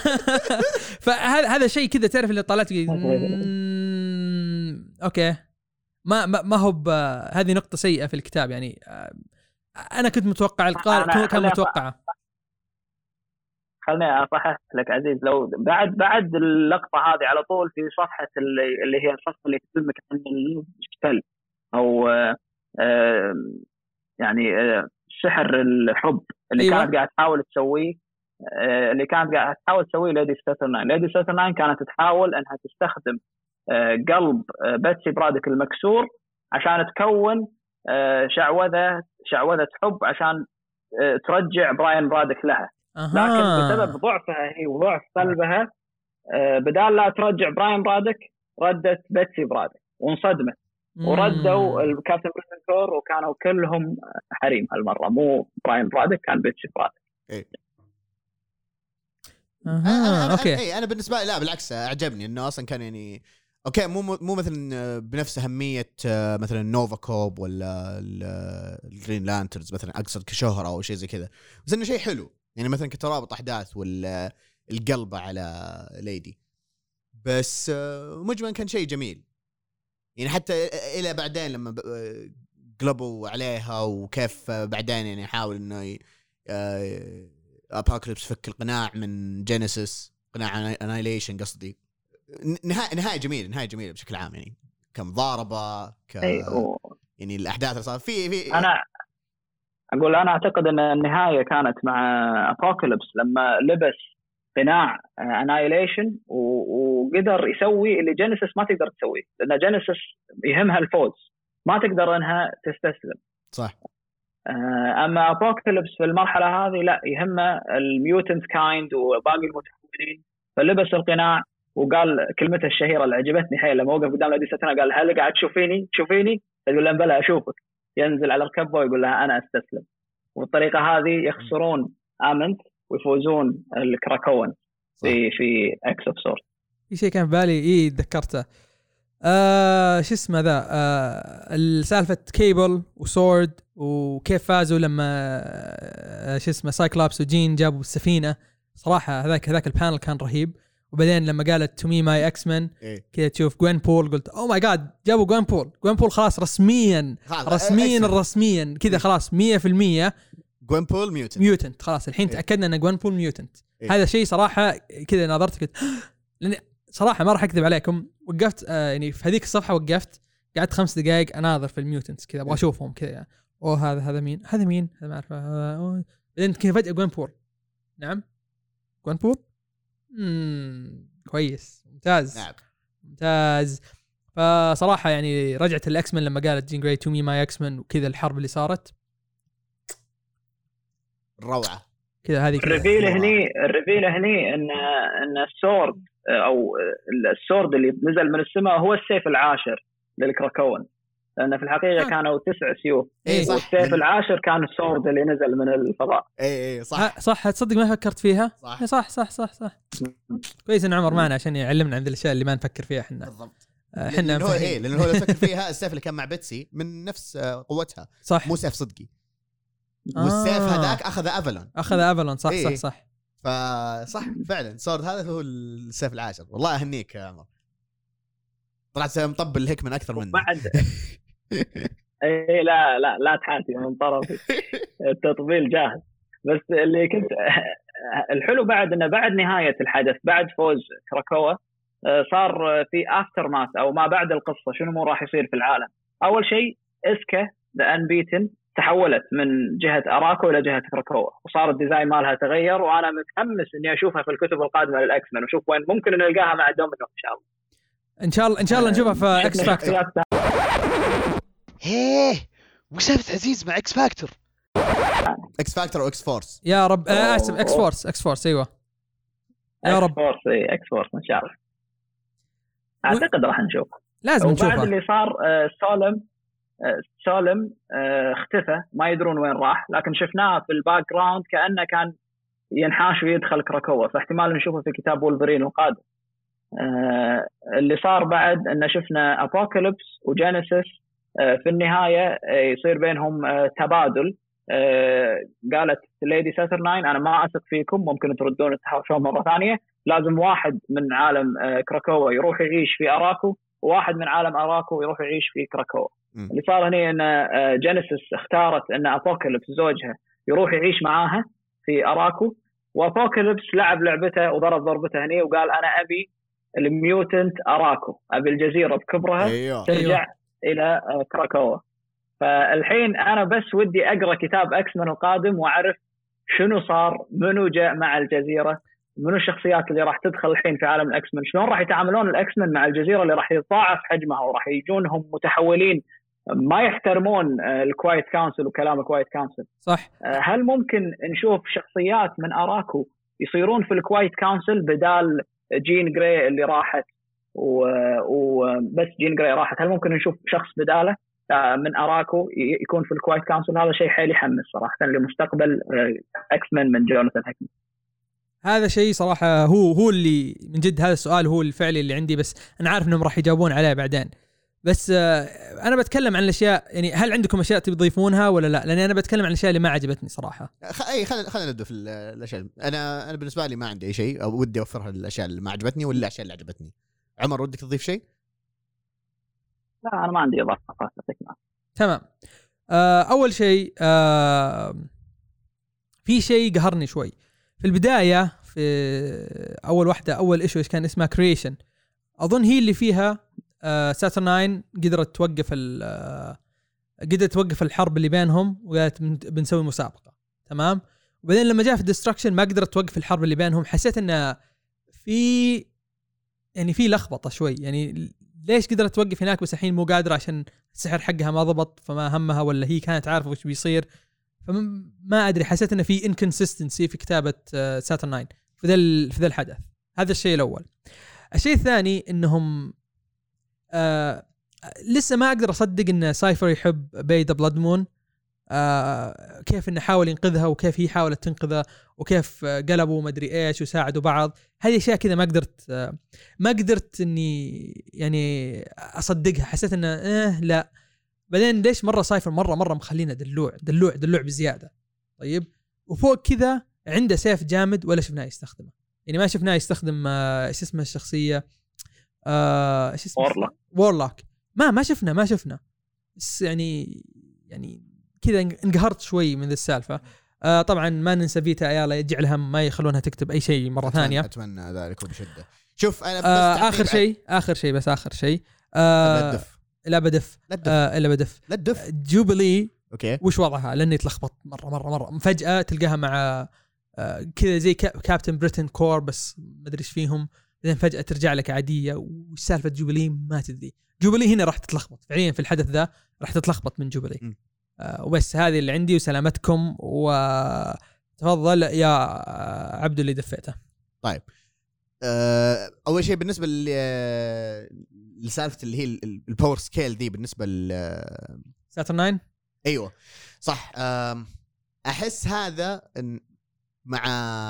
فهذا شيء كذا تعرف اللي طلعت اوكي ما هو هذه نقطة سيئة في الكتاب. يعني انا كنت متوقع القارئ كان متوقعه. خلني اصحح لك عزيز، لو بعد اللقطة هذه على طول في صفحة اللي هي الصفحة اللي تكلمك عن الشكل او يعني سحر الحب اللي أيوة. كانت قاعد تحاول تسويه، ليدي ساترناين. ليدي ساترناين كانت تحاول انها تستخدم قلب بيتسي برادك المكسور عشان تكون شعوذة حب عشان ترجع براين برادك لها. لكن بسبب ضعفها هي وضعف قلبها، بدال لا ترجع براين برادك ردت بيتسي برادك وانصدمت، وردوا الكابتن بريتن كور وكانوا كلهم حريم هالمرة، مو براين برادك كان بيتسي برادك. اوكي. انا بالنسبه لي لا بالعكس اعجبني انه اصلا كان يعني اوكي مو مثلا بنفس اهميه مثلا نوفا كوب ولا الجرين لانترز مثلا، اقصد كشهره او شيء زي كذا، بس انه شيء حلو يعني مثلا كترابط احداث والقلبه على ليدي. بس مجملا كان شيء جميل يعني، حتى الى بعدين لما قلبوا عليها وكيف بعدين يعني حاول انه أبوكاليبس فك القناع من جينيسيس، قناع أنايليشن قصدي. نهاية جميلة بشكل عام يعني، كمضاربة يعني الأحداث اللي صار في أنا أعتقد أن النهاية كانت مع أبوكاليبس لما لبس قناع أنايليشن وقدر يسوي اللي جينيسيس ما تقدر تسويه، لأن جينيسيس يهمها الفوز، ما تقدر أنها تستسلم. صح. أما أبوكاليبس في المرحلة هذه لا، يهمه الميوتنت كايند وباقي المتحولين، فلبس القناع وقال كلمته الشهيرة اللي عجبتني حيل لما وقف قدام ليدي ساترناين قال هل قاعد تشوفيني؟ يقول لها بلا أشوفك. ينزل على الكبة ويقول لها أنا أستسلم، وبالطريقة هذه يخسرون آمنت ويفوزون الكراكون في اكس اوف سورد. في شيء كان في بالي تذكرته، شو اسمه ذا، السالفة كيبل وسورد وكيف فازوا لما شو اسمه سايكلوبس وجين جابوا السفينة. صراحة هذاك البانل كان رهيب. وبعدين لما قالت تو مي ماي اكس مان كذا تشوف جوين بول، قلت او ماي جاد جابوا جوين بول خلاص رسميا كذا خلاص 100% جوين بول ميوتنت خلاص الحين تأكدنا ان جوين بول ميوتنت. هذا شيء صراحة كذا نظرت قلت لأن صراحة ما راح أكذب عليكم، وقفت يعني في هذيك الصفحة وقفت قعدت 5 دقائق أناظر في الميوتنتس كذا أبغى أشوفهم كذا. هذا مين هذا ما أعرفه. بعدين كذا فجأة جوين بول. نعم جوين بول كويس ممتاز. نعم. ممتاز. فصراحة يعني رجعت الأكسمن لما قالت جين جراي تو مي ماي أكسمن وكذا الحرب اللي صارت روعة كذا. هذه الريفيل هني ان السورد او السورد اللي نزل من السماء هو السيف العاشر للكراكون. لأن في الحقيقة كانوا 9 سيوف. صح. والسيف العاشر كان السورد اللي نزل من الفضاء. صح تصدق ما فكرت فيها. صح. كويس ان عمر معنا عشان يعلمنا عن الاشياء اللي ما نفكر فيها احنا. بالضبط. احنا لانه هو فكر فيها السيف اللي كان مع بيتسي من نفس قوتها. صح. مو سيف صدقي. والسيف هذاك اخذ افلون. صح. فصح فعلا سورد هذا هو السيف العاشر. والله اهنيك يا عمر، طلعت مطبل الهكمن اكثر مني بعد. لا تحاتي من طرفي، التطبيل جاهز. بس اللي كنت الحلو بعد انه بعد نهايه الحدث، بعد فوز كراكوا، صار في افتر ماث او ما بعد القصه، شنو مو راح يصير في العالم. اول شيء اسكا ذا انبيتن تحولت من جهه اراكو الى جهه كراكوا، وصار الديزاين مالها تغير، وانا متحمس اني اشوفها في الكتب القادمه للاكس مان، وشوف وين ممكن نلقاها مع دومينو ان شاء الله نشوفها في اكس فاكتور. وش سالفه عزيز مع اكس فاكتور واكس فورس؟ يا رب اسف اكس فورس ايوه يا رب اكس فورس ان شاء الله. اعتقد راح نشوف، لازم نشوفها. وبعد اللي صار سولم اختفى، ما يدرون وين راح، لكن شفناه في الباك جراوند كأنه كان ينحاش ويدخل كراكوا، فاحتمال نشوفه في كتاب وولفرين القادم. اللي صار بعد أن شفنا أبوكاليبس وجينيسيس في النهاية يصير بينهم تبادل. قالت ليدي ساترناين أنا ما أثق فيكم، ممكن تردون التحالفون مرة ثانية، لازم واحد من عالم كراكوا يروح يعيش في أراكو، وواحد من عالم أراكو يروح يعيش في كراكوا. اللي صار هنا أن جينيسيس اختارت أن أبوكاليبس زوجها يروح يعيش معاها في أراكو، وأبوكاليبس لعب لعبته وضرب ضربته هنا وقال أنا أبي الميوتنت أراكو، أبي الجزيرة بكبرها ترجع إلى كراكوا. فالحين أنا بس ودي أقرأ كتاب أكس مان القادم وأعرف شنو صار، منو جاء مع الجزيرة، منو الشخصيات اللي راح تدخل الحين في عالم الأكس مان، شلون راح يتعاملون الأكس مان مع الجزيرة اللي راح يتضاعف حجمها، وراح يجونهم متحولين ما يحترمون الكوايت كونسل وكلام الكوايت كونسل. صح. هل ممكن نشوف شخصيات من أراكو يصيرون في الكوايت كونسل بدال جين جراي اللي راحت وبس جين جراي راحت؟ هل ممكن نشوف شخص بداله من أراكو يكون في الكوايت كونسل؟ هذا شيء حيل يحمس صراحة لمستقبل أكس مان من جوناثان هيكمان. هذا شيء صراحة هو اللي من جد، هذا السؤال هو الفعلي اللي عندي، بس أنا عارف إنهم راح يجاوبون عليه بعدين. بس أنا بتكلم عن الأشياء، يعني هل عندكم أشياء تضيفونها ولا لا؟ لأن أنا بتكلم عن الأشياء اللي ما عجبتني صراحة. خلينا نبدأ في الأشياء. أنا بالنسبة لي ما عندي أي شيء، أو ودي أوفرها الأشياء اللي ما عجبتني ولا الأشياء اللي عجبتني. عمر ودك تضيف شيء؟ لا أنا ما عندي إضافة. تمام. أول شيء في شيء قهرني شوي في البداية، في أول واحدة، أول إيشو كان اسمها كرييشن، أظن هي اللي فيها ساترناين قدرت توقف الحرب اللي بينهم، وقالت بنسوي مسابقة. تمام. وبعدين لما جاء في ديستركشن ما قدرت توقف الحرب اللي بينهم، حسيت إنه في لخبطة شوي، يعني ليش قدرت توقف هناك بس الحين مو قادرة عشان السحر حقها ما ضبط فما همها، ولا هي كانت عارفة وش بيصير؟ فما أدري، حسيت إنه في inconsistency في كتابة ساترناين في ذا الحدث. هذا الشيء الأول. الشيء الثاني إنهم لسه ما أقدر أصدق إن سايفر يحب بيدا بلاد مون. كيف إنه حاول ينقذها، وكيف هي حاولت تنقذه، وكيف قلبوا مدري إيش وساعدوا بعض. هذه أشياء كذا ما قدرت إني يعني أصدقها. حسيت إنه لا. بعدين ليش مرة سايفر مرة مخلينا دلوع بزيادة. طيب، وفوق كذا عنده سيف جامد ولا شفناه يستخدمه، يعني ما شفناه يستخدم ايش اسمه الشخصية، ايش اسمه وورلوك. ما شفنا بس يعني كذا انقهرت شوي من ذي السالفة. طبعا ما ننسى فيتا ايالا يجعلها ما يخلونها تكتب اي شيء مرة ثانية. اتمنى ذلك وبشدة. شوف انا اخر شيء لا بدف جوبلي. اوكي، وش وضعها؟ لاني تلخبط مره فجأة تلقاها مع كذا زي كابتن بريتن كور، بس ما ادري ايش فيهم، بعدين فجأة ترجع لك عادية. وسالفة جوبلي ما تدري. جوبلي هنا راح تتلخبط فعليا في الحدث ذا، راح تتلخبط من جوبلي. وبس هذه اللي عندي، وسلامتكم، وتفضل يا عبد اللي دفعته. طيب، اول شيء بالنسبه لسالفه اللي هي الباور سكيل دي بالنسبه ساترن 9. ايوه صح. احس هذا مع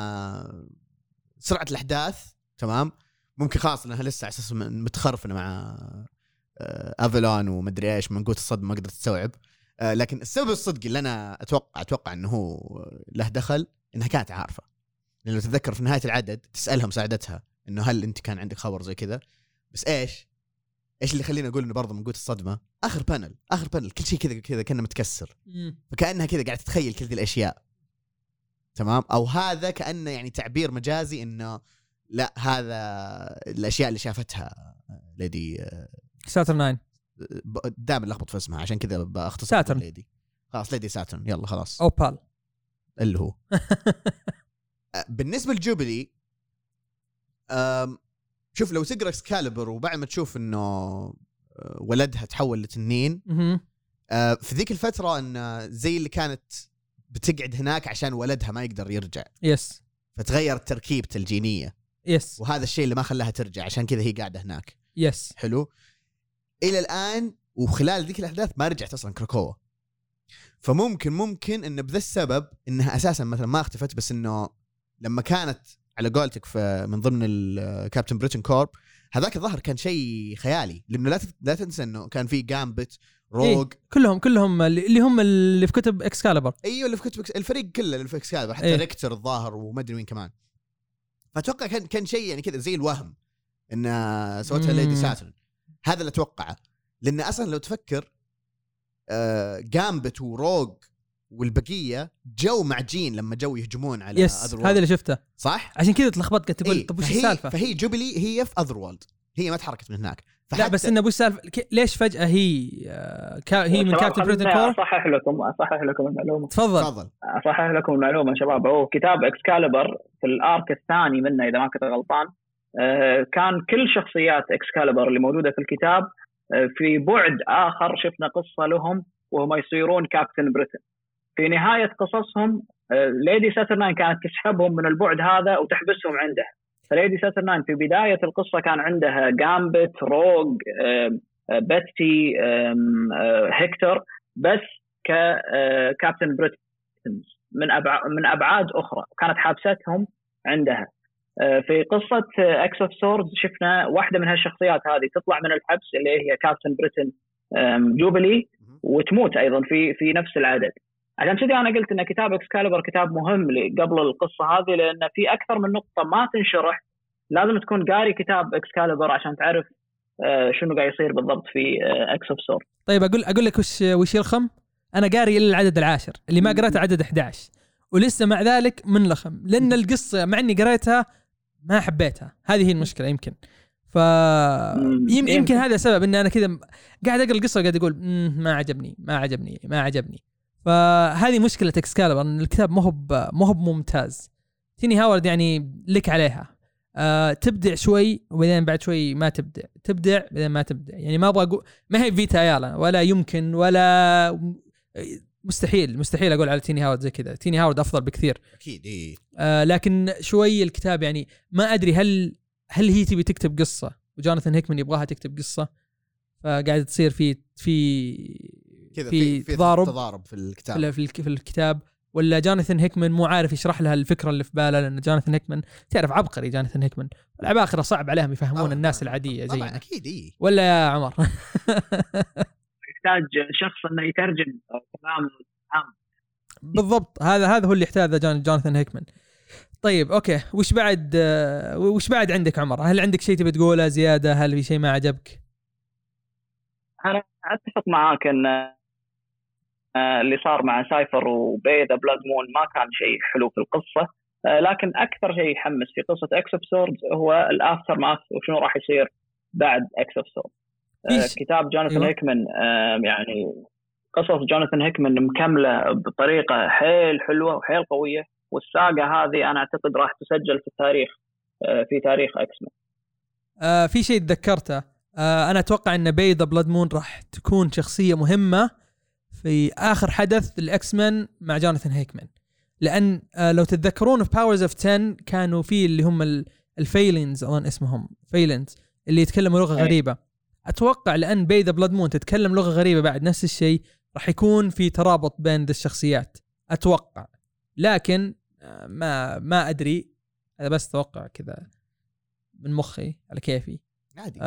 سرعه الاحداث تمام ممكن خاصه انها لسه على اساس متخرفنه مع افلون ومدري ايش من قوه الصدمه ما قدرت تستوعب. لكن السبب الصدقي اللي انا اتوقع انه هو له دخل انها كانت عارفه. لأنه لو تتذكر في نهايه العدد تسالها مساعدتها انه هل انت كان عندك خبر زي كذا. بس ايش اللي خلينا اقول انه برضه من قوه الصدمه اخر بانل كل شيء كذا كانه متكسر فكانها كذا قاعده تتخيل كل ذي الاشياء تمام. او هذا كانه يعني تعبير مجازي انه لا هذا الاشياء اللي شافتها ليدي ساترن 9 دائما لخبط في اسمها عشان كذا باختصر ساترن. ليدي خلاص ليدي ساترن يلا خلاص اوبال اللي هو بالنسبه لجوبلي شوف لو تقرا اكسكاليبر وبعد ما تشوف انه ولدها تحول لتنين في ذيك الفتره ان زي اللي كانت بتقعد هناك عشان ولدها ما يقدر يرجع يس فتغيرت تركيبته الجينيه يس وهذا الشيء اللي ما خلاها ترجع عشان كذا هي قاعده هناك يس حلو الى الان وخلال ذيك الاحداث ما رجعت اصلا كراكوا. فممكن انه بذا السبب انها اساسا مثلا ما اختفت بس انه لما كانت على قولتك من ضمن الكابتن بريتن كورب هذاك الظهر كان شيء خيالي لانه لا تنسى انه كان في جامبت روج كلهم اللي هم اللي في كتب اكسكاليبر. ايوه اللي في كتب الفريق كله اللي في اكسكاليبر حتى ريكتر الظاهر وما ادري مين كمان. فاتوقع كان شيء يعني كذا زي الوهم ان سوتها ليدي ساترن. هذا اللي اتوقعه لان اصلا لو تفكر جامبت وروج والبقيه جو معجين لما جو يهجمون على أذرولد. هذا اللي شفته صح عشان كذا تلخبطت قلت تقول طب وش السالفه. فهي جوبلي هي في أذرولد هي ما تحركت من هناك. لا بس انه ابو السالفه ليش فجاه هي من كابتن بريتن كور. اصحح لكم المعلومه. تفضل. اصحح لكم المعلومه شباب. هو كتاب اكسكاليبر في الارك الثاني منه اذا ما كنت غلطان كان كل شخصيات اكسكاليبر اللي موجوده في الكتاب في بعد آخر شفنا قصة لهم وهم يصيرون كابتن بريتن. في نهاية قصصهم ليدي ساترن كانت تسحبهم من البعد هذا وتحبسهم عندها. فليدي ساترن في بداية القصة كان عندها جامبت روج بيتي هيكتور بس ككابتن بريتن من أبعاد أخرى وكانت حابستهم عندها. في قصة اكس اوف سوردز شفنا واحدة من هالشخصيات هذه تطلع من الحبس اللي هي كابتن بريتن جوبلي وتموت أيضا في نفس العدد. عشان كذا أنا قلت إن كتاب اكسكاليبر كتاب مهم قبل القصة هذه لأن في أكثر من نقطة ما تنشرح. لازم تكون قاري كتاب اكسكاليبر عشان تعرف شنو قاعد يصير بالضبط في اكس اوف سورد. طيب أقول لك وش يلخم. أنا قاري إلى العدد العاشر اللي ما قرأت عدد 11 ولسه مع ذلك من لخم لأن القصة مع إني قرأتها ما حبيتها. هذه هي المشكلة يمكن يمكن هذا سبب إن أنا كذا قاعد أقرأ القصة وقاعد أقول ما عجبني. فهذه مشكلة اكسكاليبر ان الكتاب ما هو ممتاز. تيني هاورد يعني لك عليها تبدع شوي وبعدين بعد شوي ما تبدع بعدين ما تبدع. يعني ما ابغى اقول ما هي فيتا يالا ولا يمكن ولا مستحيل اقول على تيني هاورد زي كذا. تيني هاورد افضل بكثير اكيد لكن شوي الكتاب يعني ما ادري هل هي تبي تكتب قصة وجوناثان هيكمان يبغاها تكتب قصة فقاعد تصير في تضارب في الكتاب في الكتاب ولا جوناثان هيكمان مو عارف يشرح لها الفكرة اللي في باله لأن جوناثان هيكمان تعرف عبقري. جوناثان هيكمان العباقرة صعب عليهم يفهمون الناس العادية زينا أكيد ولا يا عمر يحتاج شخص إنه يترجم كلام بالضبط. هذا هو اللي يحتاجه جوناثان هيكمان. طيب أوكي وش بعد عندك عمر؟ هل عندك شيء تبي تقوله زيادة؟ هل في شيء ما عجبك؟ أنا أتفق معاك إن اللي صار مع سايفر وبي ذا بلاد مون ما كان شيء حلو في القصة. لكن أكثر شيء يحمس في قصة اكس اوف سورد هو الأفتر ماث وشنو راح يصير بعد اكس اوف سورد. كتاب جوناثان هيكمان يعني قصص جوناثان هيكمان مكملة بطريقة حيل حلوة وحيل قوية والساقة هذه أنا أعتقد راح تسجل في التاريخ في تاريخ اكسمان. في شيء تذكرته أنا أتوقع أن بي ذا بلاد مون راح تكون شخصية مهمة في آخر حدث الإكسمان مع جوناثان هيكمان. لأن لو تتذكرون في باورز اوف 10 كانوا فيه اللي هم الفيلينز أظن اسمهم فيلينز اللي يتكلموا لغة غريبة اتوقع لان بي ذا بلاد مون تتكلم لغه غريبه بعد نفس الشيء راح يكون في ترابط بين الشخصيات اتوقع، لكن ما ادري، هذا بس توقع كذا من مخي على كيفي عادي.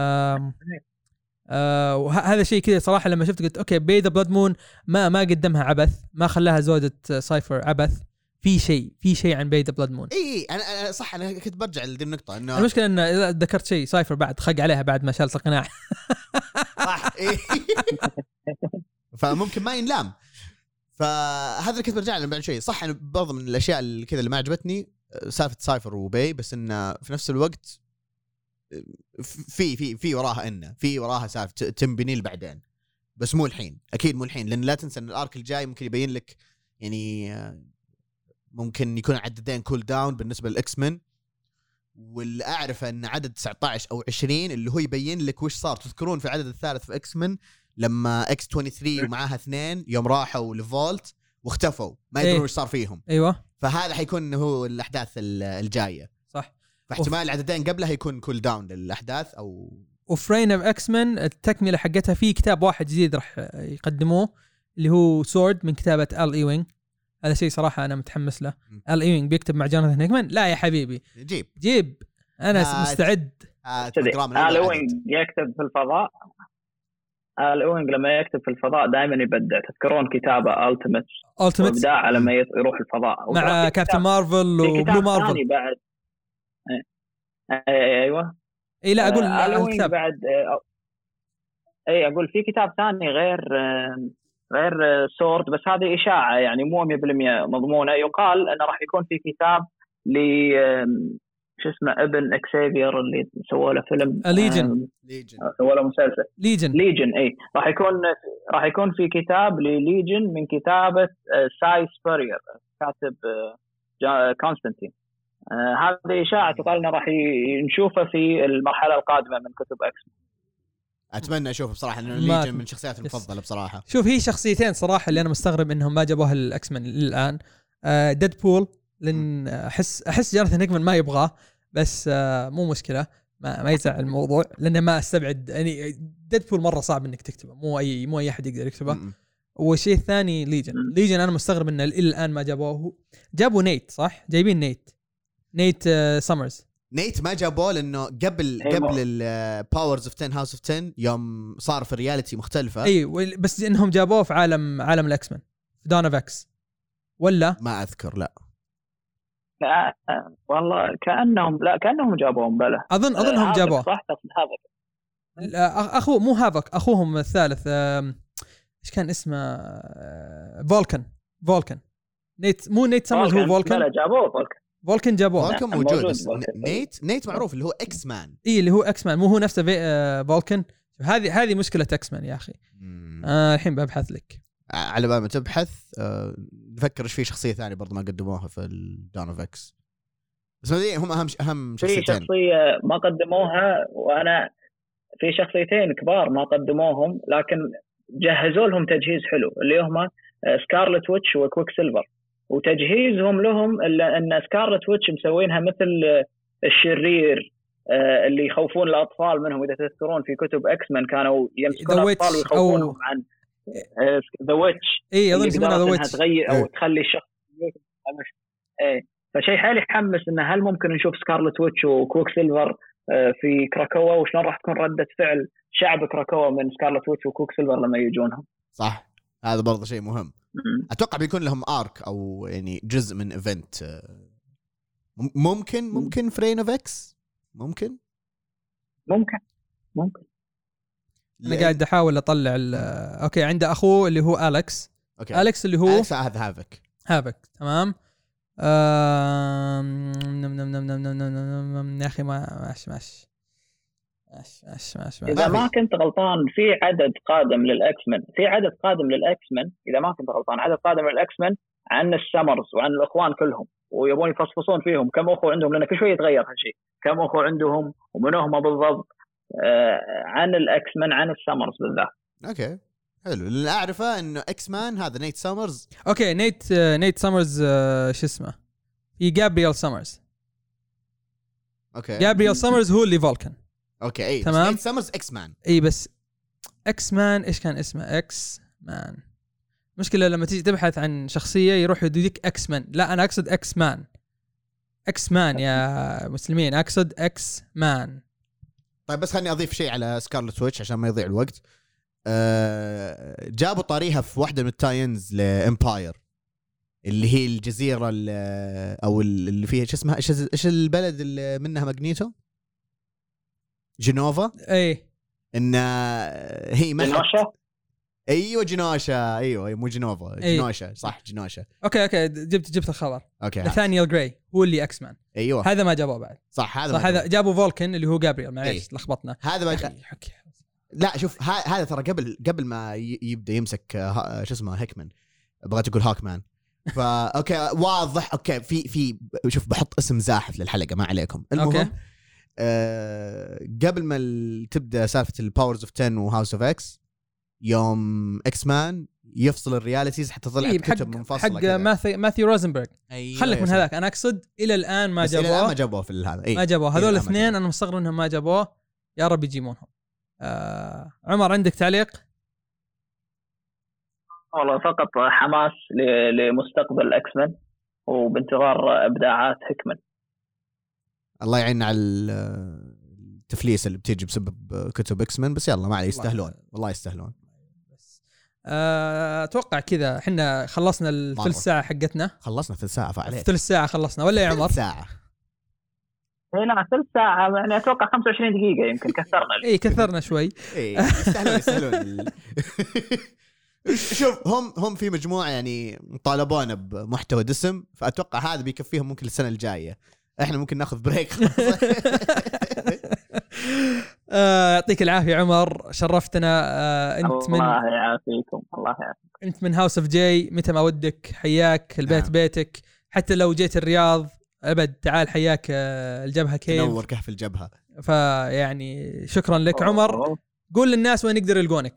وهذا شيء كذا صراحه لما شفت قلت اوكي بي ذا بلاد مون ما قدمها عبث، ما خلاها زودة سايفر عبث، في شيء عن بي ذا بلاد مون. اي انا صح، انا كنت برجع لدي النقطه انه المشكله ان اذا ذكرت شيء سايفر بعد خق عليها بعد ما شالت القناع. صح. إيه. فممكن ما ينلام. فهذا اللي كنت برجع له بعد شيء. صح انا برضه من الاشياء اللي كذا اللي ما عجبتني سالفه سايفر وبي، بس انه في نفس الوقت في وراها في وراها سالفه تنبني بعدين، بس مو الحين، اكيد مو الحين، لان لا تنسى ان الارك الجاي ممكن يبين لك يعني ممكن يكون عددين كول داون بالنسبه للاكس مان، واللي اعرفه ان عدد 19 او 20 اللي هو يبين لك وش صار. تذكرون في العدد الثالث في اكس مان لما اكس 23 ومعاها 2 يوم راحوا لفولت واختفوا ما يدرون وش صار فيهم. ايوه فهذا حيكون هو الاحداث الجايه، صح. فاحتمال العددين قبلها يكون كول داون للاحداث. او وفرين اوف اكس مان التكمله حقتها في كتاب واحد جديد راح يقدموه اللي هو سورد من كتابه آل إيوينغ. هذا شيء صراحه انا متحمس له. آل إيوينغ بيكتب مع جوناثان هيكمان. لا يا حبيبي جيب انا مستعد. آل إيوينغ يكتب في الفضاء. آل إيوينغ لما يكتب في الفضاء دائما يبدع. تذكرون كتابه ألتيميت إبداع لما يروح الفضاء مع كابتن مارفل وبلو مارفل بعد. ايوه اي لا اقول آل إيوينغ بعد. اي اقول في كتاب ثاني غير سورد، بس هذه اشاعه يعني مو 100% مضمونه. يقال انه راح يكون في كتاب ل شو اسمه ابن اكسيفير اللي سووا له فيلم ليجن سووا له مسلسل ليجن. اي راح يكون في كتاب لليجن من كتابه ساي سبيرير كاتب كونستانتين. هذه اشاعه تقال انه راح نشوفه في المرحله القادمه من كتب اكس. اتمنى اشوفه بصراحه لانه ليجن من شخصياتي المفضله بصراحه. شوف هي شخصيتين صراحه اللي انا مستغرب انهم ما جابوها للاكس مان الان. ديدبول لان احس جوناثان هيكمان ما يبغاه، بس مو مشكله ما يزعل الموضوع لانه ما استبعد يعني ديدبول مره صعب انك تكتبه، مو اي احد يقدر يكتبه. والشيء الثاني ليجن انا مستغرب انه الى الان ما جابوه. جابوا نيت صح، جايبين نيت سامرز. نيت ما جابوه لانه قبل الباورز اوف 10 هاوس اوف 10 يوم صار في رياليتي مختلفه. اي بس انهم جابوه في عالم الاكس مان في دون اوف اكس ولا ما اذكر. لا والله كانهم جابوهم بلا اظنهم جابوه صح. تقصد هافك اخوه مو هافك، اخوهم الثالث ايش كان اسمه؟ فولكن. نيت سامرز هو فولكن. لا جابوه فولكن جابوه. فولكن موجود بس نيت معروف اللي هو اكس مان. اللي هو اكس مان مو هو نفسه فولكن. هذه مشكله اكس مان يا اخي. الحين ببحث لك على بال ما تبحث. نفكر ايش في شخصيه ثانيه برضو ما قدموها في الدون اوف اكس، بس ما هم اهم شخصيتين. في شخصيه ما قدموها، وانا في شخصيتين كبار ما قدموهم لكن جهزوا لهم تجهيز حلو اللي هم سكارلت ويتش وكويك سيلفر. وتجهيزهم لهم ان سكارلت ويتش مسوينها مثل الشرير اللي يخوفون الاطفال منهم. اذا تذكرون في كتب اكس مان كانوا يمسكون الاطفال ويخوفونهم عن ذا ويتش. اي اظن اسمها ذا ويتش تغير او تخلي الشخص. فشيء حالي يحمس انه هل ممكن نشوف سكارلت ويتش وكويك سيلفر في كراكوا، وشلون راح تكون ردة فعل شعب كراكوا من سكارلت ويتش وكويك سيلفر لما يجونهم. صح، هذا برضه شيء مهم. اتوقع بيكون لهم ارك او يعني جزء من ايفنت. ممكن فرين اوف اكس ممكن انا قاعد احاول اطلع اوكي عنده اخوه اللي هو أليكس. أليكس اللي هو هذا هافك تمام. يا اخي ماشي. إذا ما كنت غلطان في عدد قادم للأكسمن، إذا ما كنت غلطان عدد قادم للأكسمن عن السمرز وعن الأخوان كلهم، ويبون يفصفصون فيهم كم أخو عندهم، لأن كل شوي يتغير هالشيء كم أخو عندهم ومنهم بالضبط عن الأكسمن عن السمرز بالذات. أوكي حلو. اللي أعرفه إنه إكسمان هذا نيت سامرز. أوكي نيت سامرز شو اسمه؟ جابرييل سامرز. أوكي جابرييل سامرز هو اللي فولكن. اوكي اي تمام. سامرز اكس مان. اي بس اكس مان ايش كان اسمه؟ اكس مان. مشكله لما تيجي تبحث عن شخصيه يروح يديك اكس مان. لا انا اقصد اكس مان. اكس مان يا مسلمين، اقصد اكس مان. طيب بس خليني اضيف شيء على سكارلت ويتش عشان ما يضيع الوقت. جابوا طاريها في واحده من التاينز لامباير، اللي هي الجزيره او اللي فيها شو اسمها، ايش البلد اللي منها ماغنيتو؟ جنوفا. اي ان هي جنوشا. ايوه جنوشا، ايوه مو جنوفا، جنوشا صح جنوشا. اوكي جبت الخبر. اوكي ناثانيال جراي هو اللي اكس مان. ايوه هذا ما جابوه بعد. صح هذا جابوا فولكن اللي هو جابريل. معليش لخبطنا. هذا ما لا شوف هذا ترى قبل ما يبدا يمسك شو اسمه هيكمان، بغيت اقول هاكمان. فا اوكي واضح. اوكي في شوف بحط اسم زاحف للحلقه ما عليكم. المهم قبل ما تبدا سالفه الباورز اوف 10 وهاوس اوف اكس، يوم اكس مان يفصل الرياليتيز حتى طلعت كتب منفصله حق ماثيو روزنبرغ. أيوة خليك من هذاك. انا اقصد الى الان ما جابوه في هذا. ما جابوه هذول الاثنين. انا مستغرب انهم ما جابوه. يا رب يجيبونهم. عمر عندك تعليق؟ والله فقط حماس لمستقبل اكس مان وبانتظار ابداعات هيكمان. الله يعيننا على التفليس اللي بتيجي بسبب كتب اكس مان، بس يلا ما عليه يستاهلون والله يستاهلون. اتوقع كذا احنا خلصنا الثلث ساعه حقتنا. خلصنا ثلث ساعه فعليك. ثلث ساعه خلصنا ولا يا عمر؟ ساعه. هنا ثلث ساعه يعني اتوقع 25 دقيقه يمكن كثرنا. اي كثرنا شوي. اي يستاهلون. شوف هم في مجموعه يعني طالبونا بمحتوى دسم، فاتوقع هذا بيكفيهم ممكن السنه الجايه. احنا ممكن ناخذ بريك. يعطيك العافيه عمر، شرفتنا. انت من الله يعافيكم. الله يعافيكم. انت من هاوس اوف جاي، متى ما ودك حياك. البيت بيتك. حتى لو جيت الرياض ابد تعال حياك. الجبهه كيف تنور كهف الجبهه. فيعني شكرا لك عمر. قول للناس وين يقدر يلقونك.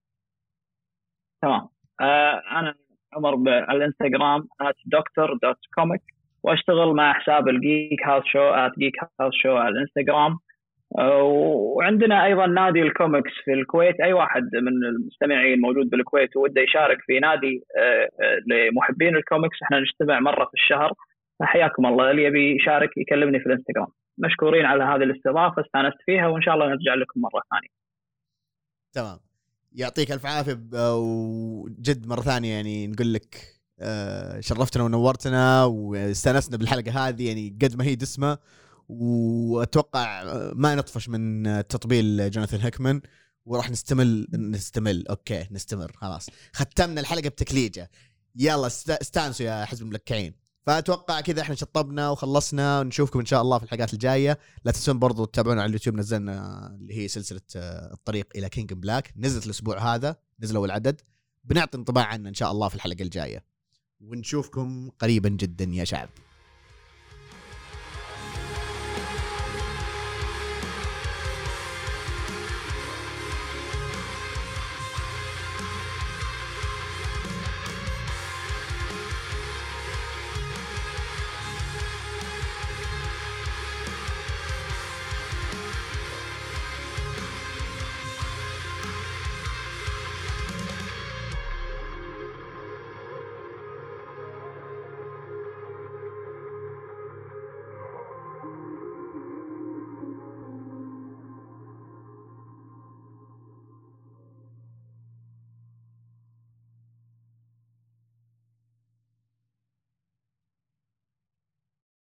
تمام. انا عمر بالانستغرام @doctor.comic، واشتغل مع حساب الجيك هاوس شو @geekhouseshow على الانستغرام. وعندنا ايضا نادي الكوميكس في الكويت. اي واحد من المستمعين موجود بالكويت وده يشارك في نادي لمحبين الكوميكس، احنا نجتمع مره في الشهر. حياكم الله. اللي يبي يشارك يكلمني في الانستغرام. مشكورين على هذه الاستضافه، استانست فيها وان شاء الله نرجع لكم مره ثانيه. تمام. يعطيك الف عافيه. وجد مره ثانيه يعني نقول لك شرفتنا ونورتنا واستانسنا بالحلقه هذه، يعني قد ما هي دسمه، واتوقع ما نطفش من تطبيل جوناثان هيكمان، وراح نستمر. خلاص ختمنا الحلقه بتكليجه. يلا استانسوا يا حزب الملكعين. فاتوقع كذا احنا شطبنا وخلصنا، ونشوفكم ان شاء الله في الحلقات الجايه. لا تنسون برضو تتابعونا على اليوتيوب. نزلنا اللي هي سلسله الطريق الى كينج بلاك، نزلت الاسبوع هذا، نزل اول عدد. بنعطي انطباع عنه ان شاء الله في الحلقه الجايه، ونشوفكم قريبا جدا يا شعب.